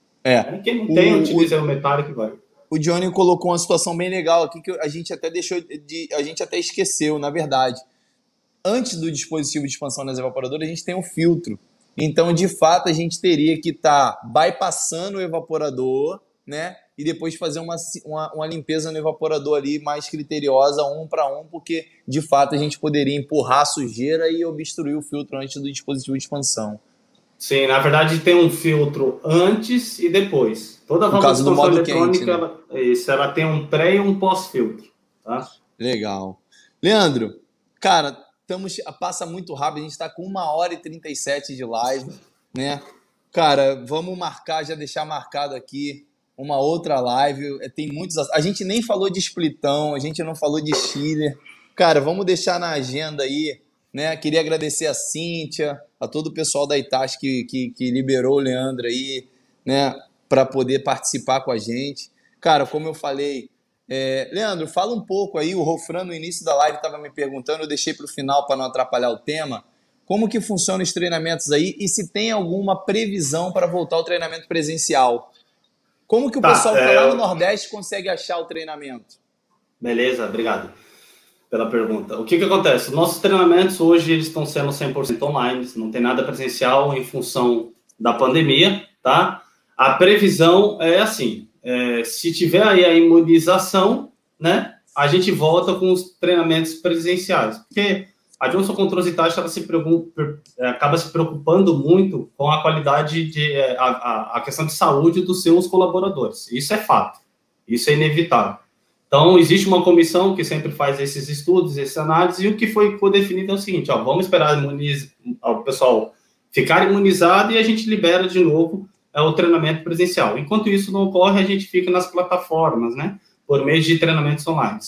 [SPEAKER 1] É.
[SPEAKER 2] Quem não tem,
[SPEAKER 1] o,
[SPEAKER 2] utiliza o, o metálico e vai.
[SPEAKER 1] O Johnny colocou uma situação bem legal aqui que a gente até deixou de, a gente até esqueceu, na verdade. Antes do dispositivo de expansão nas evaporadoras, a gente tem um filtro. Então, de fato, a gente teria que estar tá bypassando o evaporador, né? E depois fazer uma, uma, uma limpeza no evaporador ali mais criteriosa, um para um, porque, de fato, a gente poderia empurrar a sujeira e obstruir o filtro antes do dispositivo de expansão.
[SPEAKER 2] Sim, na verdade, tem um filtro antes e depois. Toda a válvula de expansão eletrônica, quente, né? ela, isso, ela tem um pré e um pós-filtro. Tá?
[SPEAKER 1] Legal. Leandro, cara, estamos, passa muito rápido, a gente está com uma hora e trinta e sete de live, né? Cara, vamos marcar, já deixar marcado aqui uma outra live. Tem muitos. A gente nem falou de splitão, a gente não falou de chiller. Cara, vamos deixar na agenda aí, né? Queria agradecer a Cíntia, a todo o pessoal da Itachi que, que, que liberou o Leandro aí, né? Para poder participar com a gente. Cara, como eu falei, é... Leandro, fala um pouco aí. O Rofran no início da live estava me perguntando, eu deixei para o final para não atrapalhar o tema. Como que funcionam os treinamentos aí e se tem alguma previsão para voltar ao treinamento presencial? Como que o tá, pessoal que está é... lá no Nordeste consegue achar o treinamento?
[SPEAKER 2] Beleza, obrigado pela pergunta. O que que acontece? Nossos treinamentos hoje eles estão sendo cem por cento online, não tem nada presencial em função da pandemia, tá? A previsão é assim, é, se tiver aí a imunização, né, a gente volta com os treinamentos presenciais, porque a Johnson Controls Itachi ela se preocupa, acaba se preocupando muito com a qualidade de a, a, a questão de saúde dos seus colaboradores. Isso é fato, isso é inevitável. Então existe uma comissão que sempre faz esses estudos, essas análises, e o que foi, foi definido é o seguinte: ó, vamos esperar imuniz, o pessoal ficar imunizado e a gente libera de novo é, o treinamento presencial. Enquanto isso não ocorre, a gente fica nas plataformas, né, por meio de treinamentos online.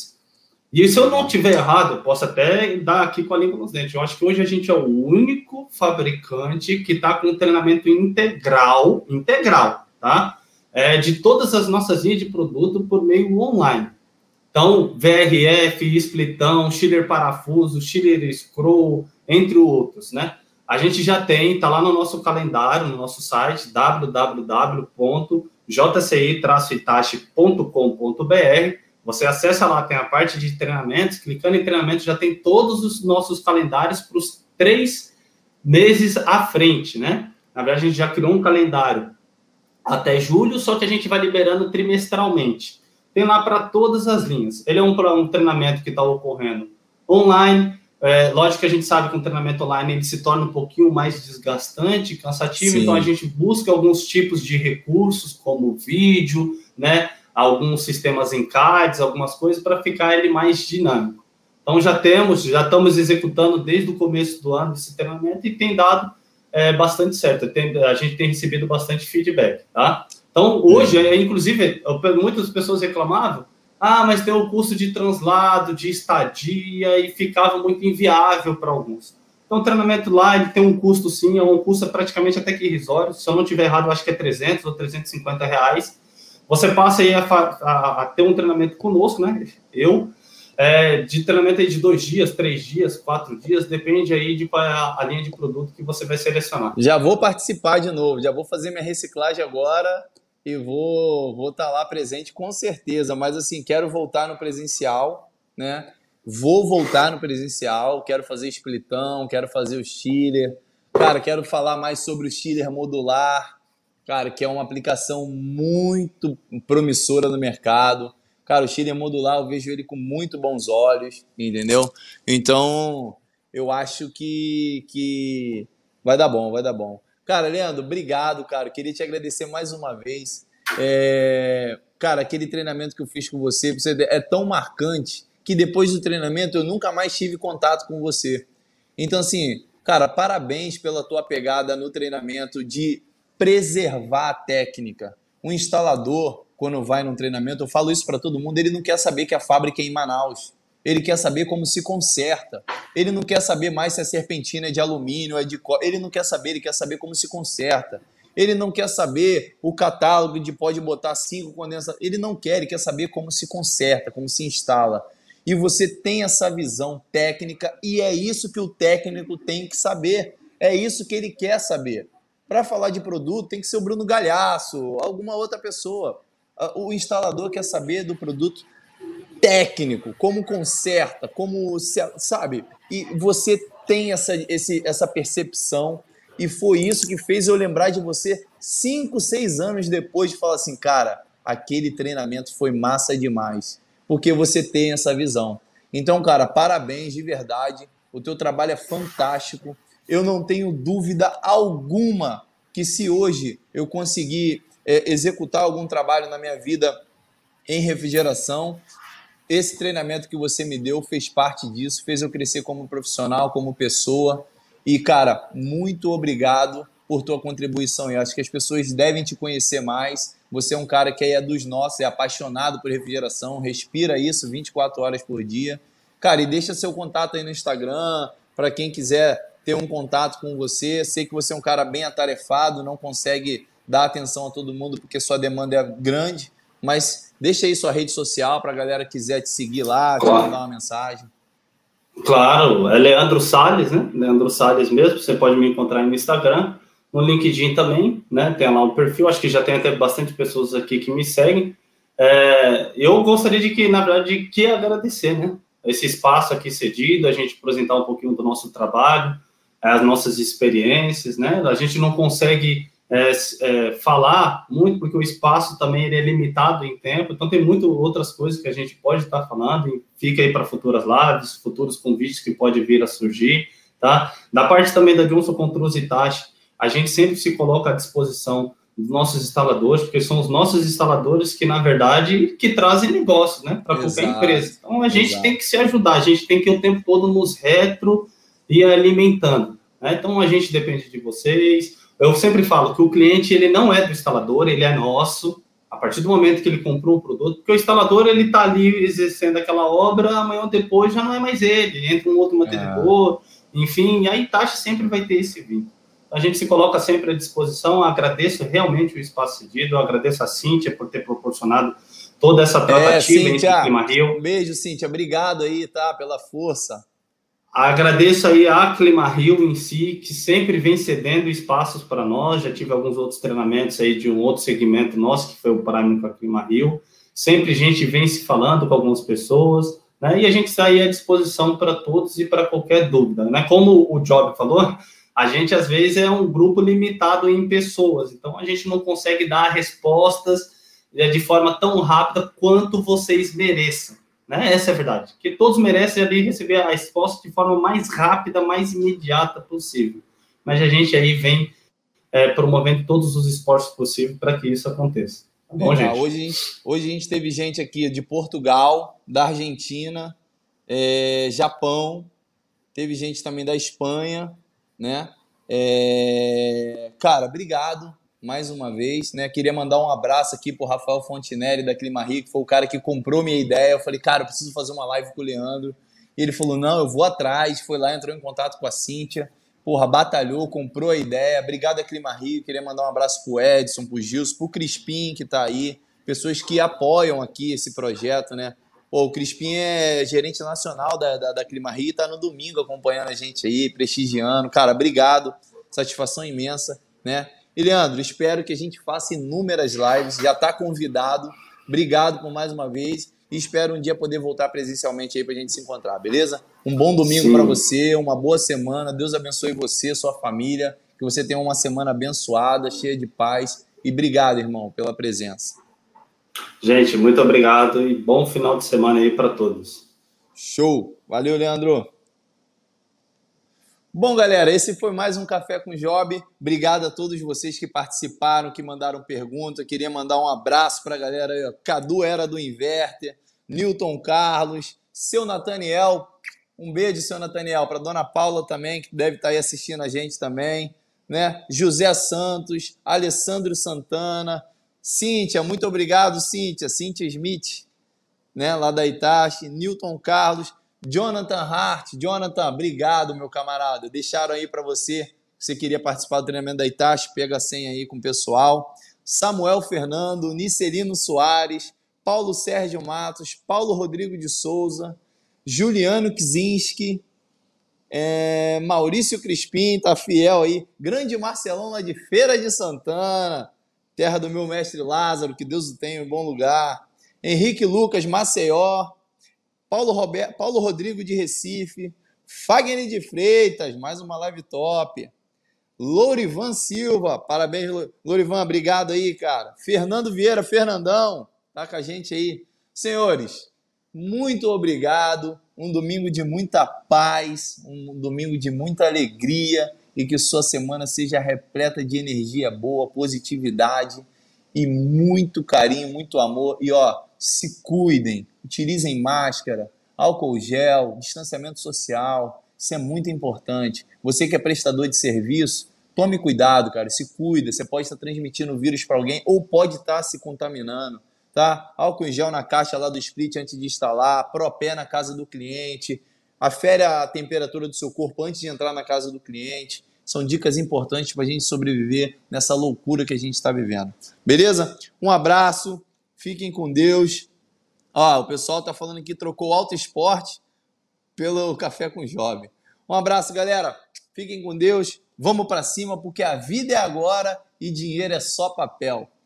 [SPEAKER 2] E se eu não estiver errado, eu posso até dar aqui com a língua nos dentes. Eu acho que hoje a gente é o único fabricante que está com um treinamento integral, integral, tá? É, de todas as nossas linhas de produto por meio online. Então, V R F, splitão, chiller parafuso, chiller scroll, entre outros, né? A gente já tem, está lá no nosso calendário, no nosso site, w w w ponto j c i traço itachi ponto com ponto b r. Você acessa lá, tem a parte de treinamentos, clicando em treinamento, já tem todos os nossos calendários para os três meses à frente, né? Na verdade, a gente já criou um calendário até julho, só que a gente vai liberando trimestralmente. Tem lá para todas as linhas. Ele é um, um treinamento que está ocorrendo online. É, lógico que a gente sabe que um treinamento online ele se torna um pouquinho mais desgastante, cansativo, Sim. Então a gente busca alguns tipos de recursos, como vídeo, né? alguns sistemas em C A Ds, algumas coisas, para ficar ele mais dinâmico. Então, já temos, já estamos executando desde o começo do ano esse treinamento e tem dado é, bastante certo. Tem, a gente tem recebido bastante feedback, tá? Então, hoje, é, inclusive, muitas pessoas reclamavam, ah, mas tem o custo de translado, de estadia, e ficava muito inviável para alguns. Então, o treinamento lá, ele tem um custo, sim, é um custo praticamente até que irrisório. Se eu não estiver errado, eu acho que é trezentos ou trezentos e cinquenta reais. Você passa aí a, a, a ter um treinamento conosco, né? Eu, é, de treinamento aí de dois dias, três dias, quatro dias, depende aí de qual é a, a linha de produto que você vai selecionar.
[SPEAKER 1] Já vou participar de novo, já vou fazer minha reciclagem agora e vou vou estar lá presente com certeza, mas assim, quero voltar no presencial, né? Vou voltar no presencial, quero fazer splitão, quero fazer o chiller. Cara, quero falar mais sobre o chiller modular, cara, que é uma aplicação muito promissora no mercado. Cara, o chiller modular eu vejo ele com muito bons olhos, entendeu? Então, eu acho que, que vai dar bom, vai dar bom. Cara, Leandro, obrigado, cara. Queria te agradecer mais uma vez. É... Cara, aquele treinamento que eu fiz com você, você é tão marcante que depois do treinamento eu nunca mais tive contato com você. Então, assim, cara, parabéns pela tua pegada no treinamento de preservar a técnica. Um instalador, quando vai num treinamento, eu falo isso para todo mundo, ele não quer saber que a fábrica é em Manaus. Ele quer saber como se conserta. Ele não quer saber mais se a serpentina é de alumínio, é de cobre. Ele não quer saber, ele quer saber como se conserta. Ele não quer saber o catálogo de pode botar cinco condensadores. Ele não quer, ele quer saber como se conserta, como se instala. E você tem essa visão técnica e é isso que o técnico tem que saber. É isso que ele quer saber. Para falar de produto tem que ser o Bruno Galhaço, alguma outra pessoa. O instalador quer saber do produto técnico, como conserta, como, sabe? E você tem essa, esse, essa percepção e foi isso que fez eu lembrar de você cinco, seis anos depois de falar assim, cara, aquele treinamento foi massa demais, porque você tem essa visão. Então, cara, parabéns de verdade, o teu trabalho é fantástico. Eu não tenho dúvida alguma que se hoje eu conseguir é, executar algum trabalho na minha vida em refrigeração, esse treinamento que você me deu fez parte disso, fez eu crescer como profissional, como pessoa. E, cara, muito obrigado por tua contribuição. Eu acho que as pessoas devem te conhecer mais. Você é um cara que é dos nossos, é apaixonado por refrigeração, respira isso vinte e quatro horas por dia. Cara, e deixa seu contato aí no Instagram, para quem quiser ter um contato com você. Sei que você é um cara bem atarefado, não consegue dar atenção a todo mundo porque sua demanda é grande, mas deixa aí sua rede social para a galera que quiser te seguir lá, te
[SPEAKER 2] Claro.
[SPEAKER 1] mandar uma mensagem.
[SPEAKER 2] Claro, é Leandro Salles, né? Leandro Salles mesmo, você pode me encontrar no Instagram, no LinkedIn também, né? Tem lá um perfil, acho que já tem até bastante pessoas aqui que me seguem. É, eu gostaria de que, na verdade, de que agradecer, né? Esse espaço aqui cedido, a gente apresentar um pouquinho do nosso trabalho, as nossas experiências, né? A gente não consegue é, é, falar muito, porque o espaço também ele é limitado em tempo, então tem muitas outras coisas que a gente pode estar falando, e fica aí para futuras lives, futuros convites que pode vir a surgir, tá? Da parte também da Johnson Controls e Hitachi, a gente sempre se coloca à disposição dos nossos instaladores, porque são os nossos instaladores que, na verdade, que trazem negócio, né, para qualquer empresa. Então, a gente exato. Tem que se ajudar, a gente tem que o tempo todo nos retro e alimentando, né? Então, a gente depende de vocês. Eu sempre falo que o cliente, ele não é do instalador, ele é nosso, a partir do momento que ele comprou o produto, porque o instalador, ele está ali exercendo aquela obra, amanhã ou depois já não é mais ele, entra um outro mantenedor, é. Enfim, e a Hitachi sempre vai ter esse vínculo. A gente se coloca sempre à disposição, agradeço realmente o espaço cedido, agradeço a Cíntia por ter proporcionado toda essa tratativa é, entre Clima Rio.
[SPEAKER 1] Um beijo, Cíntia, obrigado aí, tá, pela força.
[SPEAKER 2] Agradeço aí a Clima Rio em si, que sempre vem cedendo espaços para nós, já tive alguns outros treinamentos aí de um outro segmento nosso, que foi o Prime com a Clima Rio, sempre a gente vem se falando com algumas pessoas, né, e a gente está aí à disposição para todos e para qualquer dúvida, né, como o Job falou, a gente, às vezes, é um grupo limitado em pessoas, então a gente não consegue dar respostas de forma tão rápida quanto vocês mereçam, né? Essa é a verdade, que todos merecem ali receber a resposta de forma mais rápida, mais imediata possível, mas a gente aí vem é, promovendo todos os esforços possíveis para que isso aconteça. Tá
[SPEAKER 1] Vem
[SPEAKER 2] bom,
[SPEAKER 1] cá,
[SPEAKER 2] gente?
[SPEAKER 1] hoje a gente, hoje a gente teve gente aqui de Portugal, da Argentina, é, Japão, teve gente também da Espanha, né? É, cara, obrigado mais uma vez, né? Queria mandar um abraço aqui pro Rafael Fontinelli da Clima Rio, que foi o cara que comprou minha ideia. Eu falei, cara, eu preciso fazer uma live com o Leandro. E ele falou, não, eu vou atrás. Foi lá, entrou em contato com a Cíntia. Porra, batalhou, comprou a ideia. Obrigado a Clima Rio. Queria mandar um abraço pro Edson, pro Gilson, pro Crispim, que tá aí. Pessoas que apoiam aqui esse projeto, né? Pô, o Crispim é gerente nacional da, da, da Clima Rio, tá no domingo acompanhando a gente aí, prestigiando. Cara, obrigado, satisfação imensa, né? E, Leandro, espero que a gente faça inúmeras lives, já tá convidado. Obrigado por mais uma vez e espero um dia poder voltar presencialmente aí pra gente se encontrar, beleza? Um bom domingo para
[SPEAKER 2] Sim.
[SPEAKER 1] você, uma boa semana. Deus abençoe você, sua família, que você tenha uma semana abençoada, cheia de paz. E obrigado, irmão, pela presença.
[SPEAKER 2] Gente, muito obrigado e bom final de semana aí para todos.
[SPEAKER 1] Show! Valeu, Leandro! Bom, galera, esse foi mais um Café com Job. Obrigado a todos vocês que participaram, que mandaram pergunta. Queria mandar um abraço para a galera aí, ó. Cadu Era do Inverter, Newton Carlos, seu Nathaniel. Um beijo, seu Nathaniel, para dona Paula também, que deve estar aí assistindo a gente também, né? José Santos, Alessandro Santana, Cíntia, muito obrigado, Cíntia, Cíntia Smith, né, lá da Itachi, Newton Carlos, Jonathan Hart. Jonathan, obrigado, meu camarada. Deixaram aí para você, que você queria participar do treinamento da Itachi, pega a senha aí com o pessoal. Samuel Fernando, Nicelino Soares, Paulo Sérgio Matos, Paulo Rodrigo de Souza, Juliano Kzinski, é, Maurício Crispim, tá fiel aí. Grande Marcelão lá de Feira de Santana, terra do meu mestre Lázaro, que Deus o tenha em bom lugar. Henrique Lucas, Maceió, Paulo, Roberto, Paulo Rodrigo de Recife, Fagner de Freitas, mais uma live top. Lourivan Silva, parabéns, Lourivan, obrigado aí, cara. Fernando Vieira, Fernandão, tá com a gente aí. Senhores, muito obrigado. Um domingo de muita paz, um domingo de muita alegria e que sua semana seja repleta de energia boa, positividade e muito carinho, muito amor. E ó, se cuidem, utilizem máscara, álcool gel, distanciamento social, isso é muito importante. Você que é prestador de serviço, tome cuidado, cara, se cuida, você pode estar transmitindo o vírus para alguém ou pode estar se contaminando, tá? Álcool gel na caixa lá do Split antes de instalar, Propé na casa do cliente, afere a temperatura do seu corpo antes de entrar na casa do cliente. São dicas importantes para a gente sobreviver nessa loucura que a gente está vivendo. Beleza? Um abraço, fiquem com Deus. Ó, o pessoal está falando que trocou o Auto Esporte pelo Café com Job. Um abraço, galera. Fiquem com Deus. Vamos para cima, porque a vida é agora e dinheiro é só papel.